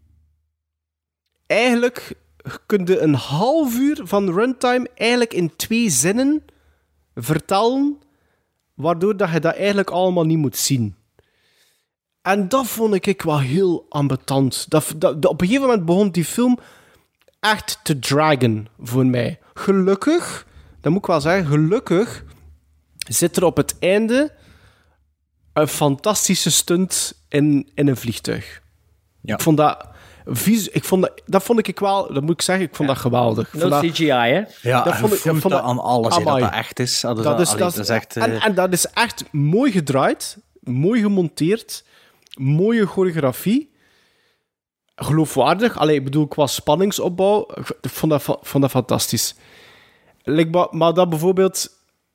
Eigenlijk kun je een half uur van runtime eigenlijk in 2 zinnen vertellen, waardoor dat je dat eigenlijk allemaal niet moet zien. En dat vond ik wel heel ambetant. Op een gegeven moment begon die film echt te dragen voor mij. Gelukkig, dat moet ik wel zeggen, gelukkig zit er op het einde een fantastische stunt in een vliegtuig. Ja. Ik vond dat... Dat vond ik wel... Dat moet ik zeggen, ik vond dat geweldig. No CGI, hè? Ja, dat vond ik- voelt vond dat dat- aan alles, hè, dat amai. dat echt is. Dat is echt... en dat is echt mooi gedraaid, mooi gemonteerd, mooie choreografie, geloofwaardig. Allee, ik bedoel, qua spanningsopbouw, ik vond dat fantastisch. Maar dat bijvoorbeeld...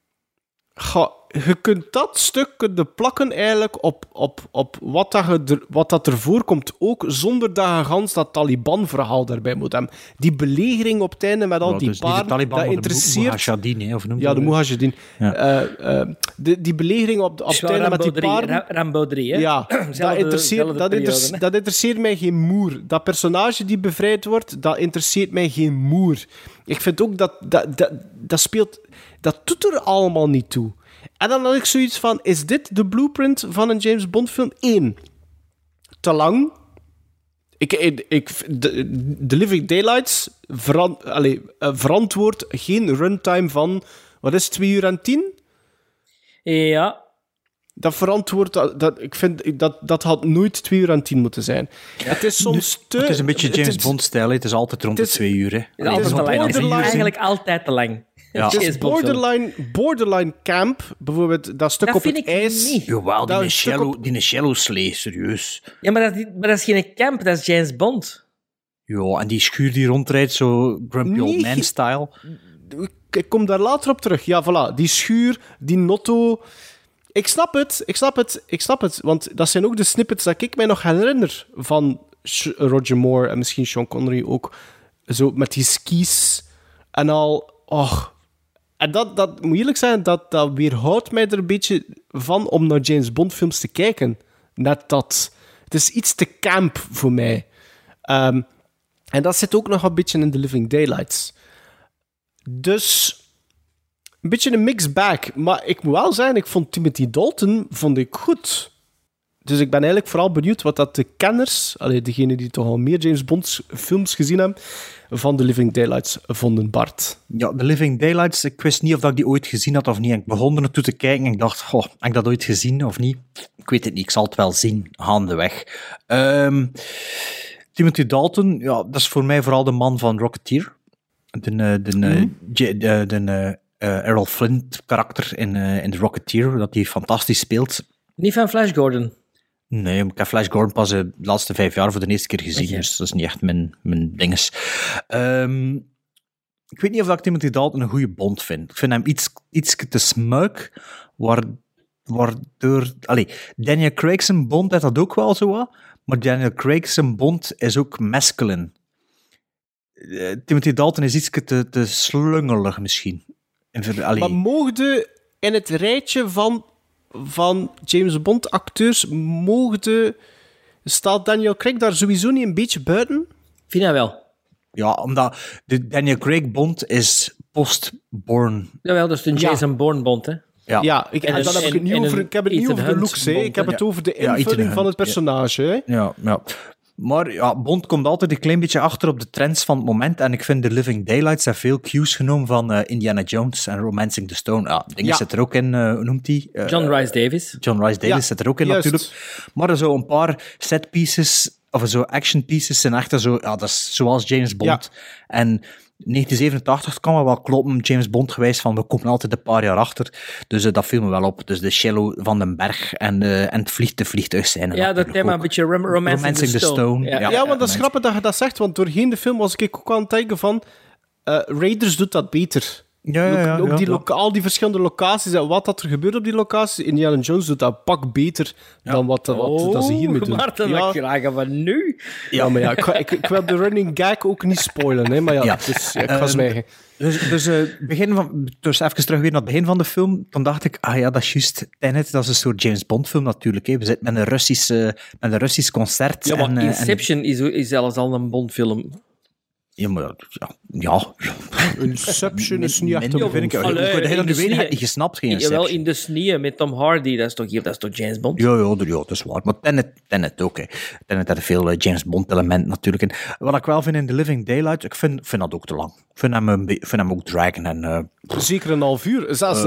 je kunt dat stuk kunnen plakken eigenlijk op wat dat er voorkomt, ook zonder dat je gans dat Taliban-verhaal daarbij moet hebben. Die belegering op het einde met al die paarden, dat interesseert... Mujahideen, of noem je Ja, de dat? Mujahideen. Ja. Die belegering op het einde met die paarden... Rambo 3, hè? Ja, Zelfde dat interesseert mij geen moer. Dat personage die bevrijd wordt, dat interesseert mij geen moer. Ik vind ook dat speelt... Dat doet er allemaal niet toe. En dan had ik zoiets van, is dit de blueprint van een James Bond film? 1. Te lang. The Living Daylights verantwoordt geen runtime van... Wat is het, 2 uur en 10? Ja. Dat verantwoord... Ik vind dat had nooit 2 uur en 10 moeten zijn. Het is soms te... Het is een beetje James Bond-stijl, hè. Het is altijd rond de 2 uur. Hè. Het is altijd te lang. Het is eigenlijk altijd te lang. Ja. Het is borderline camp. Bijvoorbeeld dat stuk Dat op vind het ik ijs. niet. Jawel, Dat die stuk op- cello slee, serieus. Ja, maar dat is geen camp, dat is James Bond. Ja, en die schuur die rondrijdt, zo Grumpy Old Nee. Man-style. Ik kom daar later op terug. Ja, voilà. Die schuur, die notto. Ik snap het. Want dat zijn ook de snippets dat ik mij nog herinner van Roger Moore en misschien Sean Connery ook. Zo met die skis en al. Och. En dat moet eerlijk zijn, dat weerhoudt mij er een beetje van om naar James Bond films te kijken. Net dat. Het is iets te camp voor mij. En dat zit ook nog een beetje in The Living Daylights. Dus een beetje een mixed bag. Maar ik moet wel zeggen, ik vond Timothy Dalton goed. Dus ik ben eigenlijk vooral benieuwd wat dat de kenners, degenen die toch al meer James Bond films gezien hebben, van The Living Daylights vonden, Bart. Ja, The Living Daylights, ik wist niet of dat ik die ooit gezien had of niet. En ik begon er naartoe te kijken en ik dacht, heb ik dat ooit gezien of niet? Ik weet het niet, ik zal het wel zien, gaandeweg. Timothy Dalton, ja, dat is voor mij vooral de man van Rocketeer. De Errol Flint karakter in The Rocketeer, dat hij fantastisch speelt. Niet van Flash Gordon. Nee, ik heb Flash Gordon pas de laatste 5 jaar voor de eerste keer gezien, Okay. dus dat is niet echt mijn dinges. Ik weet niet of ik Timothy Dalton een goede Bond vind. Ik vind hem iets te smuik, waardoor... Daniel Craig zijn Bond heeft dat ook wel zo wat, maar Daniel Craig zijn Bond is ook masculine. Timothy Dalton is iets te slungelig misschien. Maar moogde in het rijtje van James Bond acteurs, staat Daniel Craig daar sowieso niet een beetje buiten? Vind jij wel? Ja, omdat de Daniel Craig Bond is post-born. Jawel, dat is een Jason Bourne Bond, hè? Ja, Ik heb het niet over de looks, hè. Ik heb het over de invulling van het personage. Hè. Ja. Maar ja, Bond komt altijd een klein beetje achter op de trends van het moment. En ik vind The Living Daylights heeft veel cues genomen van Indiana Jones en Romancing the Stone. Ja, dingen zit er ook in, hoe noemt die? John Rhys Davies. John Rhys Davies zit er ook in, juist. natuurlijk. Maar er zo een paar set pieces, of zo action pieces, zijn echt zo, ja, dat is zoals James Bond. Ja. En 1987 kan wel kloppen, James Bond gewijs, van we komen altijd een paar jaar achter. Dus dat viel me wel op. Dus de cello van den berg en het vliegtuig zijn. Ja, dat thema een beetje Romancing the Stone. Ja, want dat is grappig dat je dat zegt, want doorheen de film was ik ook aan het denken van Raiders doet dat beter. Ook die die verschillende locaties en wat dat er gebeurt op die locaties. Indiana Jones doet dat pak beter dan wat dat ze hiermee doen. Maarten, wat krijgen we nu? Ja, maar ik wil de running gag ook niet spoilen, hè, maar dus, ik ga zwijgen. Dus even terug weer naar het begin van de film. Dan dacht ik, dat is juist Tenet, dat is een soort James Bond film natuurlijk. Hè. We zitten met een Russisch concert. Ja, maar Inception is zelfs al een Bond-film. Ja, maar Inception is niet echt op. Vind ik. Hoe kun je dat nu weten? Heb je gesnapt, geen Inception? Jawel, in de sneeuw met Tom Hardy, dat is toch James Bond? Ja, dat is waar. Maar Tenet ook. Hè. Tenet had veel James Bond elementen natuurlijk. En wat ik wel vind in The Living Daylights, ik vind dat ook te lang. Ik vind hem ook dragen. En, zeker een half uur. Zelfs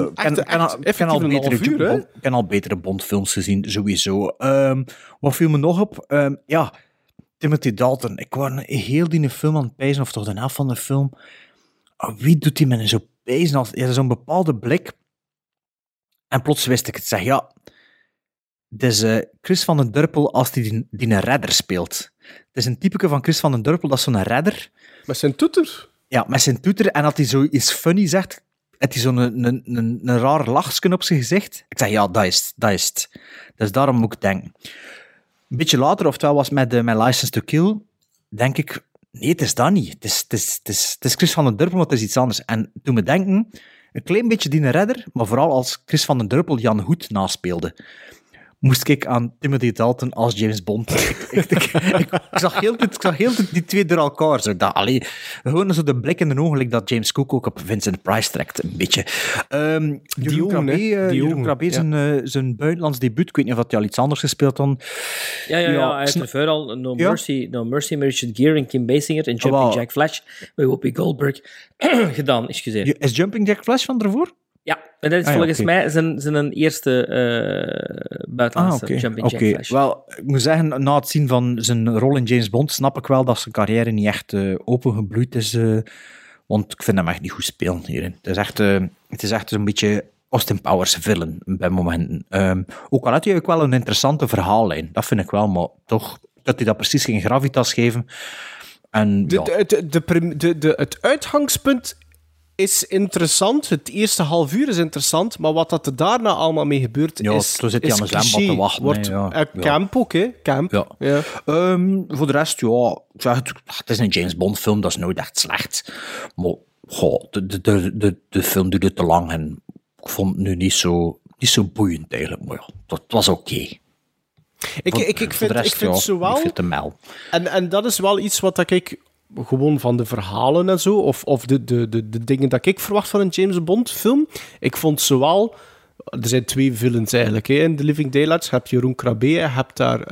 ik heb al betere Bond-films gezien, sowieso. Wat viel me nog op? Timothy Dalton. Ik was heel die film aan het pijzen, of toch de helft van de film. Wie doet die met zo'n pijzen? Zo'n bepaalde blik. En plots wist ik het. Zeg, het is Chris van den Durpel als die een redder speelt. Het is een typeke van Chris van den Durpel, dat is zo'n redder. Met zijn toeter? Ja, met zijn toeter. En dat hij zoiets funny zegt, heeft hij zo'n een raar lachsken op zijn gezicht. Ik zeg, dat is het. Dus daarom moet ik denken. Een beetje later, oftewel was met License to Kill, denk ik, nee, het is dat niet. Het is Chris van den Durpel, maar het is iets anders. En toen me denken, een klein beetje die redder, maar vooral als Chris van den Durpel Jan Hoed naspeelde, moest ik aan Timothy Dalton als James Bond. Ik zag heel tijd die twee door elkaar. Zo, gewoon zo de blik in de ogen, dat James Cook ook op Vincent Price trekt, een beetje. Jeroen Krabbe, zijn buitenlands debuut, ik weet niet of hij al iets anders gespeeld dan. Ja, hij heeft ervoor al No Mercy met Richard Gere en Kim Basinger en Jumping Jack Flash met Whoopi Goldberg gedaan, excuseer. Is Jumping Jack Flash van ervoor? Ja, en dat is volgens mij zijn eerste buitenlandse Jumping Jack Flash. Wel, ik moet zeggen, na het zien van zijn rol in James Bond, snap ik wel dat zijn carrière niet echt opengebloeid is. Want ik vind hem echt niet goed spelen hierin. Het is echt zo'n beetje Austin Powers villain bij momenten. Ook al had hij ook wel een interessante verhaallijn. Dat vind ik wel, maar toch dat hij dat precies geen gravitas geven. En, het uitgangspunt is interessant. Het eerste half uur is interessant, maar wat dat er daarna allemaal mee gebeurt is toen zit hij aan een zwembad te wachten. Camp ook, hè? Camp. Ja. Voor de rest, het is een James Bond film, dat is nooit echt slecht. Maar de film duurde te lang en ik vond het nu niet zo boeiend eigenlijk. Maar dat was oké. Ik vind zo wel. Ik vind het mel. En dat is wel iets wat ik gewoon van de verhalen en zo, of de dingen dat ik verwacht van een James Bond film. Ik vond zowel, er zijn twee villains eigenlijk in The Living Daylights. Je hebt Jeroen Krabbe, je hebt daar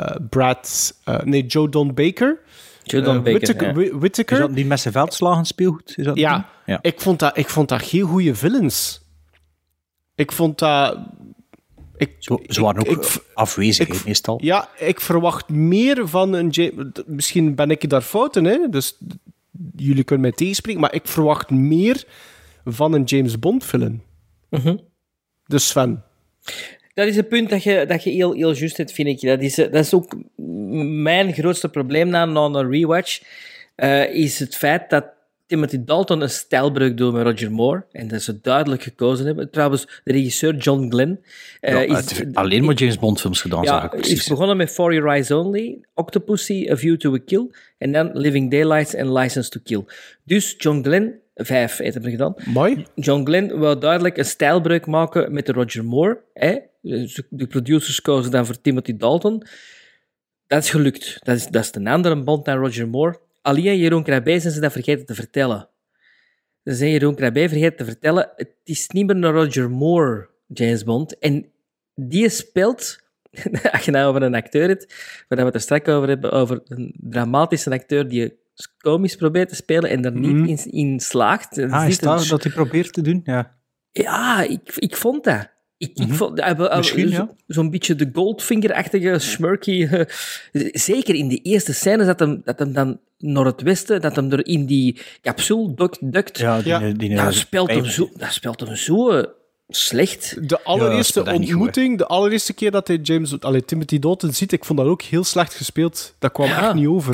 Joe Don Baker. Whittaker. Is dat die met zijn veldslagen speelt? Is dat ja. Ik vond dat geen goede villains. Ik vond dat... Ze waren ook afwezig, meestal. Ja, ik verwacht meer van een James... Misschien ben ik daar fout in, hè? Dus jullie kunnen mij tegenspreken, maar ik verwacht meer van een James Bond film. Dus Sven. Dat is een punt dat je heel juist hebt, vind ik. Dat is ook mijn grootste probleem na een rewatch. Is het feit dat Timothy Dalton een stijlbreuk doet met Roger Moore. En dat ze duidelijk gekozen hebben. Trouwens, de regisseur John Glenn... alleen maar James Bond films gedaan, zag ik precies. Is begonnen met For Your Eyes Only, Octopussy, A View to a Kill, en dan Living Daylights en License to Kill. Dus John Glenn, 5 heeft hij gedaan. Mooi. John Glenn wil duidelijk een stijlbreuk maken met de Roger Moore. De producers kozen dan voor Timothy Dalton. Dat is gelukt. Dat is een andere Bond dan Roger Moore. Alleen Jeroen Krabbe zijn ze dat vergeten te vertellen. Ze zijn Jeroen Krabbe vergeten te vertellen, het is niet meer een Roger Moore James Bond. En die speelt, als je nou over een acteur hebt, waar we het er straks over hebben, over een dramatische acteur die komisch probeert te spelen en er niet in slaagt. Is dat hij probeert te doen? Ja, ik vond dat. Ik vond zo'n beetje de Goldfinger-achtige, smirky... zeker in de eerste scène dat hem dan naar het westen, dat hem er in die capsule dukt. Dat speelt hem zo slecht. De allereerste ontmoeting, de allereerste keer dat hij Timothy Dalton ziet, ik vond dat ook heel slecht gespeeld. Dat kwam echt niet over.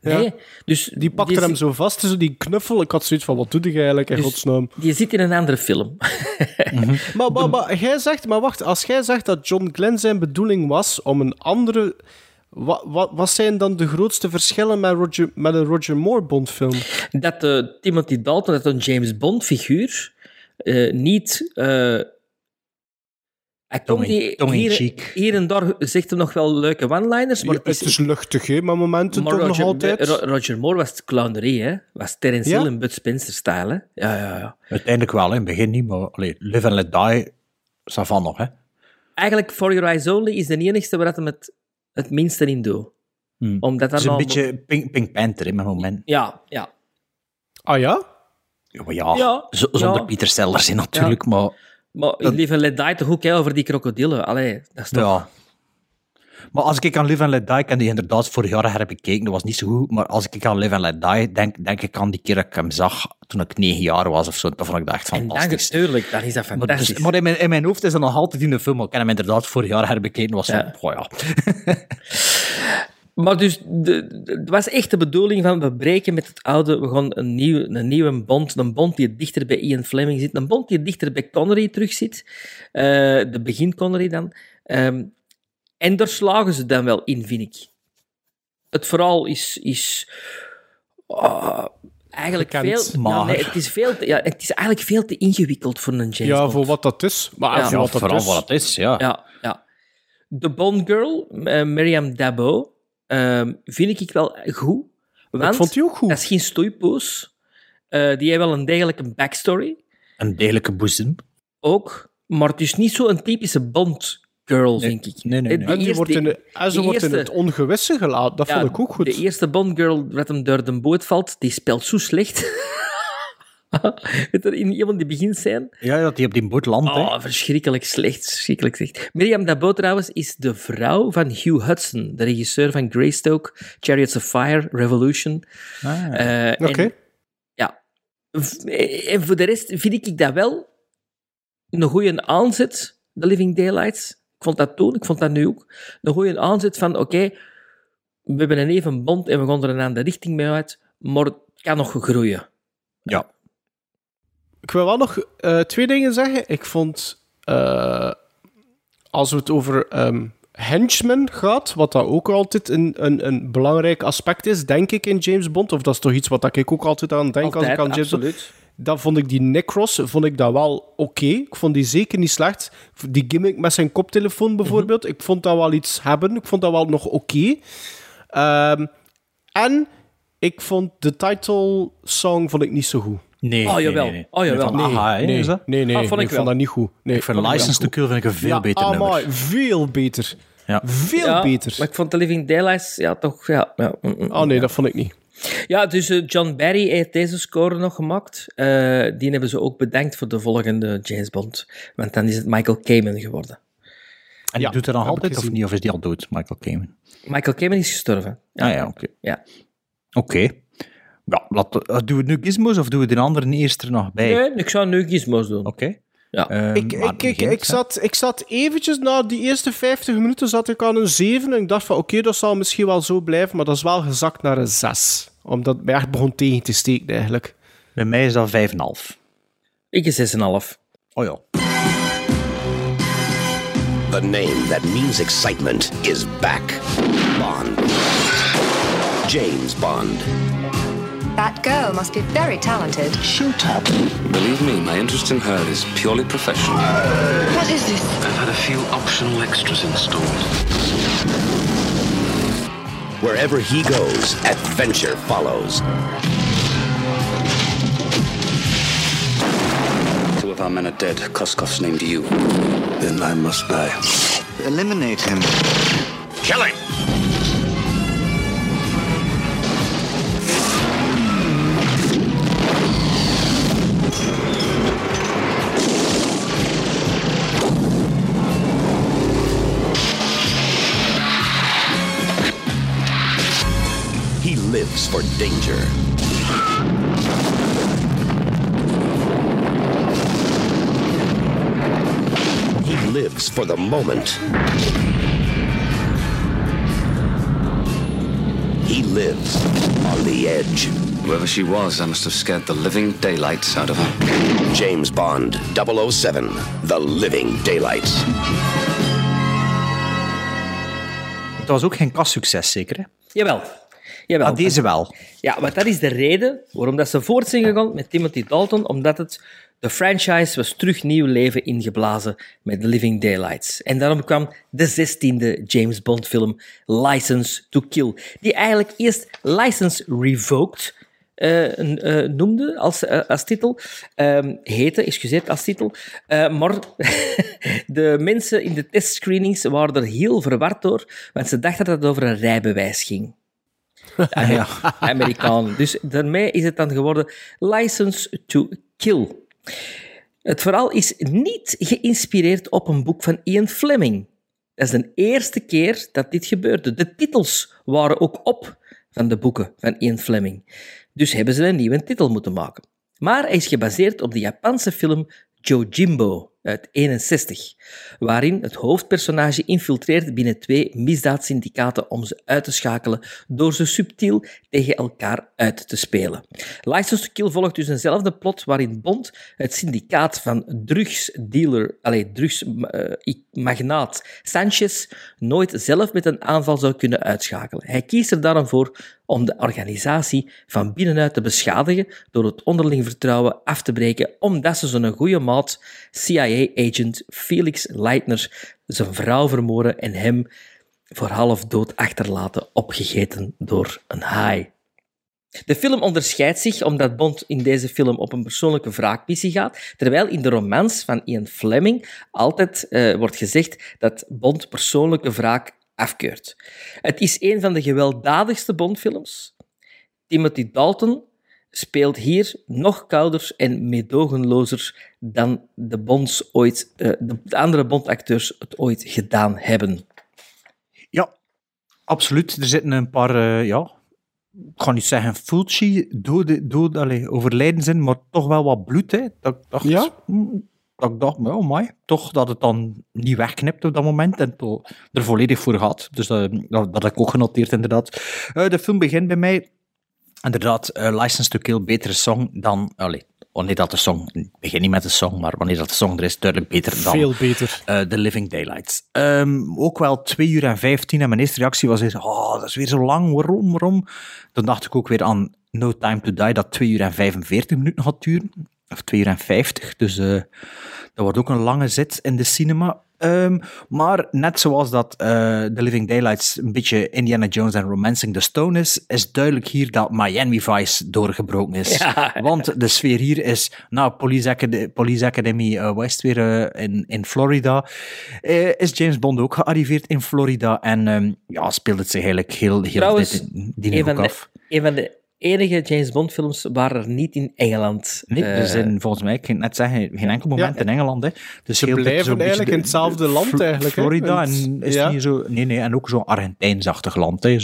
Nee. Dus Die pakte hem zo vast, zo die knuffel. Ik had zoiets van, wat doe je eigenlijk in godsnaam? Die zit in een andere film. Maar jij zegt, maar wacht, als jij zegt dat John Glenn zijn bedoeling was om een andere... Wat zijn dan de grootste verschillen met een Roger Moore Bond-film? Dat Timothy Dalton, dat een James Bond-figuur, niet... hij komt hier en daar zegt hij nog wel leuke one-liners, maar het is luchtig, hè, maar momenten maar toch nog altijd. Roger Moore was clownerie, hè? Was Terence Hill en Bud Spencer-style, hè? Ja. Uiteindelijk wel, in het begin niet, maar Live and Let Die, ça van nog, hè? Eigenlijk, For Your Eyes Only is de enigste waar hij het minste in doet. Omdat het is een beetje Pink Panther in mijn moment. Ja. Ah ja? Ja, zonder Peter Sellers in natuurlijk, maar... Maar in Live and Let Die toch ook, hè, over die krokodillen. Allee, dat is toch... Ja. Maar als ik aan Live and Let Die, ik heb die inderdaad vorig jaar herbekeken, dat was niet zo goed, maar als ik aan Live and Let Die denk ik aan die keer dat ik hem zag toen ik 9 jaar was of zo, dan vond ik dat echt fantastisch. Tuurlijk, dan is dat fantastisch. Maar in mijn hoofd is dat nog altijd in de film, maar ik heb hem inderdaad vorig jaar herbekeken, was zo, Maar dus, het was echt de bedoeling van, we breken met het oude, we gaan een nieuwe Bond, een Bond die dichter bij Ian Fleming zit, een Bond die dichter bij Connery terug zit, de begin Connery dan. En daar slagen ze dan wel in, vind ik. Het verhaal is eigenlijk veel... Maar... het is eigenlijk veel te ingewikkeld voor een James Bond. Voor wat dat is. Maar voor wat dat vooral is. wat het is, ja. De Bond Girl, Miriam Dabo, vind ik wel goed. Want ik vond die ook goed. Dat is geen stoeipoos. Die heeft wel een degelijke backstory. Een degelijke boezem. Ook. Maar het is niet zo een typische Bond girl, vind ik. Nee. Ze wordt in het ongewisse gelaten. Dat vond ik ook goed. De eerste Bond girl dat hem door de boot valt, die speelt zo slecht. Weet er iemand die begint zijn? Ja, dat hij op die boot landt. Verschrikkelijk slecht. Miriam Dabo trouwens is de vrouw van Hugh Hudson, de regisseur van Greystoke, Chariots of Fire, Revolution. Oké. En voor de rest vind ik dat wel een goede aanzet, The Living Daylights. Ik vond dat toen, ik vond dat nu ook. Een goede aanzet van, oké, we hebben een even Bond en we gaan er een andere richting mee uit, maar het kan nog groeien. Ja. Ik wil wel nog 2 dingen zeggen. Ik vond, als het over henchmen gaat, wat dat ook altijd een belangrijk aspect is, denk ik, in James Bond, of dat is toch iets wat ik ook altijd aan denk als ik aan James Bond... Dan vond ik die Necros dat wel oké. Ik vond die zeker niet slecht. Die gimmick met zijn koptelefoon bijvoorbeeld, ik vond dat wel iets hebben. Ik vond dat wel nog oké. En ik vond de title song vond ik niet zo goed. Nee. Oh, jawel. Nee. Oh, jawel. Nee, ik vond dat niet goed. Nee, ik vind License to Kill vind ik een veel beter nummer. Maar veel beter. Ja. Veel beter. Maar ik vond The Living Daylights, toch... Nee, dat vond ik niet. Ja, dus John Barry heeft deze score nog gemaakt. Die hebben ze ook bedankt voor de volgende James Bond. Want dan is het Michael Kamen geworden. En die doet er dan altijd of niet? Of is die al dood, Michael Kamen? Michael Kamen is gestorven. Oké. Ja. Oké. Ja, doen we nu gizmos of doen we de andere eerst er nog bij? Nee, ik zou nu gizmos doen. Oké. Ja. Ik zat eventjes, na die eerste 50 minuten zat ik aan een 7 en ik dacht van oké, dat zal misschien wel zo blijven, maar dat is wel gezakt naar een 6. Omdat het mij echt begon tegen te steken eigenlijk. Bij mij is dat 5,5. Ik is 6,5. Oh ja. The name that means excitement is back. Bond. James Bond. That girl must be very talented. Shoot up. Believe me, my interest in her is purely professional. What is this? I've had a few optional extras installed. Wherever he goes, adventure follows. Two of our men are dead. Koskov's named you. Then I must die. Eliminate him. Kill him! He lives for danger. He lives for the moment. He lives the edge. Whoever she was, I must have scared the living daylights out of her. James Bond, 007, The Living Daylights. Het was ook geen kassucces, zeker, hè? Jawel. Ah, deze wel. Ja, maar dat is de reden waarom dat ze voort zijn gegaan met Timothy Dalton, omdat de franchise was terug nieuw leven ingeblazen met The Living Daylights. En daarom kwam de 16e James Bond film License to Kill, die eigenlijk eerst License Revoked noemde als titel, heette als titel, maar de mensen in de testscreenings waren er heel verward door, want ze dachten dat het over een rijbewijs ging. Amerikanen. Dus daarmee is het dan geworden License to Kill. Het verhaal is niet geïnspireerd op een boek van Ian Fleming. Dat is de eerste keer dat dit gebeurde. De titels waren ook op van de boeken van Ian Fleming. Dus hebben ze een nieuwe titel moeten maken. Maar hij is gebaseerd op de Japanse film Yojimbo uit 1961, waarin het hoofdpersonage infiltreert binnen 2 misdaadsyndicaten om ze uit te schakelen door ze subtiel tegen elkaar uit te spelen. License to Kill volgt dus eenzelfde plot waarin Bond het syndicaat van drugsmagnaat Sanchez nooit zelf met een aanval zou kunnen uitschakelen. Hij kiest er daarom voor om de organisatie van binnenuit te beschadigen door het onderling vertrouwen af te breken, omdat ze zo'n goede maat CIA-agent Felix Leitner zijn vrouw vermoorden en hem voor half dood achterlaten, opgegeten door een haai. De film onderscheidt zich omdat Bond in deze film op een persoonlijke wraakmissie gaat, terwijl in de romans van Ian Fleming altijd wordt gezegd dat Bond persoonlijke wraak afkeurt. Het is een van de gewelddadigste Bondfilms. Timothy Dalton speelt hier nog kouder en meedogenlozer dan de andere Bondacteurs het ooit gedaan hebben. Ja, absoluut. Er zitten een paar, ik ga niet zeggen Fulci, overlijdens in, maar toch wel wat bloed. Hè. Dat ik dacht, amai, toch dat het dan niet wegknipt op dat moment en er volledig voor gaat. Dus dat heb ik ook genoteerd, inderdaad. De film begint bij mij, inderdaad, License to Kill, betere song dan... wanneer dat de song... Ik begin niet met de song, maar wanneer dat de song er is, duidelijk beter dan... Veel beter. The Living Daylights. Ook wel 2 uur en 15 en mijn eerste reactie was eens, dat is weer zo lang, waarom? Toen dacht ik ook weer aan No Time to Die, dat 2 uur en 45 minuten gaat duren. Of 2 uur en 50, dus dat wordt ook een lange zit in de cinema. Maar net zoals dat The Living Daylights een beetje Indiana Jones en Romancing the Stone is duidelijk hier dat Miami Vice doorgebroken is. Ja. Want de sfeer hier is, Police Academy West weer in Florida. Is James Bond ook gearriveerd in Florida en speelt het zich eigenlijk heel Trouwens, die hoek af. Een van de enige James Bond films waren er niet in Engeland. Nee, er zijn volgens mij, ik kan net zeggen, geen enkel moment in Engeland. Hè. Dus ze blijven eigenlijk in hetzelfde land eigenlijk. Florida, en is het niet zo... Nee, en ook zo'n Argentijnsachtig land. Hè.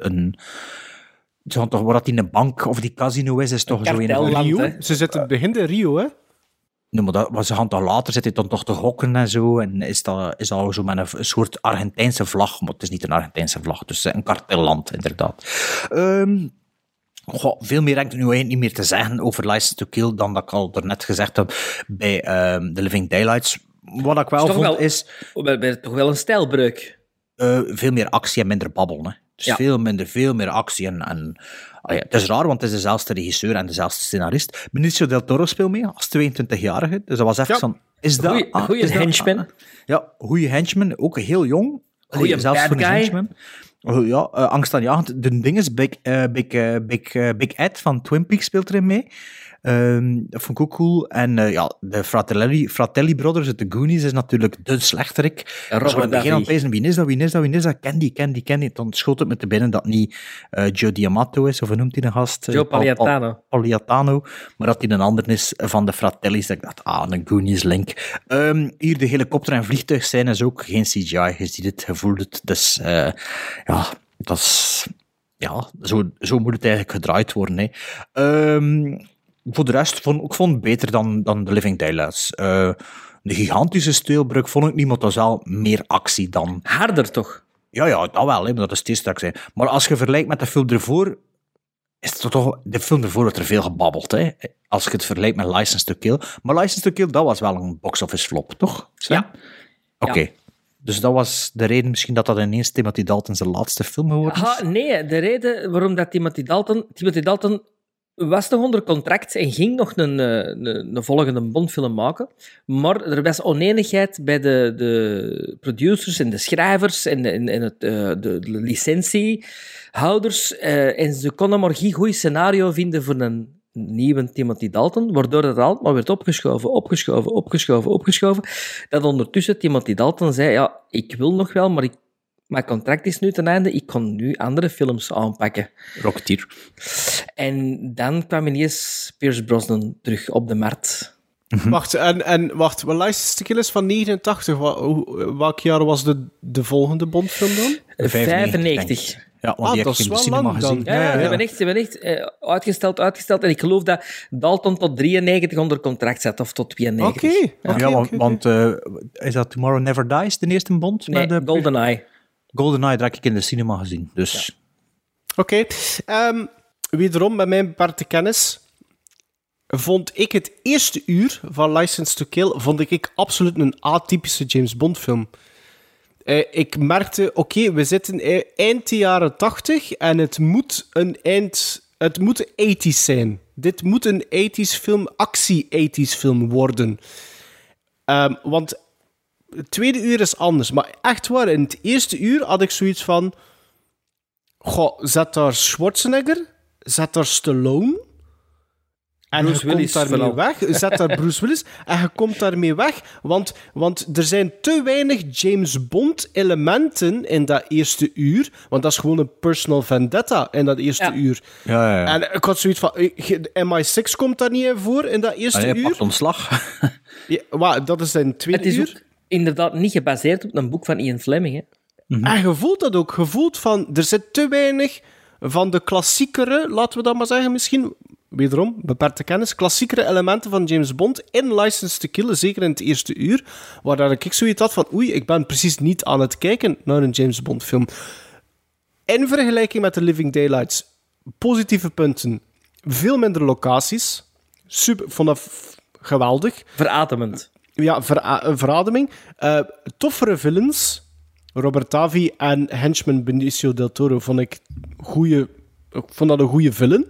Toch, waar dat in een bank of die casino is toch zo in Rio. Ze zitten begin in Rio, hè? Nee, maar ze gaan toch later zitten dan toch te gokken en zo. En is dat zo met een soort Argentijnse vlag. Maar het is niet een Argentijnse vlag, dus een kartelland, inderdaad. Veel meer heb ik nu eigenlijk niet meer te zeggen over License to Kill dan dat ik al daarnet gezegd heb bij The Living Daylights. Wat ik wel vond is... toch wel een stijlbreuk. Veel meer actie en minder babbel. Hè. Dus veel meer actie. Het is raar, want het is dezelfde regisseur en dezelfde scenarist. Benicio del Toro speelt mee als 22-jarige. Dus dat was even van... Goeie henchman. Goeie henchman. Ook heel jong. Goeie bad guy. Angstaanjagend. De ding is, Big Ed van Twin Peaks speelt erin mee. Dat vond ik ook cool. En de Fratelli Brothers uit de Goonies is natuurlijk de slechterik. Wie is dat? Candy. Dan schoot het me te binnen dat niet Joe D'Amato is, of hoe noemt hij de gast? Joe Pagliatano. Maar dat hij een ander is van de Fratellis. Dat ik dacht, een Goonies-link. Hier de helikopter- en vliegtuigscène is ook geen CGI. Je ziet het, je voelt het. Dus dat is... Ja, zo moet het eigenlijk gedraaid worden. Hè. Voor de rest vond ik het beter dan The Living Daylights. De gigantische steelbrug vond ik niet, maar dat was wel meer actie dan... Harder toch? Ja, dat wel, hè, maar dat is steeds straks. Hè. Maar als je vergelijkt met de film ervoor, is het toch... De film ervoor wordt er veel gebabbeld, hè? Als ik het vergelijk met License to Kill. Maar License to Kill, dat was wel een box-office flop, toch? Ja. Oké. Ja. Dus dat was de reden misschien dat ineens Timothy Dalton zijn laatste film geworden is? Nee, de reden waarom dat Timothy Dalton was nog onder contract en ging nog een volgende Bondfilm maken. Maar er was oneenigheid bij de producers en de schrijvers en de licentiehouders. En ze konden maar geen goed scenario vinden voor een nieuwe Timothy Dalton, waardoor het allemaal werd opgeschoven. Dat ondertussen Timothy Dalton zei, ja, ik wil nog wel, maar mijn contract is nu ten einde, ik kan nu andere films aanpakken. Rocketeer. En dan kwam ineens Pierce Brosnan terug op de markt. Wacht, wacht, License to Kill is van 89. Welk jaar was de volgende Bondfilm dan? 95. Ja, want die dat heb ik is in de wel cinema lang gezien. dan. Ja, ze hebben echt uitgesteld. En ik geloof dat Dalton tot 93 onder contract zat, of tot 92. Oké. Want is dat Tomorrow Never Dies, de eerste Bond? Nee, GoldenEye. GoldenEye, dat heb ik in de cinema gezien. Dus. Ja. Oké. Wederom, met mijn beperkte kennis, vond ik het eerste uur van License to Kill vond ik absoluut een atypische James Bond film. Ik merkte, oké, we zitten eind de jaren 80 en het moet een 80s zijn. Dit moet een 80s film, actie-80s film worden. Want het tweede uur is anders. Maar echt waar, in het eerste uur had ik zoiets van... Goh, zet daar Schwarzenegger, zet daar Stallone... En Bruce je Willis komt daarmee vooral. weg. Zet daar Bruce Willis. En je komt daarmee weg. Want er zijn te weinig James Bond elementen in dat eerste uur. Want dat is gewoon een personal vendetta in dat eerste uur. Ja. En ik had zoiets van... MI6 komt daar niet in voor in dat eerste uur. Hij pakt ontslag. Ja, dat is in het tweede Het is uur. ook inderdaad niet gebaseerd op een boek van Ian Fleming. Hè? En je voelt dat ook. Je voelt van... Er zit te weinig van de klassiekere, laten we dat maar zeggen misschien... Wederom, beperkte kennis. Klassiekere elementen van James Bond in License to Kill, zeker in het eerste uur, waar ik zoiets had van, oei, ik ben precies niet aan het kijken naar een James Bond film. In vergelijking met The Living Daylights, positieve punten. Veel minder locaties. Super, vond dat geweldig. Verademend. Ja, verademing. Toffere villains. Robert Davi en henchman Benicio del Toro vond ik dat een goede villain.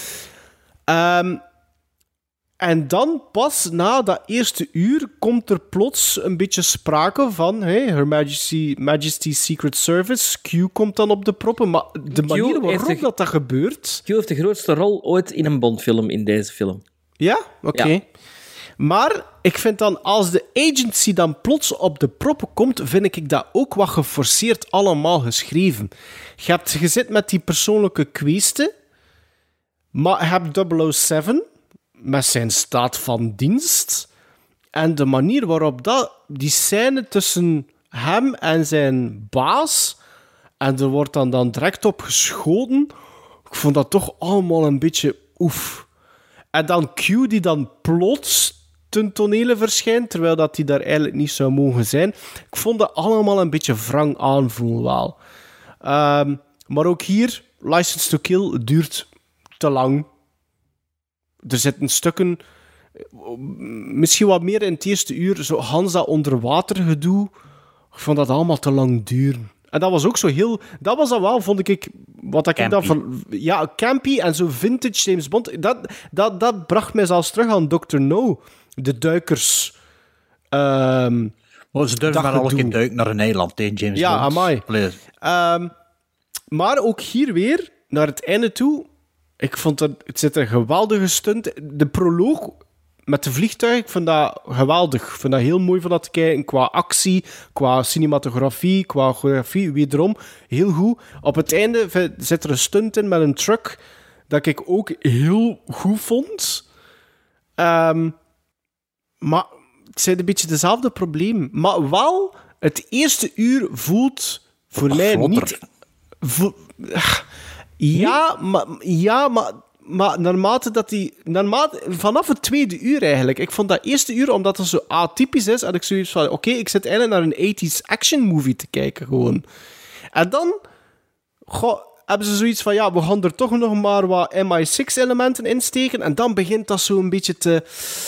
En dan pas na dat eerste uur komt er plots een beetje sprake van Her Majesty's Secret Service. Q komt dan op de proppen, maar de manier waarop dat gebeurt... Q heeft de grootste rol ooit in een Bondfilm in deze film. Ja? Oké. Ja. Maar ik vind dan, als de agency dan plots op de proppen komt, vind ik dat ook wat geforceerd allemaal geschreven. Je zit met die persoonlijke kweesten, maar je hebt 007 met zijn staat van dienst en de manier waarop die scène tussen hem en zijn baas, en er wordt dan direct op geschoten, ik vond dat toch allemaal een beetje oef. En dan Q die dan plots ten tonele verschijnt, terwijl dat die daar eigenlijk niet zou mogen zijn. Ik vond dat allemaal een beetje wrang aanvoelen wel. Maar ook hier, License to Kill duurt te lang. Er zitten stukken, misschien wat meer in het eerste uur, zo Hans dat onderwatergedoe. Ik vond dat allemaal te lang duren. En dat was ook zo heel... Dat was dan wel, vond ik... Wat ik dan van... Ja, campy en zo vintage James Bond. Dat bracht mij zelfs terug aan Dr. No. De duikers. Ze durven maar al een keer duiken naar een eiland tegen James ja, Bond. Ja, amai. Maar ook hier weer, naar het einde toe... Ik vond het zit een geweldige stunt. De proloog met de vliegtuig, ik vond dat geweldig. Ik vond dat heel mooi van dat te kijken. Qua actie, qua cinematografie, qua choreografie, wederom. Heel goed. Op het einde zit er een stunt in met een truck dat ik ook heel goed vond. Maar het zijn een beetje dezelfde probleem. Maar wel, het eerste uur voelt voor mij vlotter. niet... Maar naarmate dat vanaf het tweede uur eigenlijk. Ik vond dat eerste uur, omdat het zo atypisch is, had ik zoiets van, oké, ik zit eigenlijk naar een 80s action movie te kijken gewoon. En dan... hebben ze zoiets van, ja, we gaan er toch nog maar wat MI6-elementen in steken. En dan begint dat zo een beetje te...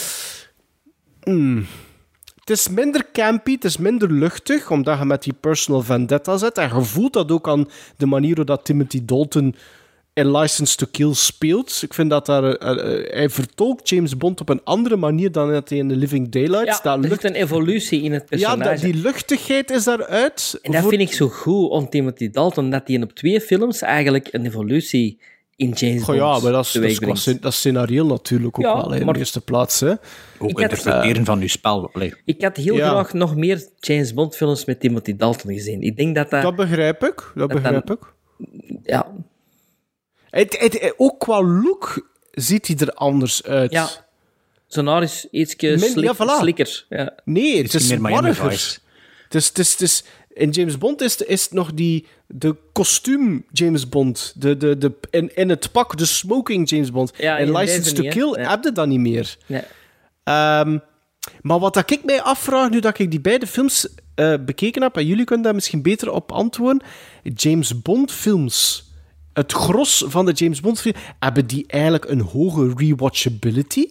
Het is minder campy, het is minder luchtig, omdat je met die personal vendetta zit. En je voelt dat ook aan de manier hoe dat Timothy Dalton in License to Kill speelt. Ik vind dat hij vertolkt James Bond op een andere manier dan dat hij in The Living Daylights. Ja, er zit een evolutie in het personage. Ja, die luchtigheid is daaruit. En dat vind ik zo goed om Timothy Dalton, dat hij op 2 films eigenlijk een evolutie in James Bond ja, maar dat teweegbrengt. is scenario natuurlijk ook wel, in de eerste plaats. Hè. Ook interpreteren van uw spel. Ik had heel graag nog meer James Bond films met Timothy Dalton gezien. Ik denk dat Dat begrijp ik. Ja. Ook qua look ziet hij er anders uit. Ja. Zijn haar is iets slikker. Ja. Nee, het is meer warriger. Het is, in James Bond is het nog de kostuum James Bond. In het pak, de smoking James Bond. Ja, in License to Kill heb je dat niet meer. Nee. Maar wat dat ik mij afvraag, nu dat ik die beide films bekeken heb, en jullie kunnen daar misschien beter op antwoorden, James Bond films, het gros van de James Bond films, hebben die eigenlijk een hoge rewatchability?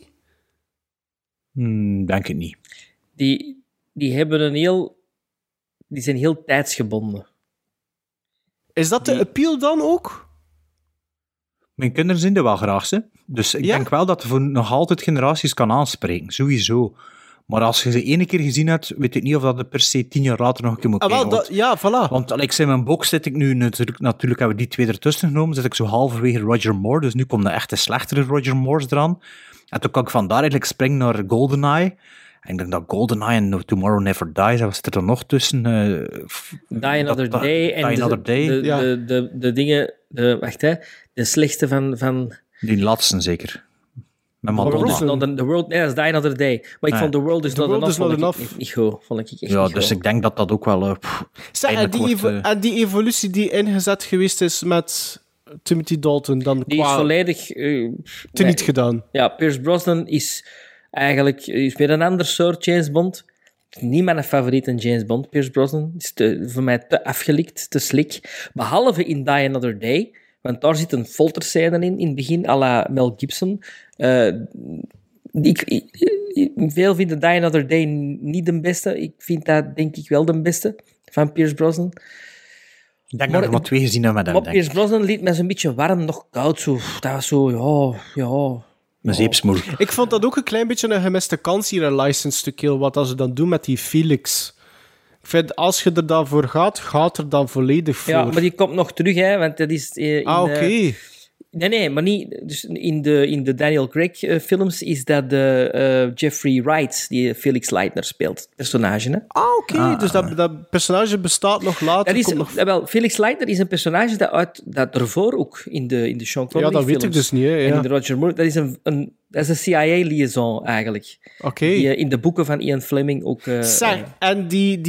Denk ik niet. Die hebben die zijn heel tijdsgebonden. Is dat de appeal dan ook? Mijn kinderen zien dat wel graag, hè. Dus ik denk wel dat het voor nog altijd generaties kan aanspreken, sowieso. Maar als je ze 1 keer gezien hebt, weet ik niet of dat er per se 10 jaar later nog een keer moet kijken. Voilà. Want ik zei, in mijn box zit ik nu natuurlijk hebben we die 2 ertussen genomen, zit ik zo halverwege Roger Moore, dus nu komt de echte slechtere Roger Moore's eraan. En toen kan ik vandaar eigenlijk springen naar GoldenEye. En ik denk dat GoldenEye en Tomorrow Never Dies, wat zit er dan nog tussen? Die Another Day en de dingen... de slechtste van... Die laatste zeker. Met The World is Die Another Day. Maar ik vond The World is Not Enough. Niet goed, vond ik echt niet dus goed. ik denk dat dat ook wel... En die evolutie die ingezet geweest is met Timothy Dalton, dan die is volledig... teniet gedaan. Ja, Pierce Brosnan is eigenlijk weer een ander soort James Bond. Niet mijn favoriete James Bond, Pierce Brosnan. Is voor mij te afgelikt, te slik. Behalve in Die Another Day... Want daar zit een folterscène in het begin, à la Mel Gibson. Veel vinden Die Another Day niet de beste. Ik vind dat, denk ik, wel de beste van Pierce Brosnan. Ik denk dat ik er maar 2 gezien heb met hem. Maar Pierce Brosnan liet mij zo'n beetje warm, nog koud. Zo. Dat was zo, ja. Een zeepsmoel. Ik vond dat ook een klein beetje een gemiste kans hier in License to Kill, wat ze dan doen met die Felix. Ik vind, als je er dan voor gaat er dan volledig voor. Ja, maar die komt nog terug, hè, want dat is... oké. Nee, maar niet... Dus in de Daniel Craig films is dat de Jeffrey Wright die Felix Leitner speelt, personage, hè. Oké. Dus dat personage bestaat nog later. Wel, Felix Leitner is een personage dat ervoor ook in de Sean Connery films. Ja, dat weet ik dus niet, hè. Ja. En in de Roger Moore, dat is een CIA-liaison, eigenlijk. Oké. Die in de boeken van Ian Fleming ook... en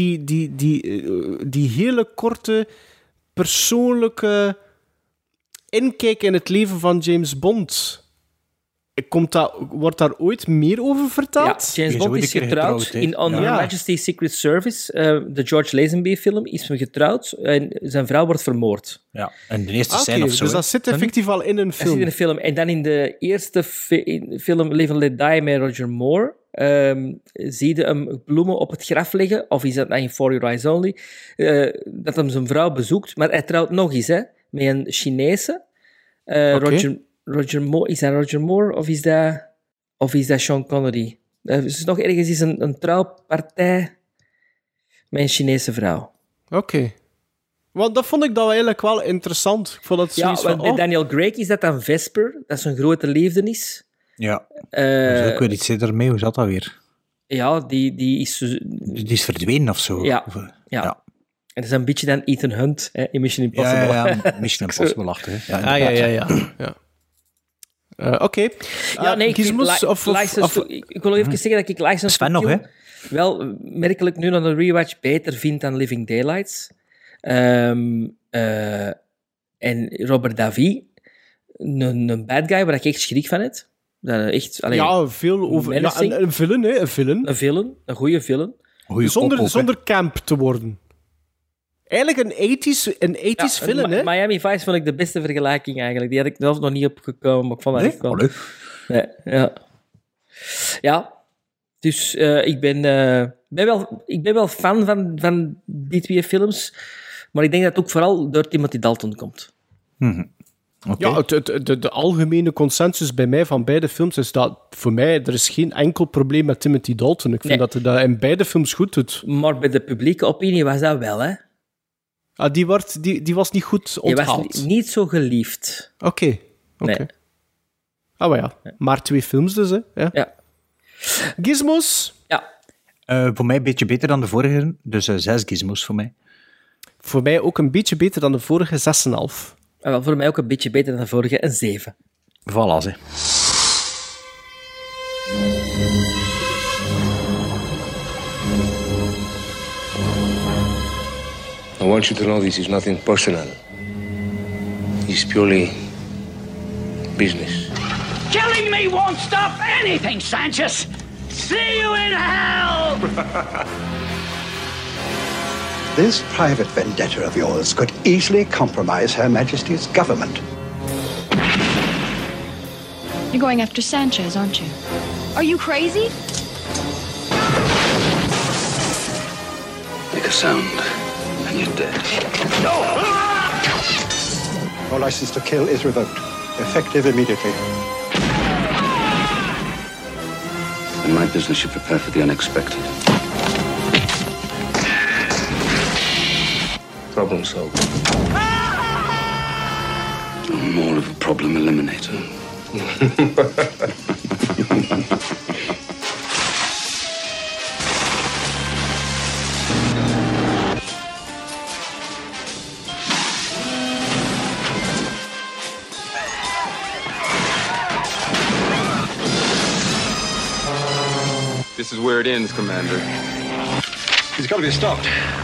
die hele korte, persoonlijke inkijk in het leven van James Bond. Wordt daar ooit meer over verteld? Ja, James Bond is getrouwd in On Her Majesty's Secret Service. De George Lazenby film is hem getrouwd en zijn vrouw wordt vermoord. Ja, en de eerste scène of zo. Dus dat zit effectief al in een film. Dat zit in een film. En dan in de eerste film Live and Let Die met Roger Moore zie je hem bloemen op het graf leggen, of is dat in For Your Eyes Only, dat hem zijn vrouw bezoekt, maar hij trouwt nog eens, hè, met een Chinese. Roger Moore, is dat Roger Moore of is dat Sean Connery? Dus nog ergens is een trouwpartij met een Chinese vrouw. Oké. Want dat vond ik dan eigenlijk wel interessant. Ik vond dat bij Daniel Craig is dat dan Vesper, dat zijn grote liefde is. Ja. Dus ik weet iets ermee, hoe zat dat weer? Ja, die is... Die is verdwenen of zo? Ja. En dat is een beetje dan Ethan Hunt in Mission Impossible. Ja, Mission Impossible achter. Ja. Oké. Ja, nee, ik wil even zeggen dat ik License to Kill nog, hè? Wel merkelijk nu aan de rewatch beter vind dan Living Daylights. En Robert Davi, een bad guy waar ik echt schrik van heb. Veel over... een villain, hè? Een goede villain. Zonder camp te worden. Eigenlijk een 80s film, hè? Miami Vice vond ik de beste vergelijking eigenlijk. Die had ik zelf nog niet opgekomen, maar ik vond dat echt wel... Nee, ja. Ja, dus ik ben wel fan van die twee films, maar ik denk dat het ook vooral door Timothy Dalton komt. Mm-hmm. Okay. Ja, de algemene consensus bij mij van beide films is dat voor mij er is geen enkel probleem met Timothy Dalton. Ik vind dat hij dat in beide films goed doet. Maar bij de publieke opinie was dat wel, hè? Ah, die was niet goed onthaald. Die was niet zo geliefd. Oké. Nee. Ah, maar ja. Maar 2 films dus, hè? Ja. Gizmos? Ja. Voor mij een beetje beter dan de vorige, dus 6 gizmos voor mij. Voor mij ook een beetje beter dan de vorige, 6,5. Wel, voor mij ook een beetje beter dan de vorige, een 7. Voilà, hè. I want you to know this is nothing personal. It's purely business. Killing me won't stop anything, Sanchez. See you in hell! This private vendetta of yours could easily compromise Her Majesty's government. You're going after Sanchez, aren't you? Are you crazy? Make a sound, and you're dead. No! Your license to kill is revoked. Effective immediately. In my business, you prepare for the unexpected. Problem solved. I'm more of a problem eliminator. This is where it ends, Commander. He's got to be stopped.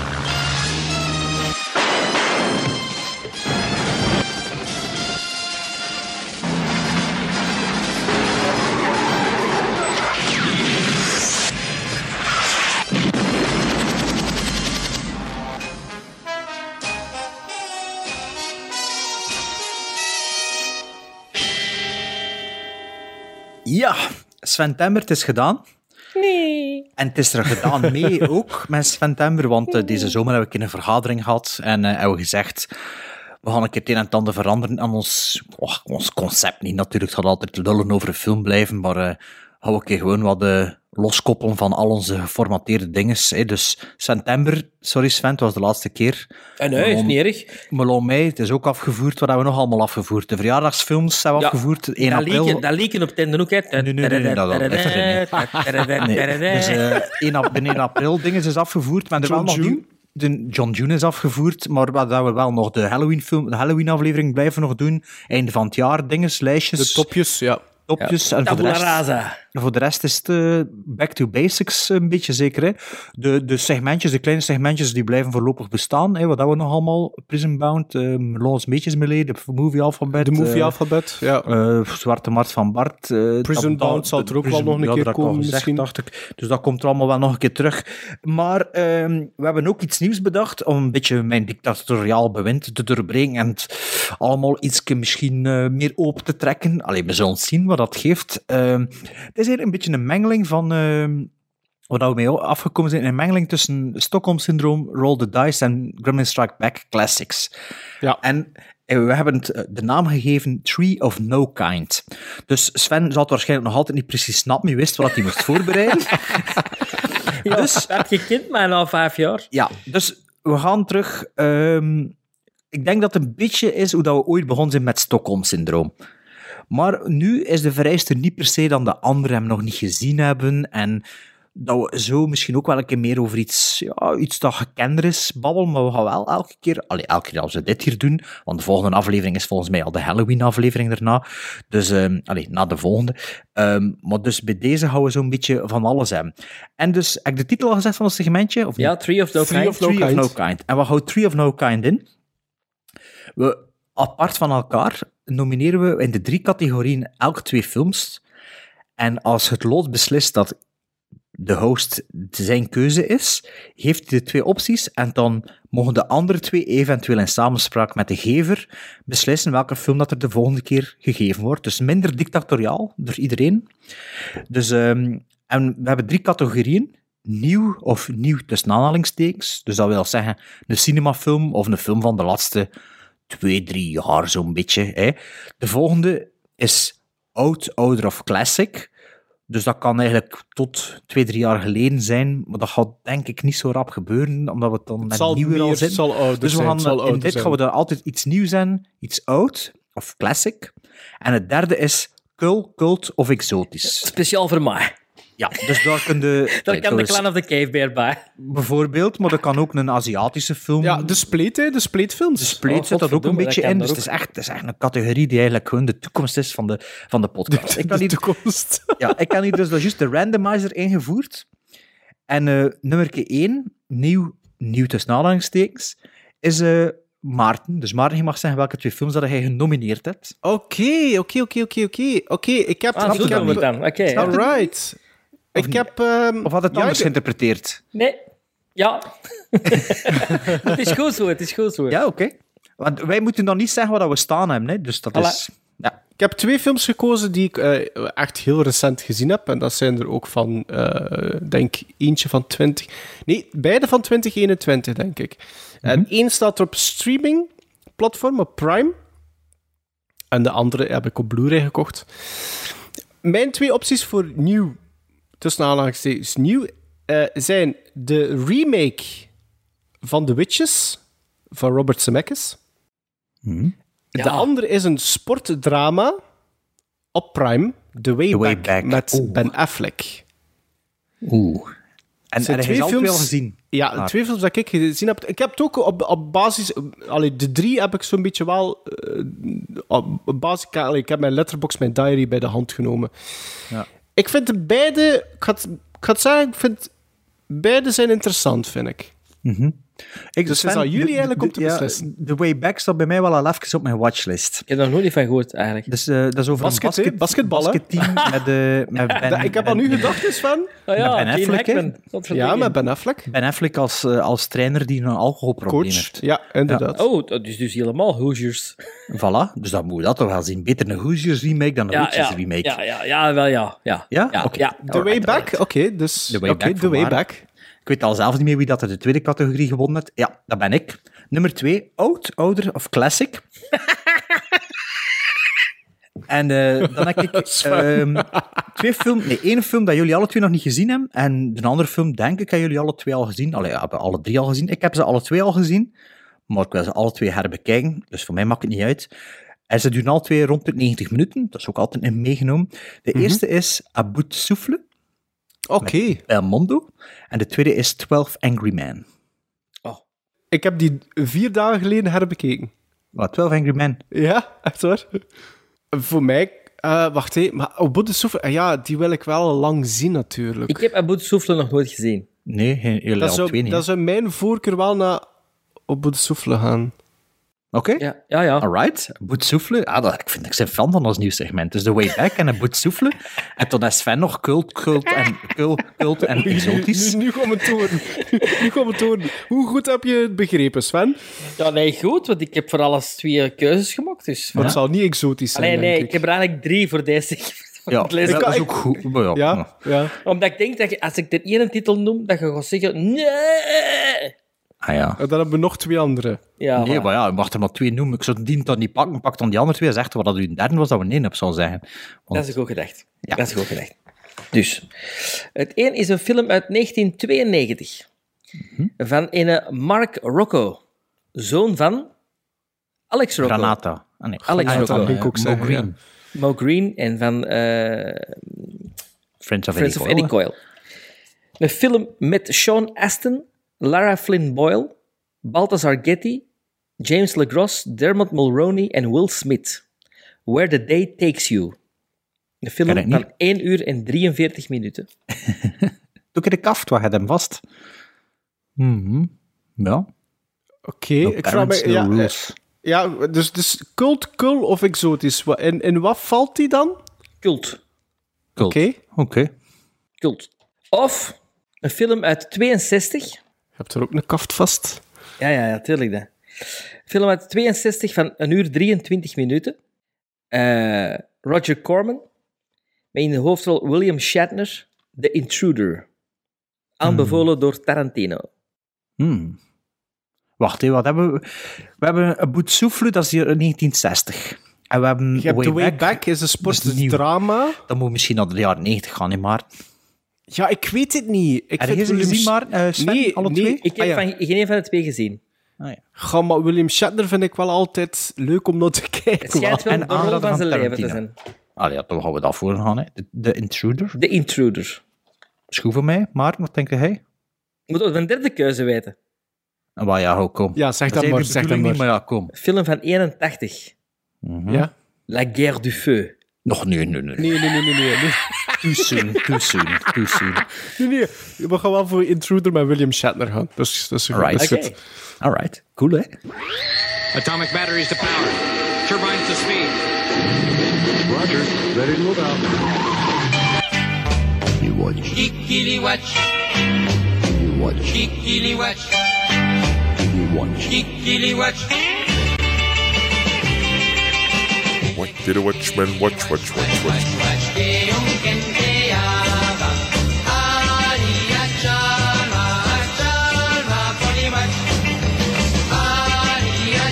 Ja, Sven Temmer, het is gedaan. Nee. En het is er gedaan mee ook met Sven Temmer, want deze zomer hebben we een vergadering gehad en hebben we gezegd, we gaan een keer het een en het ander veranderen aan ons concept niet. Natuurlijk, het gaat altijd lullen over een film blijven, maar gaan we een keer gewoon wat loskoppelen van al onze geformateerde dinges. Dus Sven Temmer, sorry Sven, het was de laatste keer. Nee, is niet erg. Melon Mei, het is ook afgevoerd. Wat hebben we nog allemaal afgevoerd? De verjaardagsfilms hebben we afgevoerd. 1 april. Dat lieken op Tenden ook, hè? Nee, dat even niet. Dus 1 april dingen is afgevoerd. Maar er wel nog nieuw. De John June is afgevoerd, maar wat we wel nog de Halloween-aflevering blijven nog doen. Einde van het jaar, dinges, lijstjes. De topjes, ja. Topjes. Ja. En voor de rest is het back to basics een beetje zeker. Hè. De segmentjes, de kleine segmentjes, die blijven voorlopig bestaan. Hè. Wat hebben we nog allemaal? Prison Bound, Melons Meetjes Melee, de Movie Alphabet. De Movie Alphabet, ja. Zwarte Mart van Bart. Prison Bound zal er ook wel nog een keer komen, misschien. Dacht ik. Dus dat komt er allemaal wel nog een keer terug. Maar we hebben ook iets nieuws bedacht om een beetje mijn dictatoriaal bewind te doorbreken en het allemaal iets misschien meer open te trekken. Allee, we zullen zien wat dat geeft. Het is eigenlijk een beetje een mengeling van wat we mee afgekomen zijn, een mengeling tussen Stockholm Syndroom, Roll the Dice en Gremlin Strike Back Classics. Ja. En we hebben het de naam gegeven Tree of No Kind. Dus Sven zal het waarschijnlijk nog altijd niet precies snappen, je wist wat hij moest voorbereiden. Ja, dus, dat je kind maar na 5 jaar. Ja, dus we gaan terug. Ik denk dat het een beetje is hoe dat we ooit begonnen zijn met Stockholm Syndroom. Maar nu is de vereiste niet per se dat de anderen hem nog niet gezien hebben en dat we zo misschien ook wel een keer meer over iets dat gekender is babbelen, maar we gaan wel elke keer als we dit hier doen, want de volgende aflevering is volgens mij al de Halloween-aflevering daarna, dus na de volgende. Maar dus bij deze gaan we zo'n beetje van alles hebben. En dus, heb ik de titel al gezegd van ons segmentje? Of ja, Tree of No Kind. Tree of No Kind. En wat houdt Tree of No Kind in? We, apart van elkaar, nomineren we in de 3 categorieën elk 2 films. En als het lot beslist dat de host zijn keuze is, geeft hij de 2 opties en dan mogen de andere 2 eventueel in samenspraak met de gever beslissen welke film dat er de volgende keer gegeven wordt. Dus minder dictatoriaal door iedereen. Dus, en we hebben 3 categorieën. Nieuw of nieuw tussen aanhalingstekens. Dus dat wil zeggen een cinemafilm of een film van de laatste 2-3 jaar zo'n beetje. Hè. De volgende is oud, ouder of classic. Dus dat kan eigenlijk tot 2-3 jaar geleden zijn, maar dat gaat denk ik niet zo rap gebeuren, omdat we het dan met nieuwer al zitten. Zal ouder dus we zijn, gaan, in dit gaan we dan altijd iets nieuws zijn, iets oud of classic. En het derde is cult of exotisch. Speciaal voor mij. Ja, dus daar kun je... Daar kan de Clan of the Cave Bear bij. Bijvoorbeeld, maar dat kan ook een Aziatische film. Ja, de Spleetfilms. De Spleet zit dat ook een beetje in. Dus het is echt een categorie die eigenlijk gewoon de toekomst is van de podcast. De toekomst. Ja, ik heb hier dus juist de randomizer ingevoerd. En nummer 1, nieuw tussen aanhalingstekens, is Maarten. Dus Maarten, je mag zeggen welke 2 films dat hij genomineerd hebt. Oké, ik heb... zo doen we het dan. Oké. Alright. Of had het anders geïnterpreteerd? Nee. Ja. Het is goed zo. Ja, oké. Want wij moeten dan niet zeggen wat we staan hebben, hè. Dus dat is... Ja. Ik heb 2 films gekozen die ik echt heel recent gezien heb. En dat zijn er ook van, denk eentje van 20... Nee, beide van 2021, denk ik. En 1 staat op streaming-platform, op Prime. En de andere heb ik op Blu-ray gekocht. Mijn 2 opties voor nieuw, tussen aanhalingstekens nieuw, zijn de remake van The Witches, van Robert Zemeckis. De andere is een sportdrama op Prime, The Way Back. Met Ben Affleck. En heb je al 2 al gezien? Ja, 2 films dat ik gezien heb. Ik heb het ook op basis... de 3 heb ik zo'n beetje wel... op basis... Ik heb mijn Letterboxd, mijn diary bij de hand genomen. Ja. Ik vind de beide... Ik ga het zeggen, ik vind... Beide zijn interessant, vind ik. Dus het is aan jullie eigenlijk om te beslissen. The Way Back staat bij mij wel al even op mijn watchlist. Ik heb daar nooit niet van gehoord, eigenlijk. Dus, dat is over een basketteam met Ben... Ik heb aan u gedacht, dus van... Met Ben Affleck, ja, met Ben Affleck. Ben Affleck als trainer die een alcoholprobleem heeft. Ja, inderdaad. Ja. Oh, dat is dus helemaal Hoosiers. Voilà, dus dan moet je dat toch wel zien. Beter een Hoosiers remake dan een Witches remake. Ja. Oké. The Way Back? Oké, dus... The Way Back. Ik weet al zelf niet meer wie dat er de tweede categorie gewonnen heeft. Ja, dat ben ik. Nummer 2, oud, ouder of classic. En dan heb ik 2 films... Nee, 1 film dat jullie alle 2 nog niet gezien hebben. En de andere film, denk ik, hebben jullie alle 2 al gezien. Allee, hebben alle 3 al gezien. Ik heb ze alle 2 al gezien. Maar ik wil ze alle 2 herbekijken. Dus voor mij maakt het niet uit. En ze duren alle 2 rond de 90 minuten. Dat is ook altijd meegenomen. De eerste is A Bout de Souffle. Oké. Belmondo. En de tweede is 12 Angry Men. Oh. Ik heb die 4 dagen geleden herbekeken. Wat, 12 Angry Men? Ja, echt waar. Voor mij... wacht even, maar A Bout de Souffle... ja, die wil ik wel lang zien, natuurlijk. Ik heb A Bout de Souffle nog nooit gezien. Nee, helemaal 2 niet. Dat zou mijn voorkeur wel naar A Bout de Souffle gaan. Oké. Ja. Alright. Bout Souffle. Ik ben fan van ons nieuw segment. Dus The Way Back en een Bout Souffle. En toen is Sven nog cult en exotisch. Nu gaan we toren. Hoe goed heb je het begrepen, Sven? Ja, nee, goed, want ik heb voor alles 2 keuzes gemaakt. Dus. Maar het zal niet exotisch zijn, nee, ik heb er eigenlijk 3 voor deze. Ja, dat is ook goed. Ja. Omdat ik denk dat als ik de ene titel noem, dat je gaat zeggen... Nee! Ah, ja. En dan hebben we nog 2 andere. Ja, nee, maar ja, je mag er maar 2 noemen. Ik zou die dan niet pakken, pak dan die andere 2 en zegt wat dat uw derde was dat we nee op zou zeggen. Want... Dat is goed gedacht. Ja. Dat is goed gedacht. Dus, het een is een film uit 1992 van een Mark Rocco, zoon van Alex Rocco. Granata. Ah, nee. Alex Rocco. Mo Green. Mo Green en van Friends of Eddie Coyle. Een film met Sean Astin, Lara Flynn Boyle, Balthazar Getty, James LeGros, Dermot Mulroney en Will Smith. Where the Day Takes You. Een film van 1 uur en 43 minuten. Doe ik de kaft, wat gaat hem vast? Ja. Oké, ik vraag me... Ja, dus cult, of exotisch? In wat valt die dan? Cult. Oké. Cult. Of een film uit 62. Je hebt er ook een kaft vast. Ja, tuurlijk. Dat. Een film uit 62 van 1 uur 23 minuten. Roger Corman. Met in de hoofdrol William Shatner. The Intruder. Aanbevolen door Tarantino. Wacht, wat hebben we? We hebben een Boet Souffle, dat is hier 1960. En we hebben Je hebt The Way Back, is een sportdrama. Dan moet misschien naar de jaren 90 gaan, hè, maar... Ja, ik weet het niet. Heb je ze gezien, maar Sven, alle twee? Ik heb geen een van de twee gezien. Ga, maar William Shatner vind ik wel altijd leuk om naar te kijken. Het schijnt wel de rol van zijn leven te zijn. Ja, dan gaan we dat voor gaan. Hè. The Intruder. The Intruder. Is goed voor mij. Maarten, wat denk jij? Moet ook een derde keuze weten. Maar ja, kom. Ja, zeg dat maar. Zeg dat maar ja, kom. Film van 81. Ja? La Guerre du Feu. Nog nee. Nee. Too soon. Nee. We gaan wel voor Intruder met William Shatner gaan. Dat is goed. Alright. Cool, hè? Atomic batteries to power. Turbines to speed. Roger. Ready to move out. You watch. Kikili watch. You watch. Kikili watch. You watch. Kikili watch. What did a watchman watch? Watch que un kenteaba. Aria chalma, poli watch. Aria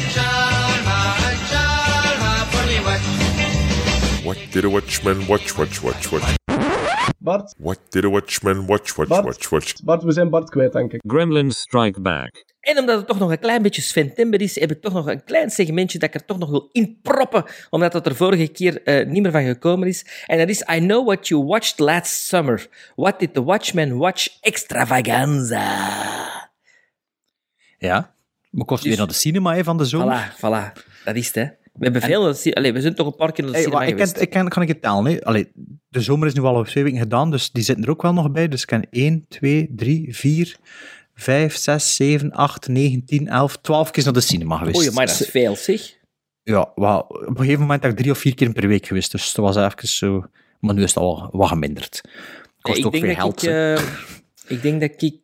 chalma, poli watch. What did a watchman watch? Bart? What did a watchman watch? Bart, we zijn Bart kwijt, denk ik. Gremlins Strike Back. En omdat het toch nog een klein beetje Sven Timber is, heb ik toch nog een klein segmentje dat ik er toch nog wil inproppen, omdat het er vorige keer niet meer van gekomen is. En dat is I Know What You Watched Last Summer. What Did the Watchmen Watch Extravaganza. Ja, maar kost weer naar de cinema van de zomer. Voilà. Dat is het, hè. We hebben we zijn toch een paar keer naar de cinema geweest. Kan ik het tellen, hè? Allee, de zomer is nu al op 2 weken gedaan, dus die zitten er ook wel nog bij. Dus ik kan 1, 2, 3, 4... 5, 6, 7, 8, 9, 10, 11, 12 keer naar de cinema geweest. Oei, maar dat is veel, zeg. Ja, op een gegeven moment ben ik 3 of 4 keer per week geweest, dus dat was even zo... Maar nu is het al wat geminderd. Kost ook veel geld. Ik denk dat ik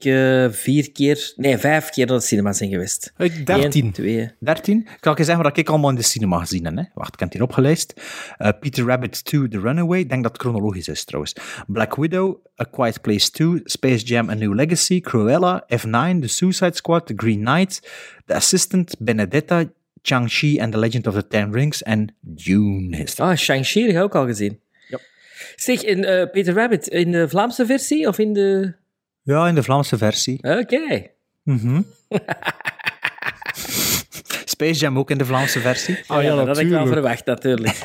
5 keer naar de cinema ben geweest. 13. 1, 2. 13? Kan ik je zeggen wat ik allemaal in de cinema gezien heb? Hè? Wacht, ik heb het hier opgelijst. Peter Rabbit 2, The Runaway. Ik denk dat het chronologisch is, trouwens. Black Widow, A Quiet Place 2, Space Jam, A New Legacy, Cruella, F9, The Suicide Squad, The Green Knight, The Assistant, Benedetta, Shang-Chi and The Legend of the Ten Rings en Dune. Shang-Chi heb ik ook al gezien. Ja. Zeg, Peter Rabbit, in de Vlaamse versie of in de... Ja, in de Vlaamse versie. Oké. Space Jam ook in de Vlaamse versie. Ja, dat had ik wel verwacht, natuurlijk.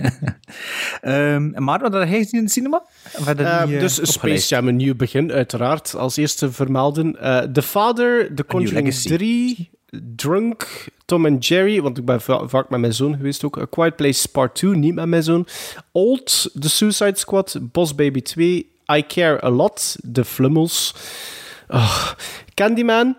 Maar wat had jij gezien in de cinema? Dus Space Jam, een nieuw begin, uiteraard. Als eerste vermelden. The Father, The Conjuring 3, Drunk, Tom and Jerry, want ik ben vaak met mijn zoon geweest ook. A Quiet Place Part 2, niet met mijn zoon. Old, The Suicide Squad, Boss Baby 2, I Care A Lot, The Flummels, Candyman,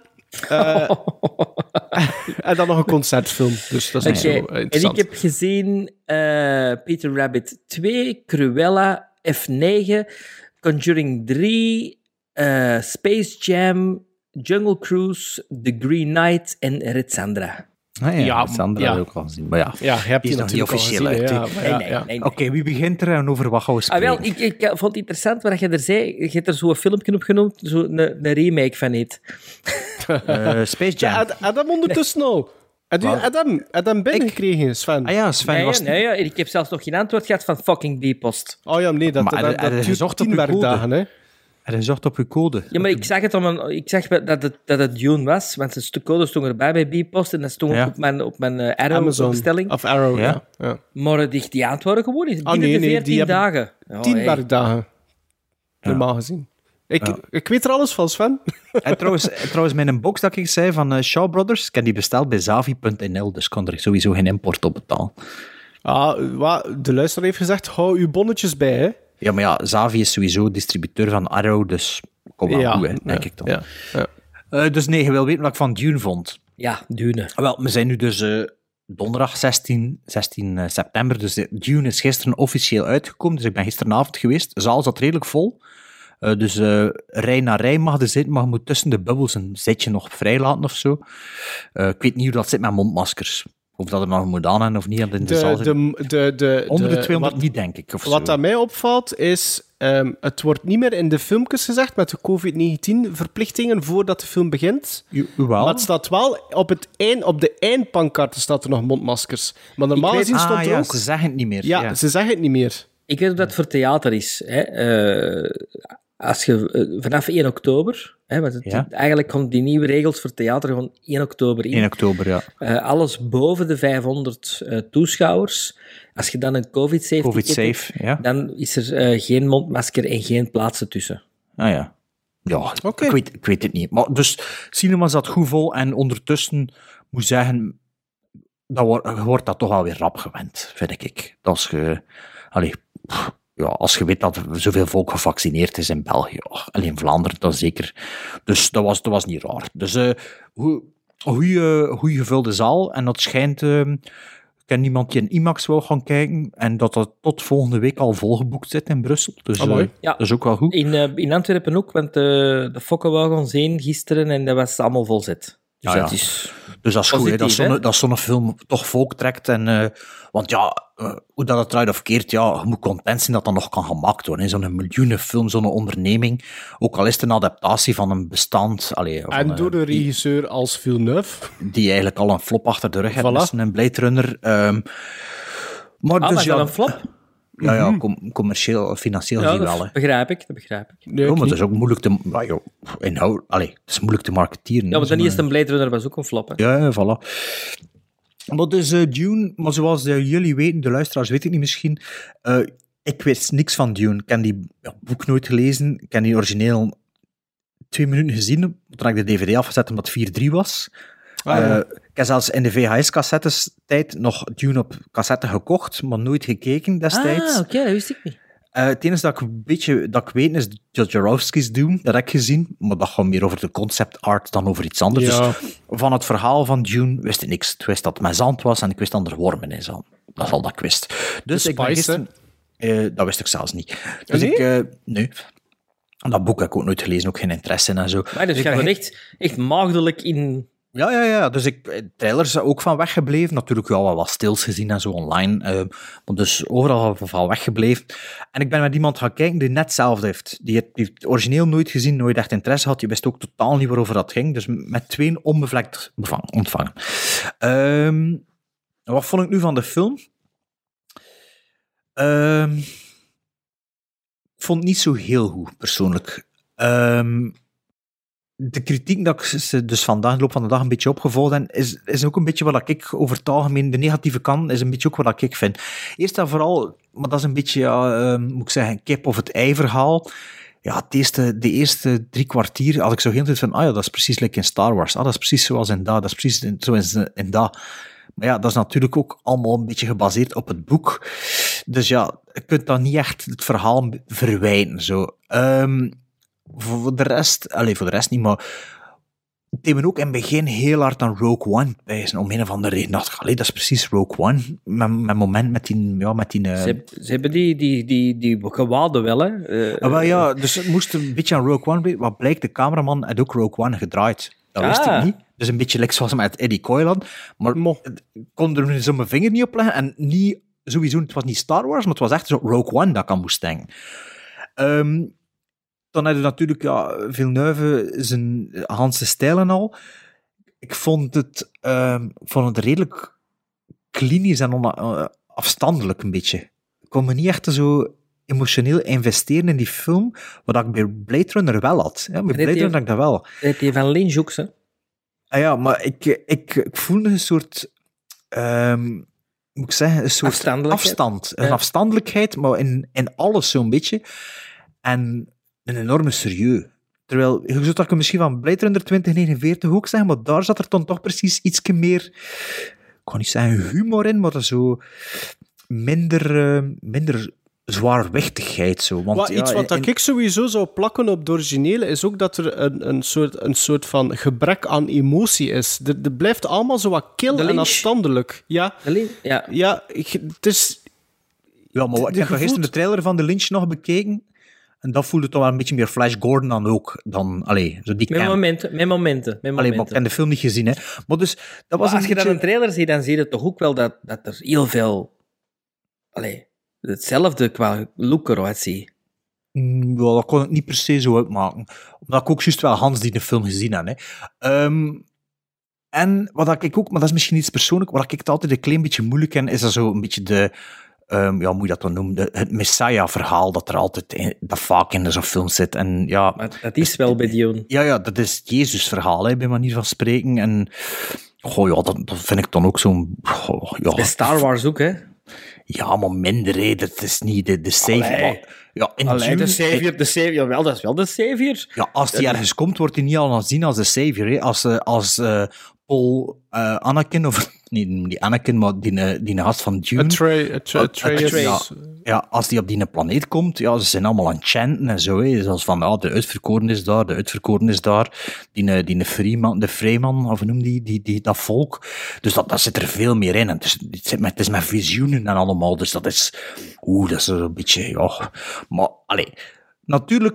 en dan nog een concertfilm. Dus dat is niet zo interessant. En ik heb gezien Peter Rabbit 2, Cruella, F9, Conjuring 3, Space Jam, Jungle Cruise, The Green Knight en Red Sandra. Sandra heb ik ook al gezien. Maar ja, je hebt die is nog niet officieel uit. Nee. Oké, wie begint er en over wat gaan we spreken? Ik vond het interessant wat je er zei. Je hebt er zo'n filmpje op genoemd, een remake van heet. Space Jam. Adam ondertussen al. Adam binnengekregen, Sven. Sven was... Nee, ik heb zelfs nog geen antwoord gehad van fucking B-post. Oh ja, nee, dat duurt 10 werkdagen, hè. En hij zocht op uw code. Ja, maar ik zag dat het Dune was, want de code stond erbij bij B-post en dat stond ook op mijn Arrow-bestelling. Of Arrow, ja. Maar die antwoorden gewoon niet. Binnen de 14 dagen. 10 werkdagen. Normaal gezien. Ik weet er alles van, Sven. En trouwens, mijn box dat ik zei van Shaw Brothers, ik heb die besteld bij Zavi.nl, dus kon er sowieso geen import op betalen. De luisteraar heeft gezegd, hou uw bonnetjes bij, hè. Ja, maar ja, Zavi is sowieso distributeur van Arrow, dus kom wel goed, denk ik dan. Dus nee, je wil weten wat ik van Dune vond. Ja, Dune. Wel, we zijn nu dus donderdag 16 september, dus Dune is gisteren officieel uitgekomen, dus ik ben gisteravond geweest. De zaal zat redelijk vol. Dus rij na rij mag er zitten, maar je moet tussen de bubbels een zitje nog vrijlaten of zo. Ik weet niet hoe dat zit met mondmaskers. Of dat er nog moet aan hebben of niet. In de zaal onder de 200 niet, denk ik. Of wat zo. aan mij opvalt is, het wordt niet meer in de filmpjes gezegd met de COVID-19-verplichtingen voordat de film begint. Maar het staat wel op de eindpankarten staat er nog mondmaskers. Maar normaal gezien stond er ook... ze zeggen het niet meer. Ja, ze zeggen het niet meer. Ik weet hoe dat voor theater is. Hè. Als je vanaf 1 oktober... Hè, want eigenlijk komen die nieuwe regels voor theater gewoon 1 oktober in. 1 oktober, ja. Alles boven de 500 toeschouwers. Als je dan een COVID-safe hebt, dan is er geen mondmasker en geen plaatsen tussen. Ah ja. Ja, ik weet het niet. Maar dus, cinema zat goed vol en ondertussen, moet zeggen, je wordt dat toch wel weer rap gewend, vind ik. Als je weet dat er zoveel volk gevaccineerd is in België, in Vlaanderen dan zeker. Dus dat was niet raar. Dus goeie gevulde zaal en dat schijnt... Ik ken iemand die in IMAX wil gaan kijken en dat tot volgende week al volgeboekt zit in Brussel. Dus dat is ook wel goed. In Antwerpen ook, want de Fokken wou gaan zien gisteren en dat was allemaal vol zit. Dus dat is... Dus dat is positief, goed, dat zo'n film toch volk trekt. En, want hoe dat het eruit of keert, je moet content zijn dat dat nog kan gemaakt worden. Zo'n miljoenenfilm, zo'n onderneming. Ook al is het een adaptatie van een bestand. En door de regisseur als Villeneuve. Die eigenlijk al een flop achter de rug heeft met een Blade Runner. Maar dus dat een flop? Ja, commercieel, financieel zie je wel. Dat begrijp ik. Nee, maar het is ook moeilijk te... het is moeilijk te marketeren. Ja, maar dan eerst een Blade Runner was ook een flop. Hè? Ja, voilà. Maar dus Dune, maar zoals jullie weten, de luisteraars weten het niet misschien, ik wist niks van Dune. Ik heb die boek nooit gelezen. Ik heb die origineel 2 minuten gezien, toen ik de DVD afgezet omdat het 4:3 was. Ik heb zelfs in de VHS-cassettes tijd nog Dune op cassette gekocht, maar nooit gekeken destijds. Oké, dat wist ik niet. Het enige dat ik weet is Jodorowsky's Dune, dat heb ik gezien, maar dat gaat meer over de concept art dan over iets anders. Ja. Dus van het verhaal van Dune wist ik niks. Ik wist dat het met zand was en ik wist dat er wormen in zat. Dat is al dat ik wist. Dus ik ben gisteren... dat wist ik zelfs niet. Dus nee. Dat boek heb ik ook nooit gelezen, ook geen interesse in en zo. Maar dus je gaat echt maagdelijk in... Ja. Dus trailers ook van weggebleven. Natuurlijk wel wat stils gezien en zo online. Maar dus overal van weggebleven. En ik ben met iemand gaan kijken die net hetzelfde heeft. Die heeft het origineel nooit gezien, nooit echt interesse had. Die wist ook totaal niet waarover dat ging. Dus met 2 onbevlekt ontvangen. Wat vond ik nu van de film? Ik vond het niet zo heel goed, persoonlijk. De kritiek dat ik dus vandaag, de loop van de dag, een beetje opgevolgd heb, is ook een beetje wat ik over het algemeen, de negatieve kant, is een beetje ook wat ik vind. Eerst en vooral, maar dat is een beetje, moet ik zeggen, kip of het ei verhaal. Ja, de eerste 3 kwartier had ik zo heel tijd van, dat is precies like in Star Wars. Dat is precies zoals in dat, dat is precies zoals in dat. Maar ja, dat is natuurlijk ook allemaal een beetje gebaseerd op het boek. Dus ja, je kunt dan niet echt het verhaal verwijten, zo. Voor de rest niet, maar het deed me ook in het begin heel hard aan Rogue One wijzen, om een of andere reden. Dacht ik, dat is precies Rogue One, met moment met die... Ze hebben die gewaden wel, hè? Wel ja, dus het moest een beetje aan Rogue One, wat blijkt, de cameraman had ook Rogue One gedraaid. Dat wist ik niet. Dus een beetje zoals met Eddie Coylan. Maar ik kon er zo mijn vinger niet op leggen. En niet, sowieso, het was niet Star Wars, maar het was echt zo Rogue One dat ik aan moest denken. Dan had je natuurlijk Villeneuve zijn Hanse stijl en al. Ik vond het redelijk klinisch en afstandelijk een beetje. Ik kon me niet echt zo emotioneel investeren in die film, wat ik bij Blade Runner wel had. Ja, bij Blade Runner had ik dat wel. Dat die van Lynch ook, hè? Ja, maar ik voelde een soort... moet ik zeggen, een soort afstand. Een afstandelijkheid, maar in alles zo'n beetje. En een enorme serieus. Terwijl, je zou dat misschien van Blade Runner 2049 ook zeggen, maar daar zat er dan toch precies iets meer, ik kan niet zeggen humor in, maar zo minder zwaarwichtigheid. Zo. Want, iets wat ik sowieso zou plakken op de originele is ook dat er een soort van gebrek aan emotie is. Er blijft allemaal zo wat kil en afstandelijk. Ja, het is... Ja, maar ik heb gisteren de trailer van de Lynch nog bekeken. En dat voelde toch wel een beetje meer Flash Gordon dan ook. Zo die met momenten. Allee, maar ik heb de film niet gezien, hè. Maar dus, dat was als je dan een trailer ziet, dan zie je toch ook wel dat er heel veel... hetzelfde qua look eruit zie. Ja, dat kon ik niet per se zo uitmaken. Omdat ik ook juist wel Hans die de film gezien heb. Hè. En wat ik ook, maar dat is misschien iets persoonlijk, wat ik het altijd een klein beetje moeilijk ken, is dat zo een beetje de... hoe moet je dat dan noemen? Het Messiah-verhaal dat er altijd dat vaak in zo'n film zit. En, ja, maar dat is wel bij Dune. Ja, dat is het Jezus-verhaal, hè, bij manier van spreken. En dat vind ik dan ook zo'n... Bij Star Wars ook, hè? Ja, maar minder, hè. Dat is niet de savior. Ja, de savior, wel, dat is wel de savior. Ja, als die ergens komt, wordt hij niet al aanzien als de savior, hè. Als Paul Anakin, of niet Anakin, maar die gast van Dune. Atreus. Ja, als die op die planeet komt, ja, ze zijn allemaal aan het chanten en zo, hè. Zoals van, de uitverkoren is daar, de uitverkoren is daar. Die Freeman, de Freeman, of hoe noem die dat volk. Dus dat zit er veel meer in. En het is met visioenen en allemaal, dus dat is... dat is een beetje, ja... Maar, natuurlijk...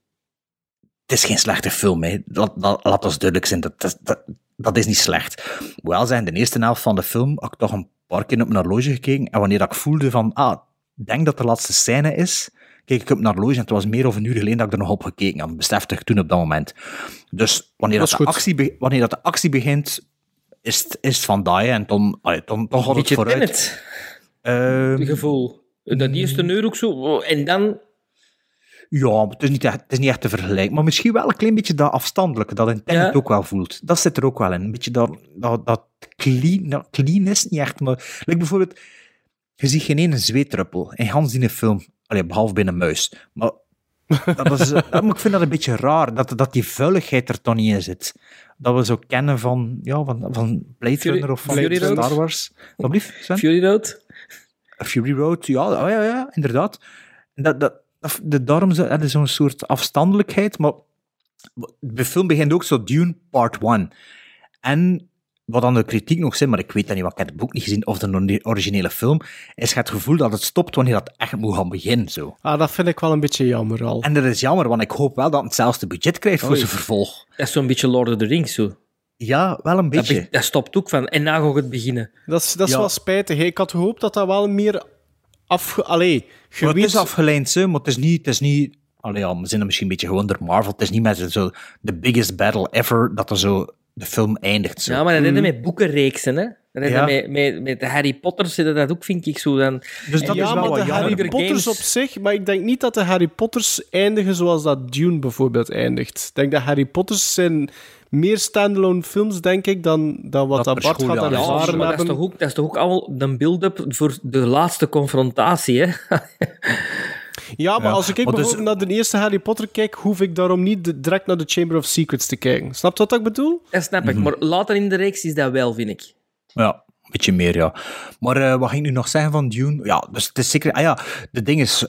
Het is geen slechte film, hè. Laat ons duidelijk zijn, dat is niet slecht. Hoewel zijn de eerste helft van de film had ik toch een paar keer op mijn horloge gekeken en wanneer ik voelde van, ik denk dat de laatste scène is, keek ik op mijn horloge en het was meer dan een uur geleden dat ik er nog op gekeken had. Besefte ik toen op dat moment. Dus wanneer dat de actie begint, is het van die en dan gaat het vooruit. Het gevoel. Dat eerste uur ook zo, en dan... Ja, het is niet echt te vergelijken. Maar misschien wel een klein beetje dat afstandelijke, dat in Tenet ook wel voelt. Dat zit er ook wel in. Een beetje dat clean is niet echt, maar... bijvoorbeeld, je ziet geen ene zweetdruppel in Hans die film. Behalve bij een muis. Maar, maar ik vind dat een beetje raar, dat die vuiligheid er toch niet in zit. Dat we zo kennen van Blade Runner of van Star Wars. Wat blieft, Sven? Fury Road, ja, inderdaad. Daarom is zo'n soort afstandelijkheid, maar de film begint ook zo Dune Part 1. En wat dan de kritiek nog zijn, maar ik weet dat niet, want ik heb het boek niet gezien, of de originele film, is het gevoel dat het stopt wanneer dat echt moet gaan beginnen. Zo. Dat vind ik wel een beetje jammer al. En dat is jammer, want ik hoop wel dat het hetzelfde budget krijgt voor zijn vervolg. Dat is zo'n beetje Lord of the Rings, zo. Ja, wel een beetje. Dat stopt ook van, en na gaat het beginnen. Dat is wel spijtig. Hè. Ik had gehoopt dat dat wel meer... Het is afgeleid, maar het is niet... we zijn er misschien een beetje gewoon door Marvel. Het is niet met zo the biggest battle ever dat er zo de film eindigt. Zo. Ja, maar dat is met boekenreeksen, hè. Met de Harry Potters zit dat ook, vind ik zo. Dan... Dus dat is wel maar wat de Harry Potters op zich... Maar ik denk niet dat de Harry Potters eindigen zoals dat Dune bijvoorbeeld eindigt. Ik denk dat Harry Potters zijn... meer standalone films, denk ik, dan wat dat Bart gaat ervaren hebben. Dat is toch ook al een build-up voor de laatste confrontatie, hè? Ja, maar als ik bijvoorbeeld naar de eerste Harry Potter kijk, hoef ik daarom niet direct naar de Chamber of Secrets te kijken. Snap je wat ik bedoel? Dat snap ik, maar later in de reeks is dat wel, vind ik. Ja, een beetje meer, ja. Maar wat ging ik nu nog zeggen van Dune? Ja, dus het is zeker... de ding is...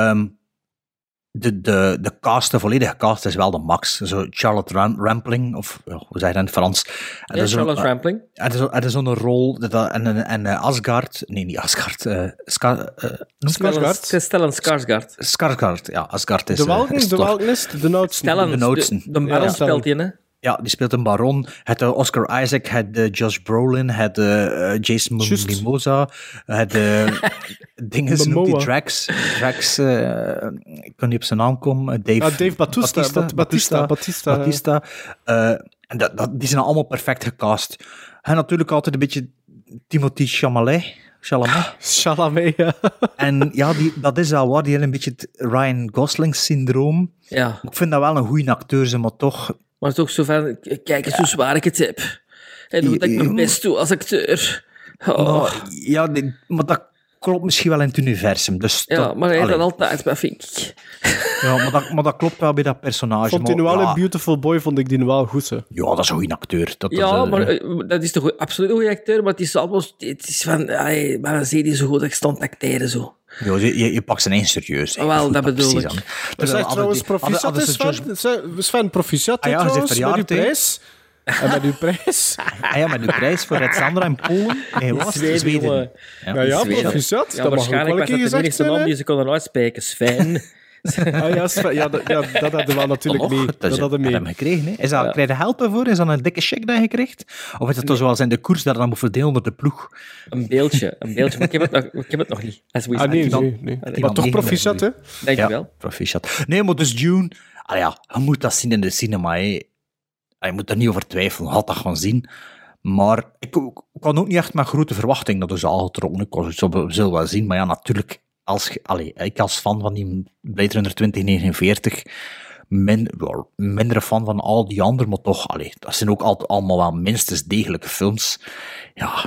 De cast, de volledige cast is wel de max. Zo Charlotte Rampling, of hoe zeg je dat in het Frans? Charlotte Rampling. Het is zo'n rol, en Asgard, nee, niet Asgard, Stellan Skarsgård. Skarsgård, ja, Asgard is... De welken is de oudste. De baron speelt je, hè? Ja, die speelt een baron. Het Oscar Isaac, het Josh Brolin, het Jason Momoa, het dinges noemt die Drax, ik kan niet op zijn naam komen. Dave Bautista. En die zijn allemaal perfect gecast. En natuurlijk altijd een beetje Timothée Chalamet, ja. En ja, dat is al waar, die heeft een beetje het Ryan Gosling-syndroom. Ja. Ik vind dat wel een goede acteur, maar toch... Maar toch zo van, kijk eens hoe zwaar ik het heb. En hoe dat ik mijn best doe als acteur. Maar dat klopt misschien wel in het universum. Dus maar hij heeft dat altijd, maar vind ik. Ja, maar dat klopt wel bij dat personage. Vond hij nu wel een Beautiful Boy, vond ik die nu wel goed, hè? Ja, dat is een goede acteur. Maar dat is toch absoluut een goede acteur, maar het is almost... Het is van, maar dan zie je zo goed dat ik stond te acteren, zo. Ja, je pakt zijn één serieus. Wel, dat bedoel ik. Dat is trouwens proficiat, Sven, proficiat trouwens, met uw prijs. En met uw prijs? Met uw prijs voor het Sandra in Polen. Nee, was Zweden. Ja, proficiat. Ja, waarschijnlijk was dat de enige naam die ze konden uitspreken. Sven. Dat hadden we natuurlijk mee. Dat hadden we hem gekregen. Hè? Krijg je helpen voor? Is dat een dikke check dat je krijgt? Of is het toch zoals in de koers dat je dan moet verdelen onder de ploeg? Een beeldje. Maar ik heb het nog niet. Nee. Maar toch proficiat, hè? Denk je wel. Proficiat. Nee, maar dus Dune... je moet dat zien in de cinema, hè. Je moet er niet over twijfelen. Je had dat gaan zien. Maar ik kan ook niet echt met grote verwachting naar de zaal getrokken. Ik zullen wel zien. Maar ja, natuurlijk... ik als fan van die Blade Runner 2049... minder fan van al die anderen, maar toch... dat zijn ook allemaal wel minstens degelijke films. Ja...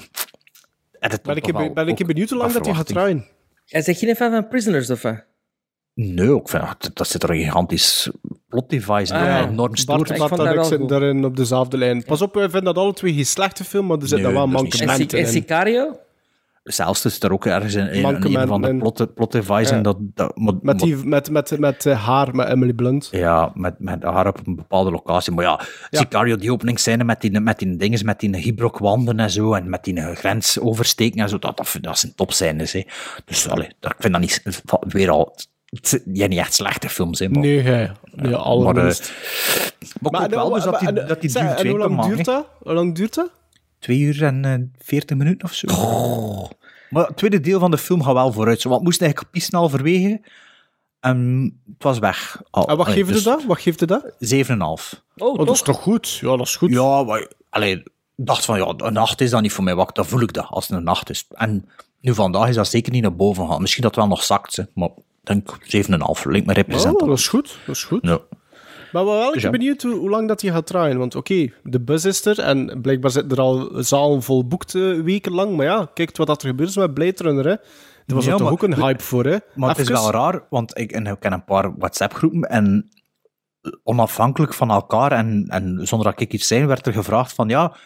Ben ik benieuwd hoe lang dat hij gaat draaien. Jij zegt geen fan van Prisoners, of wat? Nee, ik vind dat zit er een gigantisch plot device in. Enorm stoer. Bart en ik zitten daarin op dezelfde lijn. Pas op, wij vinden dat alle twee geen slechte film, maar er zitten wel mankementen in. En Sicario? Zelfs is er ook ergens in een van de plot device in. Met haar, met Emily Blunt. Ja, met haar op een bepaalde locatie. Maar ja, Sicario, die openingsscène met die dinges, met die Gibrokwanden en zo, en met die grens oversteken en zo, dat zijn topscènes. Hè. Dus ik vind dat niet weer al... Het zijn niet echt slechte films, hè, maar... Nee, allerminst. Maar wel dus dat die duurt 2 hoe lang duurt dat? 2 uur en 40 minuten of zo. Oh. Maar het tweede deel van de film gaat wel vooruit. Want het moest eigenlijk piste halverwege. Het was weg. En wat geeft het dat? 7,5. Oh, dat is toch goed? Ja, dat is goed. Ja, maar... dacht van, een 8 is dat niet voor mij. Dat voel ik dat, als het een 8 is. En nu vandaag is dat zeker niet naar boven gaan. Misschien dat het wel nog zakt, hè. Maar ik denk 7,5. Lijkt me representatief. Oh, dat is goed. Ja. Maar wel ik ben benieuwd hoe lang dat hij gaat draaien. Want oké, de buzz is er en blijkbaar zitten er al zalen vol boekt wekenlang. Maar ja, kijk wat er gebeurt met Blade Runner. Hè. Er was er toch ook een hype voor. Hè. Maar het is wel raar, want ik ken een paar WhatsApp-groepen en onafhankelijk van elkaar en zonder dat ik iets zei, werd er gevraagd van er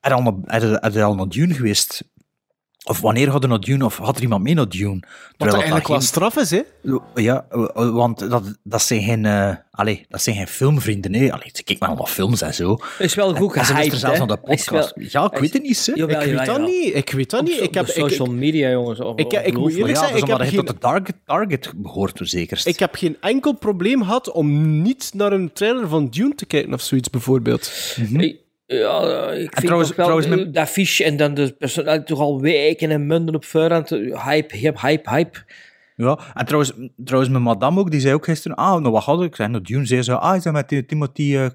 al naar Dune geweest? Of wanneer had er naar Dune, of had er iemand mee naar Dune? Wat eigenlijk wel straf is, hè? Ja, want dat zijn geen filmvrienden, hè. Ze kijken maar allemaal films en zo. Het is wel goed gehyped, hè? Zelfs aan de podcast. Ja, ik weet het niet, hè. Ik weet dat niet. Ik heb social media, jongens. Ik moet eerlijk zeggen, ik heb geen... tot de target behoort, zeker. Ik heb geen enkel probleem gehad om niet naar een trailer van Dune te kijken of zoiets, bijvoorbeeld. Ja, ik vind trouwens dat affiche en dan de personaliteit toch al weken en munden op voorhand. Hype. Ja, en trouwens mijn madame ook, die zei ook gisteren, nou wat had ik? Ik zei, nou Dune, zei ze, is dat met Timothy...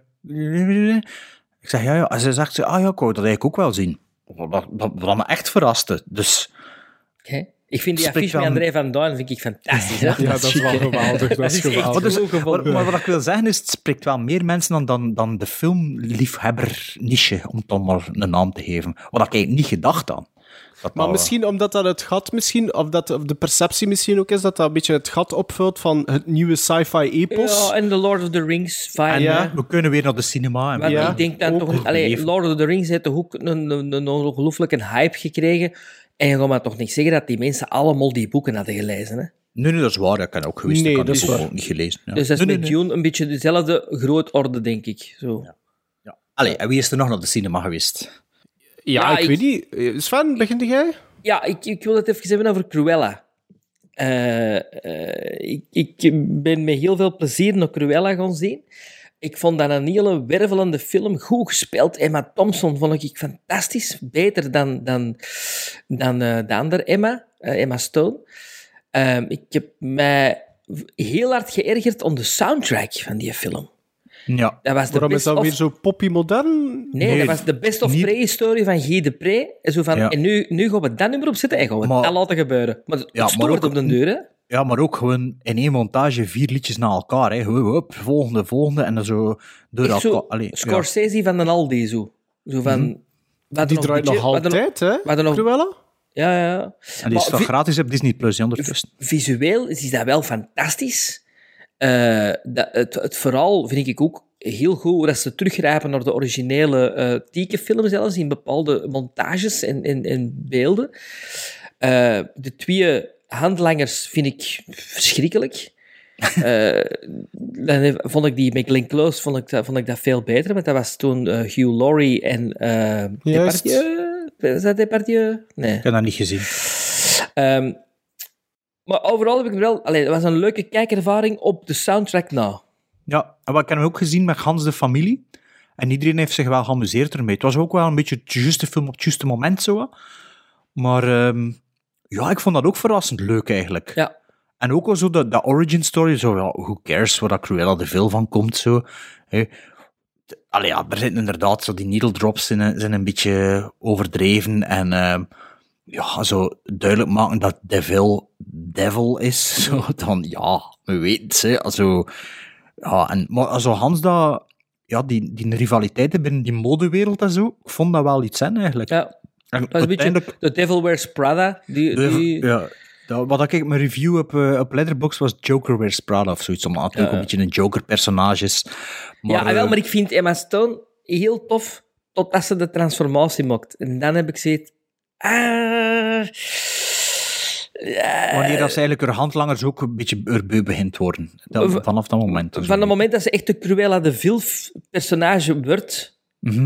Ik zeg, ja. En ze zegt, ik wou dat eigenlijk ook wel zien. Wat me echt verraste, dus... Okay. Ik vind die affiche met André van Duin vind ik fantastisch. Hè? Ja, dat is wel geweldig. Maar wat ik wil zeggen is, het spreekt wel meer mensen dan de filmliefhebber-niche, om het dan maar een naam te geven. Wat ik eigenlijk niet gedacht aan. Maar misschien omdat dat het gat, of de perceptie misschien ook is, dat een beetje het gat opvult van het nieuwe sci-fi epos. Ja, en de Lord of the Rings vibe. We kunnen weer naar de cinema. Maar ik denk dan toch... Lord of the Rings heeft toch ook een ongelooflijke hype gekregen. En je gaat maar toch niet zeggen dat die mensen allemaal die boeken hadden gelezen, hè? Nee, dat is waar. Ik heb ook gewist. Nee, ik dat is waar. Ook niet gelezen. Ja. Dus dat is met Dune een beetje dezelfde grootorde, denk ik. Zo. Ja. Allee, en wie is er nog naar de cinema geweest? Ja, ik weet niet. Sven, begint jij? Ja, ik wil het even hebben over Cruella. Ik ben met heel veel plezier naar Cruella gaan zien. Ik vond dat een hele wervelende film. Goed gespeeld. Emma Thompson vond ik fantastisch. Beter dan de andere Emma Stone. Ik heb mij heel hard geërgerd om de soundtrack van die film. Ja. Waarom is dat weer zo poppy modern? Nee, dat was de Best of Prey-historie van Guy de Prey. En nu gaan we dat nummer opzetten en gaan we dat laten gebeuren. Maar het stoort op de deur, hè? Ja, maar ook gewoon in één montage 4 liedjes na elkaar. Hè. Hup, volgende en dan zo door elkaar. Scorsese van de Aldi, zo van... Die draait nog altijd, hè? Cruella? Ja. En die is toch gratis op Disney Plus, ondertussen. Visueel is dat wel fantastisch. Het vooral vind ik ook heel goed hoe dat ze teruggrijpen naar de originele tekenfilm zelfs, in bepaalde montages en beelden. De 2 handlangers vind ik verschrikkelijk. Dan vond ik die met Glenn Close vond ik dat veel beter, want dat was toen Hugh Laurie en Depardieu. Is dat Depardieu? Nee. Ik heb dat niet gezien. Maar overal heb ik wel... Allee, dat was een leuke kijkervaring op de soundtrack na. Ja, en wat ik heb ook gezien met gans de familie. En iedereen heeft zich wel geamuseerd ermee. Het was ook wel een beetje het juiste film op het juiste moment, zo. Maar ja, ik vond dat ook verrassend leuk, eigenlijk. Ja. En ook al zo de origin story, zo, ja, who cares, waar dat Cruella er veel van komt, zo. Allee, ja, er zitten inderdaad zo die needle drops zijn een beetje overdreven en ja, zo duidelijk maken dat devil is, zo, dan ja, we weten het, hè, also, ja, en, maar also Hans, dat, ja, die rivaliteiten binnen die modewereld en zo, ik vond dat wel iets zijn, eigenlijk. Ja, en dat is een beetje The Devil Wears Prada. Ja. Wat ik mijn review op Letterboxd was Joker Wears Prada of zoiets, omdat het natuurlijk een beetje een Joker-personage is. Maar, ja, wel, maar ik vind Emma Stone heel tof totdat ze de transformatie maakt. En dan heb ik zoiets... Wanneer dat ze eigenlijk haar handlangers ook een beetje erbeu begint te worden. Vanaf dat moment. Van het moment dat ze echt de Cruella de Vil personage wordt...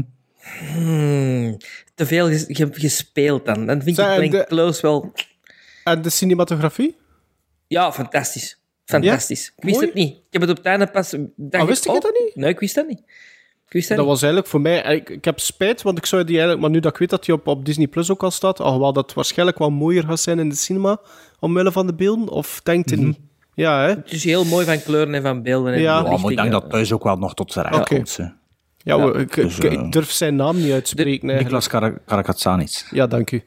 te veel gespeeld dan. Dan vind ik Glenn Close wel... En de cinematografie? Ja, fantastisch. Fantastisch. Ja? Ik wist het niet. Ik heb het op het einde pas... wist ik dat niet? Nee, ik wist dat niet. Dat was eigenlijk voor mij... Ik heb spijt, want ik zou die eigenlijk... Maar nu dat ik weet dat die op Disney Plus ook al staat, alhoewel dat waarschijnlijk wel mooier gaat zijn in de cinema, omwille van de beelden, of denkt u niet? Ja, hè? Het is heel mooi van kleuren en van beelden. En maar ik denk dat thuis ook wel nog tot zijn recht komt. Ja, ik durf zijn naam niet uitspreken. Niklas Karakatsanis. Ja, dank u.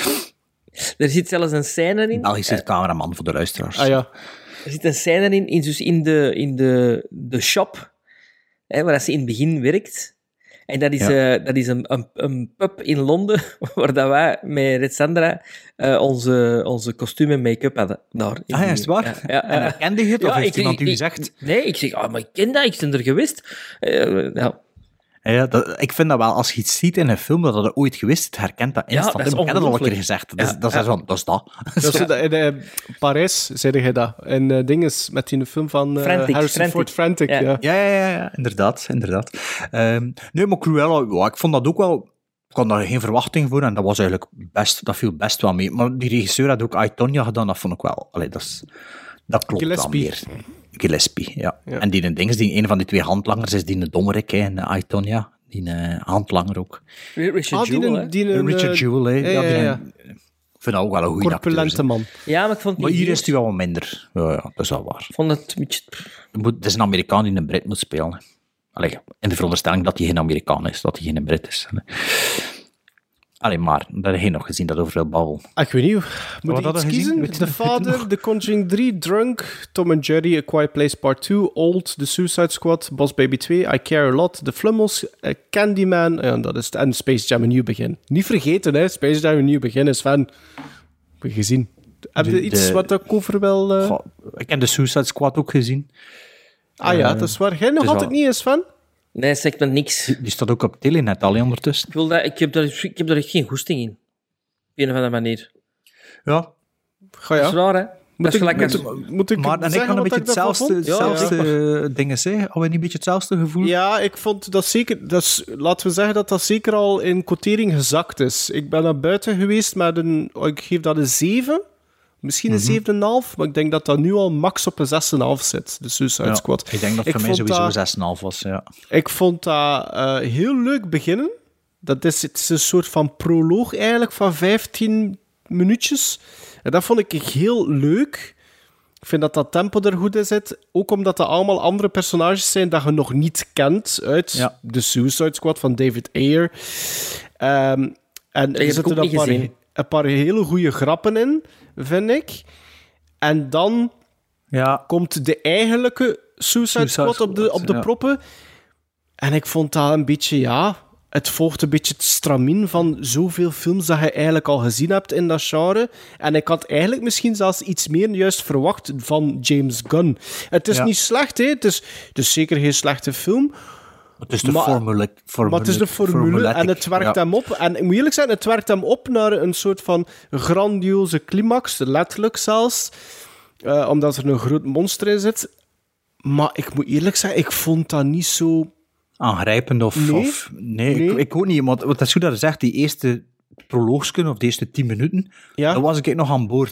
Er zit zelfs een scène in... Belgische cameraman voor de luisteraars. Ah ja. Er zit een scène in de shop, hè, waar ze in het begin werkt. En dat is een pub in Londen, waar dat wij met Red Sandra onze kostuum en make-up hadden. Daar, is het waar? Ja. En herkende je het, of heeft iemand u gezegd? Nee, ik zeg, maar ik ken dat, ik ben er geweest. Ja, ik vind dat wel, als je iets ziet in een film dat je ooit gewist hebt, herkent dat instant. Ja, dat is ik heb het al een keer gezegd. Dat is dat. In Parijs, zei hij dat. En dinges met die film van Harrison Ford, Frantic. Ja, inderdaad. Nee, maar Cruella, ik vond dat ook wel... Ik had daar geen verwachting voor en dat was eigenlijk dat viel best wel mee. Maar die regisseur had ook I, Tonya gedaan, dat vond ik wel... dat klopt wel meer. Gillespie, ja. En een van die twee handlangers is die dommerik, hè, in I, Tonya. Die handlanger ook. Richard Jewell, Richard Jewell, hè. Ja. Ik vind dat ook wel een goede acteur. Corpulente man. Ja, maar ik vond maar hier is hij wel wat minder. Ja, dat is wel waar. Ik vond het een beetje... Het is een Amerikaan die een Brit moet spelen. Allee, in de veronderstelling dat hij geen Amerikaan is, dat hij geen Brit is. Allee, maar, dat heb je nog gezien, dat overal babbel. Ik weet niet, moet ik iets kiezen? The Father, The Conjuring 3, Drunk, Tom and Jerry, A Quiet Place Part 2, Old, The Suicide Squad, Boss Baby 2, I Care A Lot, The Flummels, Candyman, en dat is het, en Space Jam: A New Begin. Niet vergeten, hè, Space Jam: A New Begin is van... Heb je gezien? Heb je iets wat ik over wil... Ik heb The Suicide Squad ook gezien. Ah ja, dat is waar. Jij nog altijd niet eens van? Nee, zegt me niks. Die staat ook op Telenet al ondertussen. Ik heb daar echt geen goesting in. Op een of andere manier. Ja. Ga ja. Dat is raar, hè? Moet ik maar en ik had een beetje hetzelfde dingen zeggen. Hadden we niet een beetje hetzelfde gevoel? Ja, ik vond dat zeker... laten we zeggen dat dat zeker al in quotering gezakt is. Ik ben naar buiten geweest met ik geef dat een 7. Misschien een 7,5, maar ik denk dat dat nu al max op een 6,5 zit, de Suicide Squad. Ik denk dat voor mij sowieso 6,5 was, ja. Ik vond dat heel leuk beginnen. Het is een soort van proloog eigenlijk van 15 minuutjes. En dat vond ik heel leuk. Ik vind dat tempo er goed in zit. Ook omdat dat allemaal andere personages zijn dat je nog niet kent uit de Suicide Squad van David Ayer. En er zitten een paar hele goede grappen in, vind ik. En dan komt de eigenlijke Suicide Squad op de proppen. En ik vond dat een beetje, het volgt een beetje het stramien van zoveel films dat je eigenlijk al gezien hebt in dat genre. En ik had eigenlijk misschien zelfs iets meer juist verwacht van James Gunn. Het is niet slecht, hè. Het is zeker geen slechte film. Het is de formule. Maar het is de formule en het werkt hem op. En ik moet eerlijk zijn, het werkt hem op naar een soort van grandioze climax, letterlijk zelfs. Omdat er een groot monster in zit. Maar ik moet eerlijk zeggen, ik vond dat niet zo... aangrijpend Nee. Ik ook niet. Want wat dat is goed dat je zegt, die eerste proloogsken of de eerste 10 minuten, dan was ik nog aan boord.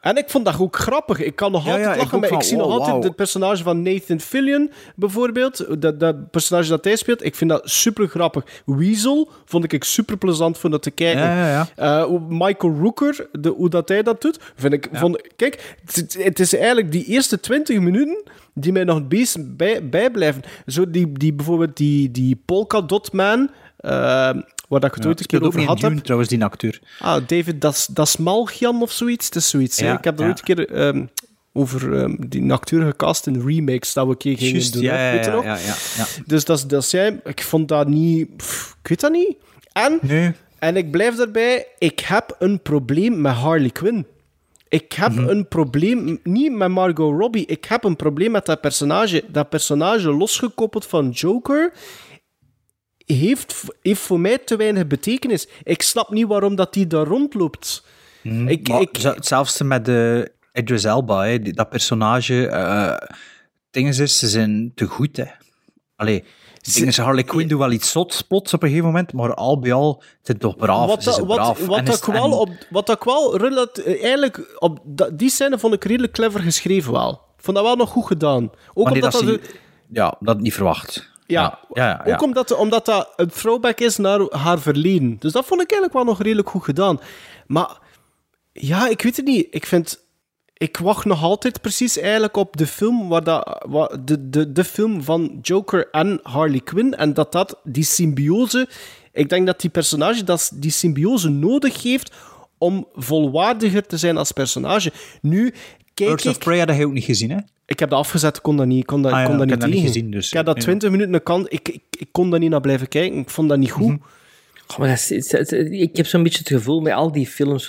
En ik vond dat ook grappig. Ik kan nog altijd lachen, maar ik zie nog altijd het personage van Nathan Fillion, bijvoorbeeld. Dat personage dat hij speelt, ik vind dat super grappig. Weasel vond ik super plezant om dat te kijken. Michael Rooker, hoe dat hij dat doet, vind ik... Kijk, het is eigenlijk die eerste 20 minuten die mij nog het meest bijblijven. Zo bijvoorbeeld die Polka Dot Man... waar dat ik het ooit een keer over had. Dune, trouwens, die acteur. David Dasmalchian of zoiets. Het is zoiets. Ja, ik heb er ooit een keer over die acteur gecast in remakes dat we een keer gingen doen. Weet je nog? Ja. Dus dat zei... Ik vond dat niet... ik weet dat niet. En ik blijf daarbij... Ik heb een probleem met Harley Quinn. Ik heb een probleem... Niet met Margot Robbie. Ik heb een probleem met dat personage. Dat personage losgekoppeld van Joker... Heeft voor mij te weinig betekenis. Ik snap niet waarom dat die daar rondloopt. Hetzelfde met Idris Elba, hè. Dat personage... dingen is, ze zijn te goed, hè. Allee, Harley Quinn doet wel iets zot, plots op een gegeven moment, maar al bij al zijn toch braaf. Wat ik wel eigenlijk... Die scène vond ik redelijk clever geschreven wel. Ik vond dat wel nog goed gedaan. Ook omdat dat niet verwacht. Ja. Ook omdat dat een throwback is naar haar verleden. Dus dat vond ik eigenlijk wel nog redelijk goed gedaan. Maar ja, ik weet het niet. Ik wacht nog altijd precies eigenlijk op de film de film van Joker en Harley Quinn. En dat die symbiose... Ik denk dat die personage die symbiose nodig heeft om volwaardiger te zijn als personage. Nu... Birds of Prey had je ook niet gezien, hè? Ik heb dat afgezet, ik kon dat niet. Ik kon dat niet gezien. Dus, ik heb dat 20 minuten een kant. Ik kon daar niet naar blijven kijken. Ik vond dat niet goed. Maar ik heb zo'n beetje het gevoel met al die films...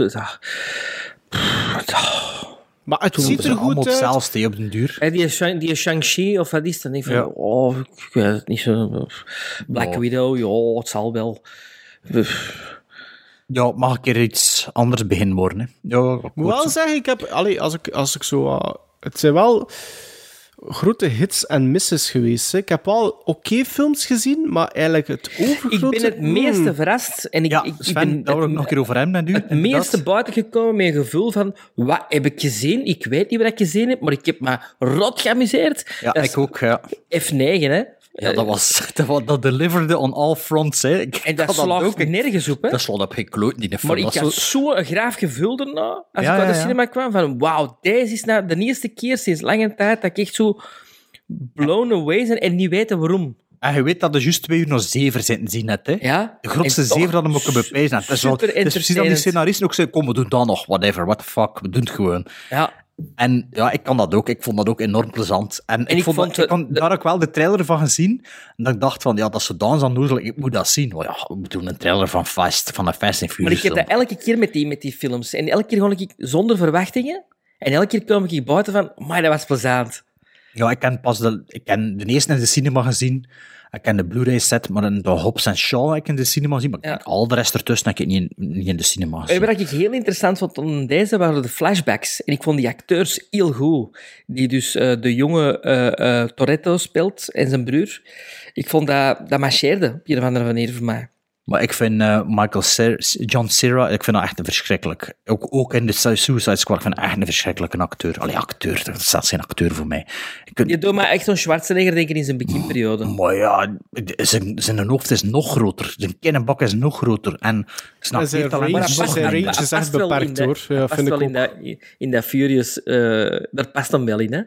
Maar het ziet er goed uit. Hetzelfde op den duur. Die Shang-Chi, of wat is dat? Ik weet het niet zo... Black Widow, ja, het zal wel... Ja, mag ik er iets anders beginnen worden? Hè? Ja, ik moet wel zeggen, ik heb... als ik zo... het zijn wel grote hits en misses geweest. Hè. Ik heb wel oké films gezien, maar eigenlijk het overgrote... Ik ben het meeste verrast. En Sven, daar wil ik nog een keer over hebben met u. Het meeste buiten gekomen met een gevoel van... Wat heb ik gezien? Ik weet niet wat ik gezien heb, maar ik heb me rot geamuseerd. Ja, ik ook, ja. F9, hè. Ja, dat deliverde on all fronts. Hè. En dat slaat nergens op. Hè? Dat slaat op geen kloot niet. Maar ik had zo'n graaf gevoel erna, als ik uit de cinema kwam, van wauw, deze is nou de eerste keer sinds lange tijd dat ik echt zo blown away ben en niet weten waarom. En je weet dat er juist 2 uur nog zever zitten zien net, hè? Ja. De grootste zever dat hem ook kunnen bepijzen. Het is precies dat die scenaristen ook zeggen, kom, we doen dat nog, whatever, what the fuck, we doen het gewoon. Ja. En ja, ik kan dat ook. Ik vond dat ook enorm plezant. En ik daar ook wel de trailer van gezien. En dat ik dacht van, ja, dat is zodanig onnozel, ik moet dat zien. Maar ja, we moeten een trailer van een Fast and Furious. Maar ik heb dat elke keer met die films. En elke keer gewoon ik zonder verwachtingen. En elke keer kwam ik buiten van, maar dat was plezant. Ja, ik ken de eerste in de cinema gezien. Ik ken de Blu-ray set, maar de Hobbs en Shaw heb ik in de cinema gezien. Maar al de rest ertussen heb ik niet in de cinema gezien. Wat ik heel interessant vond aan deze waren de flashbacks. En ik vond die acteurs heel goed. Die dus de jonge Toretto speelt en zijn broer. Ik vond dat marcheerde op een of andere manier voor mij. Maar ik vind John Cera, ik vind dat echt een verschrikkelijk. Ook in de Suicide Squad, ik vind dat echt een verschrikkelijke acteur. Allee, acteur, dat is zelfs geen acteur voor mij. Je doet maar echt zo'n Schwarzenegger, denk ik, in zijn beginperiode. Maar ja, zijn hoofd is nog groter. Zijn kinnenbak is nog groter. En snap zijn range is echt beperkt, hoor. Ja, past wel in dat Furious, daar past hem wel in, hè?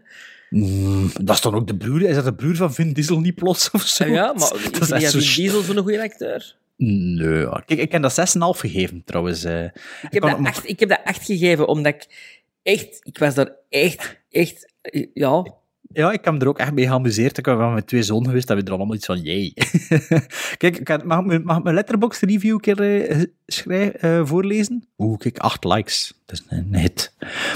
Dat is dan ook de broer? Is dat de broer van Vin Diesel niet plots of zo? Ja, maar is Vin Diesel zo'n goede acteur? Nee, ja. Kijk, ik heb dat 6,5 gegeven, trouwens. Ik heb dat 8 gegeven, omdat ik was daar echt, ja... Ja, ik heb me er ook echt mee geamuseerd. Ik ben met 2 zonen geweest, dat we er allemaal iets van, jee. Kijk, mag ik mijn Letterboxd review een keer voorlezen? Kijk, 8 likes. Dat is een hit.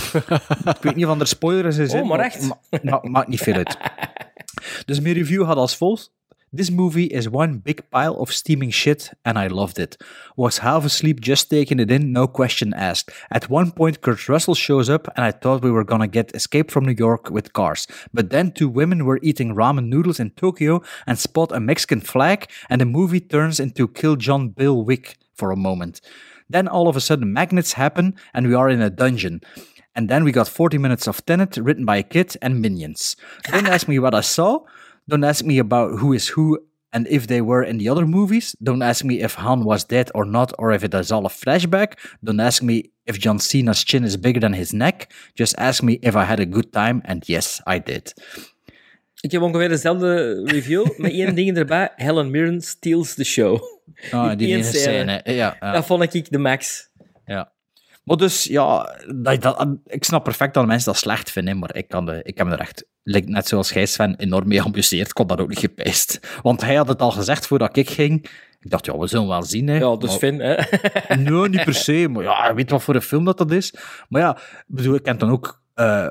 Ik weet niet of er spoilers in zijn. Oh, maar echt? Maakt niet veel uit. Dus mijn review gaat als volgt. This movie is one big pile of steaming shit, and I loved it. Was half asleep just taking it in, no question asked. At one point, Kurt Russell shows up, and I thought we were gonna get Escape from New York with cars. But then 2 women were eating ramen noodles in Tokyo and spot a Mexican flag, and the movie turns into Kill John Bill Wick for a moment. Then all of a sudden magnets happen, and we are in a dungeon. And then we got 40 minutes of Tenet, written by a kid, and Minions. Don't ask me what I saw. Don't ask me about who is who and if they were in the other movies. Don't ask me if Han was dead or not, or if it is all a flashback. Don't ask me if John Cena's chin is bigger than his neck. Just ask me if I had a good time, and yes, I did. Ik heb ongeveer dezelfde review, met één ding erbij. Helen Mirren steals the show. Die ene scène. Ja. Dat vond ik de max. Ja. Maar dus, ja, ik snap perfect dat mensen dat slecht vinden, maar ik heb me er echt, net zoals jij, Sven, enorm mee geamuseerd. Ik kon dat ook niet gepijst. Want hij had het al gezegd voordat ik ging. Ik dacht, ja, we zullen wel zien. Hè. Ja, dus Finn, hè? Nee, niet per se. Maar ja, je weet wat voor een film dat is. Maar ja, ik heb dan ook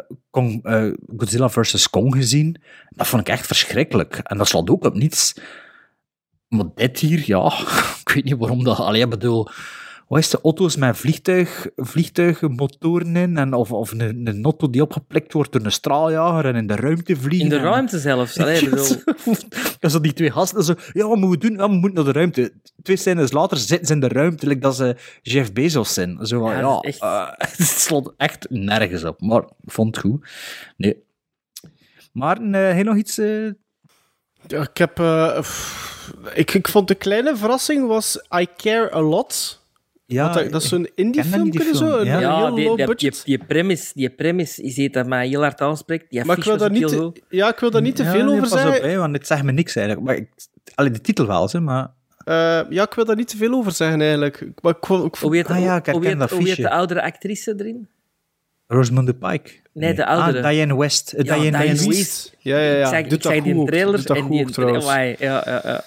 Godzilla vs. Kong gezien. Dat vond ik echt verschrikkelijk. En dat slaat ook op niets. Maar dit hier, ja, ik weet niet waarom dat... Allee, ik bedoel... Wat is de auto's met vliegtuigmotoren in? En of een auto die opgeplikt wordt door een straaljager en in de ruimte vliegen. In de ruimte zelfs. Allee, bedoel... Ja, zo die twee gasten zo... Ja, wat moeten we doen? Ja, we moeten naar de ruimte. 2 scènes later zitten ze in de ruimte, like dat ze Jeff Bezos zijn. Zo, het slot echt nergens op. Maar ik vond het goed. Nee. Maar, heb je nog iets... Ja, ik heb... Ik vond de kleine verrassing was I Care A Lot... Ja, dat is zo'n indie-film, zo. Ja, die premise is iets dat mij heel hard aanspreekt. Maar ik wil daar niet te veel over zeggen. Want het zegt me niks eigenlijk. Maar de titel wel, hè, maar... ik wil daar niet te veel over zeggen, eigenlijk. Maar hoe heet de oudere actrice erin? Rosamund Pike. Nee, de oudere. Diane West. Diane West. Ja. Ik zag die trailer en die trailer. Ja.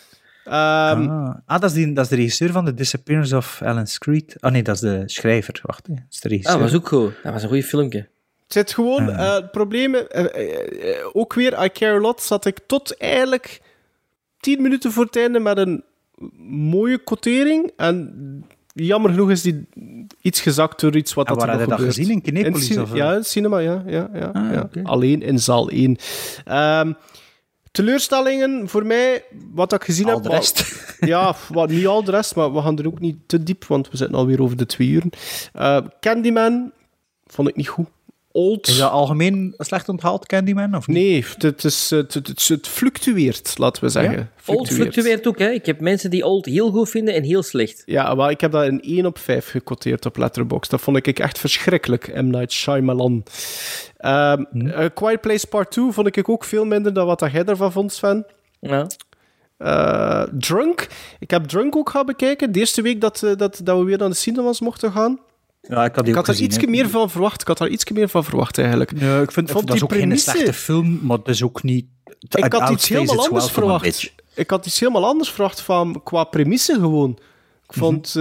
Dat is de regisseur van The Disappearance of Alan Screed. Nee, dat is de schrijver. Wacht, dat is de regisseur. Dat was ook goed. Dat was een goeie filmpje. Het zit gewoon... problemen... ook weer, I Care A Lot, zat ik tot eigenlijk 10 minuten voor het einde met een mooie quotering. En jammer genoeg is die iets gezakt door iets wat dat er nog gebeurt. Waar had je dat gezien? In Kinepolis? Ja, in het cinema, ja. Okay. Alleen in zaal 1. Teleurstellingen voor mij, wat ik gezien heb... Al de rest. Niet al de rest, maar we gaan er ook niet te diep, want we zitten alweer over de 2 uur. Candyman vond ik niet goed. Old. Is dat algemeen slecht onthaald, Candyman? Of niet? Nee, het fluctueert, laten we zeggen. Ja? Old fluctueert ook, hè. Ik heb mensen die Old heel goed vinden en heel slecht. Ja, maar ik heb dat in 1 op 5 gequoteerd op Letterboxd. Dat vond ik echt verschrikkelijk, M. Night Shyamalan. Quiet Place Part 2 vond ik ook veel minder dan wat jij ervan vond, Sven. Ja. Drunk. Ik heb Drunk ook gaan bekijken. De eerste week dat we weer naar de cinemas mochten gaan. Ja, ik had daar iets meer van verwacht. Eigenlijk. Ja, ik vind dat is ook geen slechte film, maar het is ook niet... Ik had iets helemaal anders verwacht. Ik had iets helemaal anders verwacht qua premisse gewoon. Ik vond...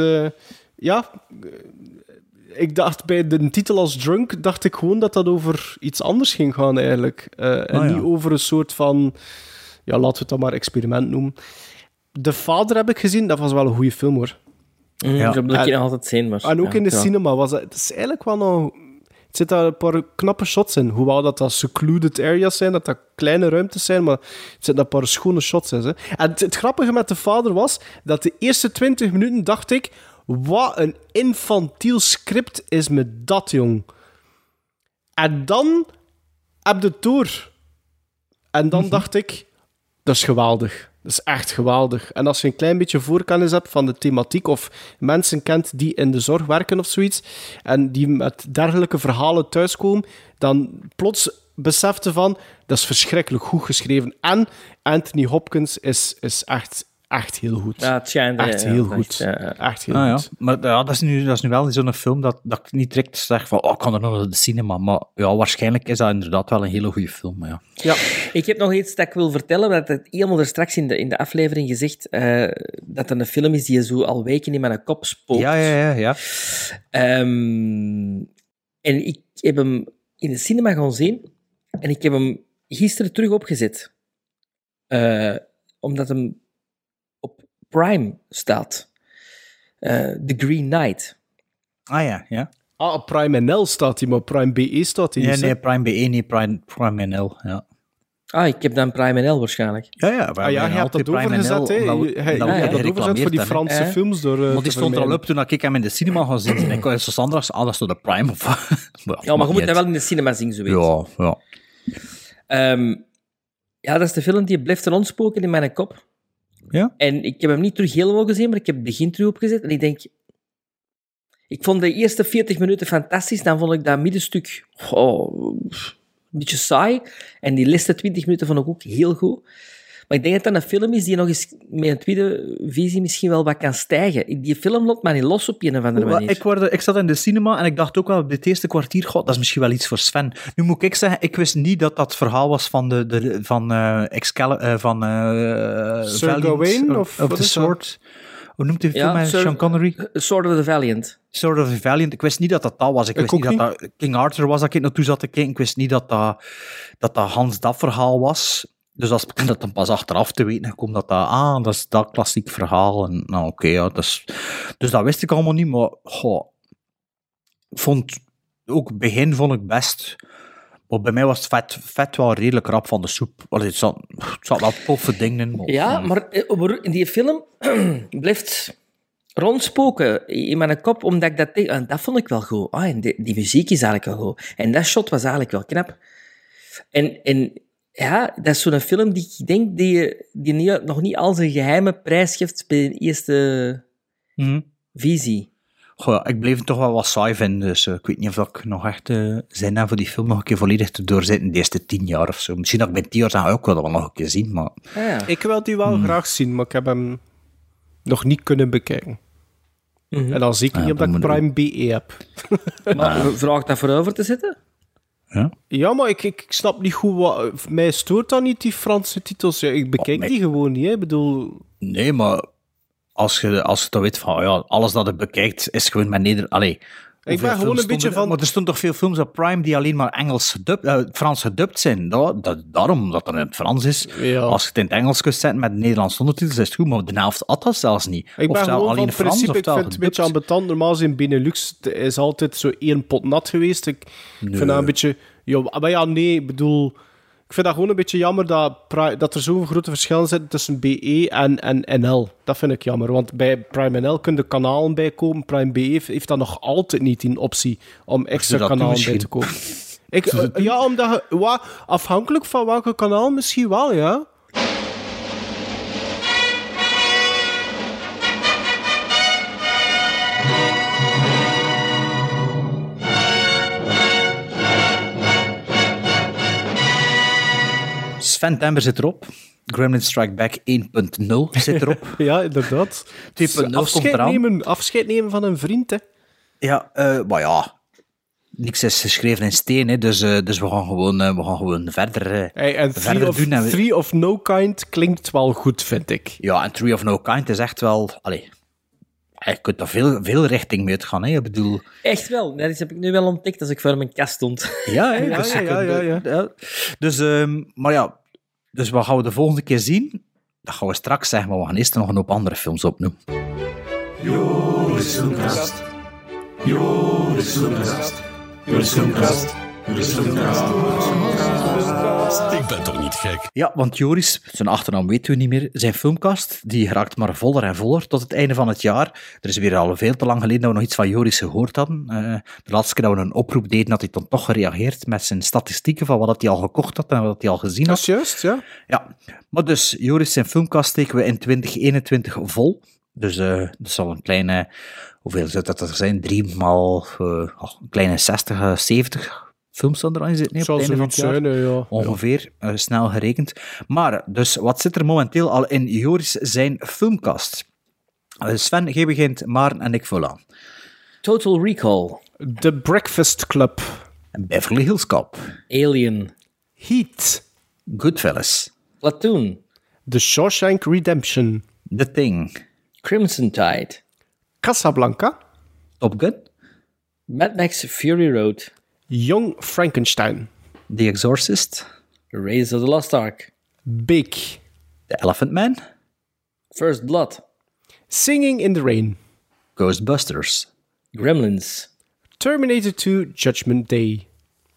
ik dacht bij de titel als Drunk, dacht ik gewoon dat over iets anders ging gaan eigenlijk. Niet over een soort van... Ja, laten we het dan maar experiment noemen. De Vader heb ik gezien, dat was wel een goede film, hoor. Dat moet je nog altijd zien. Maar, en ook in de cinema was het is eigenlijk wel nog... Het zit daar een paar knappe shots in. Hoewel dat secluded areas zijn, dat kleine ruimtes zijn, maar het zitten een paar schone shots in. Hè. En het grappige met De Vader was dat de eerste 20 minuten dacht ik... Wat een infantiel script is met dat, jong. En dan heb je het door. En dan dacht ik... Dat is geweldig. Dat is echt geweldig. En als je een klein beetje voorkennis hebt van de thematiek of mensen kent die in de zorg werken of zoiets en die met dergelijke verhalen thuiskomen, dan plots besefte van, dat is verschrikkelijk goed geschreven. En Anthony Hopkins is echt heel goed. Ja, het schijnt. Echt heel goed. Echt heel goed. Maar dat is nu wel zo'n film dat ik niet direct zeg van, ik kan er nog naar de cinema. Maar ja, waarschijnlijk is dat inderdaad wel een hele goede film. Maar ja. Ik heb nog iets dat ik wil vertellen. We hadden het helemaal er straks in de aflevering gezegd dat er een film is die je zo al weken in mijn kop spookt. Ja. En ik heb hem in de cinema gaan zien en ik heb hem gisteren terug opgezet. Omdat hem op Prime staat. The Green Knight. Ja. Op Prime NL staat hij, maar Prime BE staat hij niet. Nee, Prime BE, niet Prime NL, ja. Ik heb dan Prime NL waarschijnlijk. Ja, je hebt dat overgezet, hè? Je hebt dat overgezet voor die Franse films door want die stond er al op toen ik hem in de cinema ga zien. En ik was zo zondags, dat is door de Prime. Maar je moet dat wel in de cinema zien, zo weet. Ja. Dat is de film die blijft rondspoken in mijn kop. Ja? En ik heb hem niet terug helemaal gezien, maar ik heb het begin terug opgezet. En ik denk... Ik vond de eerste 40 minuten fantastisch, dan vond ik dat middenstuk een beetje saai. En die laatste 20 minuten vond ik ook heel goed. Maar ik denk dat dat een film is die nog eens met een tweede visie misschien wel wat kan stijgen. Die film loopt maar niet los op een of andere manier. Ik zat in de cinema en ik dacht ook wel op dit eerste kwartier, dat is misschien wel iets voor Sven. Nu moet ik zeggen, ik wist niet dat dat verhaal was van Sir Gawain of the Sword. Hoe noemt die film met Sean Connery? Sword of the Valiant. Sword of the Valiant. Ik wist niet dat dat was. Ik wist niet dat dat King Arthur was dat ik naartoe zat te kijken. Ik wist niet dat dat Hans dat verhaal was. Dus als ik dat dan pas achteraf te weten kom, dat is dat klassiek verhaal. En, dus dat wist ik allemaal niet, maar ook begin vond ik best. Maar bij mij was het vet wel redelijk rap van de soep. Het zat wel toffe dingen in. Ja, maar in die film blijft rondspoken in mijn kop, omdat ik dat denk. En dat vond ik wel goed. En die muziek is eigenlijk wel goed. En dat shot was eigenlijk wel knap. En ja, dat is zo'n film die ik denk die nog niet al zijn geheime prijs geeft bij de eerste visie. Goh, ik bleef het toch wel wat saai vinden, dus ik weet niet of ik nog echt zin heb voor die film nog een keer volledig te doorzetten de eerste 10 jaar of zo. Misschien dat ik bij 10 jaar zeg, ook wel dat we nog een keer zien, maar... Ja. Ik wil die wel graag zien, maar ik heb hem nog niet kunnen bekijken. En dan zeker niet omdat ik Prime BE heb. Maar vraag dat voor over te zetten? Ja, maar ik snap niet goed wat... Mij stoort dat niet, die Franse titels. Ja, ik bekijk die gewoon niet, hè. Ik bedoel... Nee, maar... Als je dan weet van, alles dat je bekijkt is gewoon met Nederland. Ik ben gewoon een beetje van... Maar er stonden toch veel films op Prime die alleen maar Frans gedubt zijn. Daarom dat het in het Frans is. Ja. Als je het in het Engels kunt zetten met Nederlandse ondertitels, is het goed. Maar de helft had dat zelfs niet. Ik ben gewoon van het principe, ik vind het een beetje ambetant. Normaal zijn Benelux is altijd zo één pot nat geweest. Ik vind dat een beetje... ik bedoel... Ik vind dat gewoon een beetje jammer dat er zo'n grote verschillen zitten tussen BE en NL. Dat vind ik jammer, want bij Prime NL kun je kanalen bijkomen. Prime BE heeft dat nog altijd niet in optie om extra kanalen bij te kopen. Omdat afhankelijk van welke kanaal misschien wel, ja. Sven Tember zit erop. Gremlins Strike Back 1.0 zit erop. Ja, inderdaad. 2.0 afscheid nemen van een vriend, hè. Ja, maar ja. Niks is geschreven in steen, hè. Dus we gaan gewoon verder, verder doen. Three of No Kind klinkt wel goed, vind ik. Ja, en Three of No Kind is echt wel... je kunt er veel richting mee uitgaan, hè. Ik bedoel... Echt wel. Dat heb ik nu wel ontdekt als ik voor mijn kast stond. Ja, hè. Dus, maar ja... Dus wat gaan we de volgende keer zien? Dat gaan we straks zeggen, maar we gaan eerst nog een hoop andere films opnoemen. Joris Filmkast. Joris Filmkast. Joris Filmkast. Joris Filmkast. Ik ben toch niet gek? Ja, want Joris, zijn achternaam weten we niet meer, zijn filmkast, die raakt maar voller en voller tot het einde van het jaar. Er is weer al veel te lang geleden dat we nog iets van Joris gehoord hadden. De laatste keer dat we een oproep deden, had hij dan toch gereageerd met zijn statistieken van wat hij al gekocht had en wat hij al gezien had. Dat is juist, ja. Ja, maar dus Joris zijn filmkast steken we in 2021 vol. Dus dat zal een kleine, hoeveel zou dat er zijn? 3 maal een kleine 60, 70 films er aan zitten. Zal zoiets zijn, ja. Ongeveer, snel gerekend. Maar, dus, wat zit er momenteel al in Joris zijn filmkast? Sven, jij begint, Maarten en ik vullen aan. Total Recall. The Breakfast Club. Beverly Hills Cop. Alien. Heat. Goodfellas. Platoon. The Shawshank Redemption. The Thing. Crimson Tide. Casablanca. Top Gun. Mad Max Fury Road. Young Frankenstein. The Exorcist. Raiders of the Lost Ark. Big. The Elephant Man. First Blood. Singing in the Rain. Ghostbusters. Gremlins. Terminator 2 Judgment Day.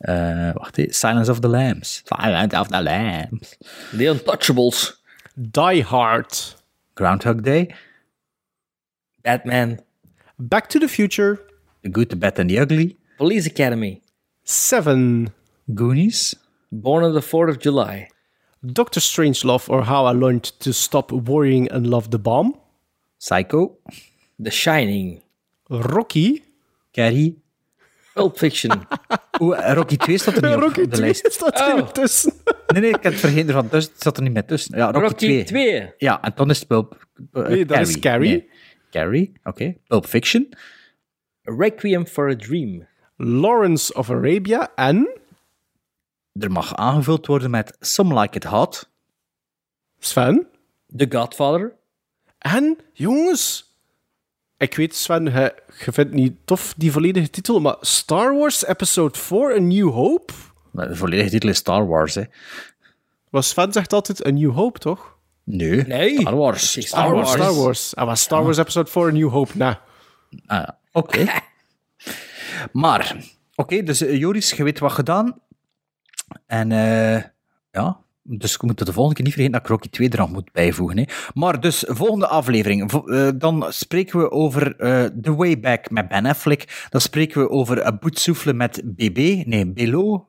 Wacht even. Silence of the Lambs. Silence of the Lambs. The Untouchables. Die Hard. Groundhog Day. Batman. Back to the Future. The Good, the Bad and the Ugly. Police Academy. Seven. Goonies. Born on the 4th of July. Doctor Strangelove or How I Learned to Stop Worrying and Love the Bomb. Psycho. The Shining. Rocky. Carrie. Pulp Fiction. Rocky 2 staat er niet op Rocky de lijst. staat er niet tussen. Nee, ik heb het vergeten ervan tussen. Het zat er niet meer tussen. Ja, Rocky 2. Ja, en dan is het Pulp... nee, dat is Carrie. Nee. Carrie, oké. Pulp Fiction. Requiem for a Dream. Lawrence of Arabia en... Er mag aangevuld worden met Some Like It Hot. Sven? The Godfather. En, jongens... Ik weet, Sven, je vindt niet tof die volledige titel, maar Star Wars Episode 4, A New Hope? Maar de volledige titel is Star Wars, hè. Maar Sven zegt altijd A New Hope, toch? Nee. Star Wars. Star Wars. En was Star Wars Episode 4, A New Hope? Nee. Oké. Maar, dus Joris, je weet wat gedaan. En ja... Dus ik moet het de volgende keer niet vergeten dat ik Rocky 2 er nog moet bijvoegen. Hè. Maar dus, volgende aflevering. Dan spreken we over The Way Back met Ben Affleck. Dan spreken we over Boet Souffle met Bebel.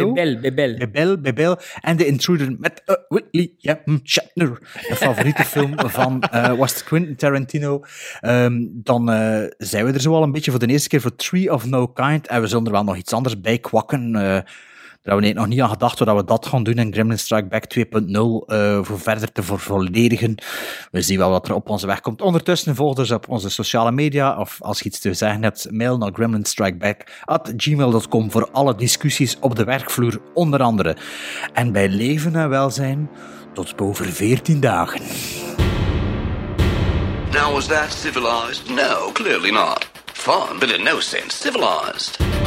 En The Intruder met William Shatner. Een favoriete film van was het Quentin Tarantino. Dan zijn we er zo al een beetje voor de eerste keer voor Tree of No Kind. En we zullen er wel nog iets anders bij kwakken. Daar hebben we nog niet aan gedacht dat we dat gaan doen in Gremlin Strike Back 2.0 voor verder te vervolledigen. We zien wel wat er op onze weg komt. Ondertussen volg dus op onze sociale media of als je iets te zeggen hebt, mail naar gremlinstrikeback@gmail.com voor alle discussies op de werkvloer onder andere. En bij leven en welzijn tot over 14 dagen. Now was that civilized? No, clearly not. Fun, but in no sense civilized.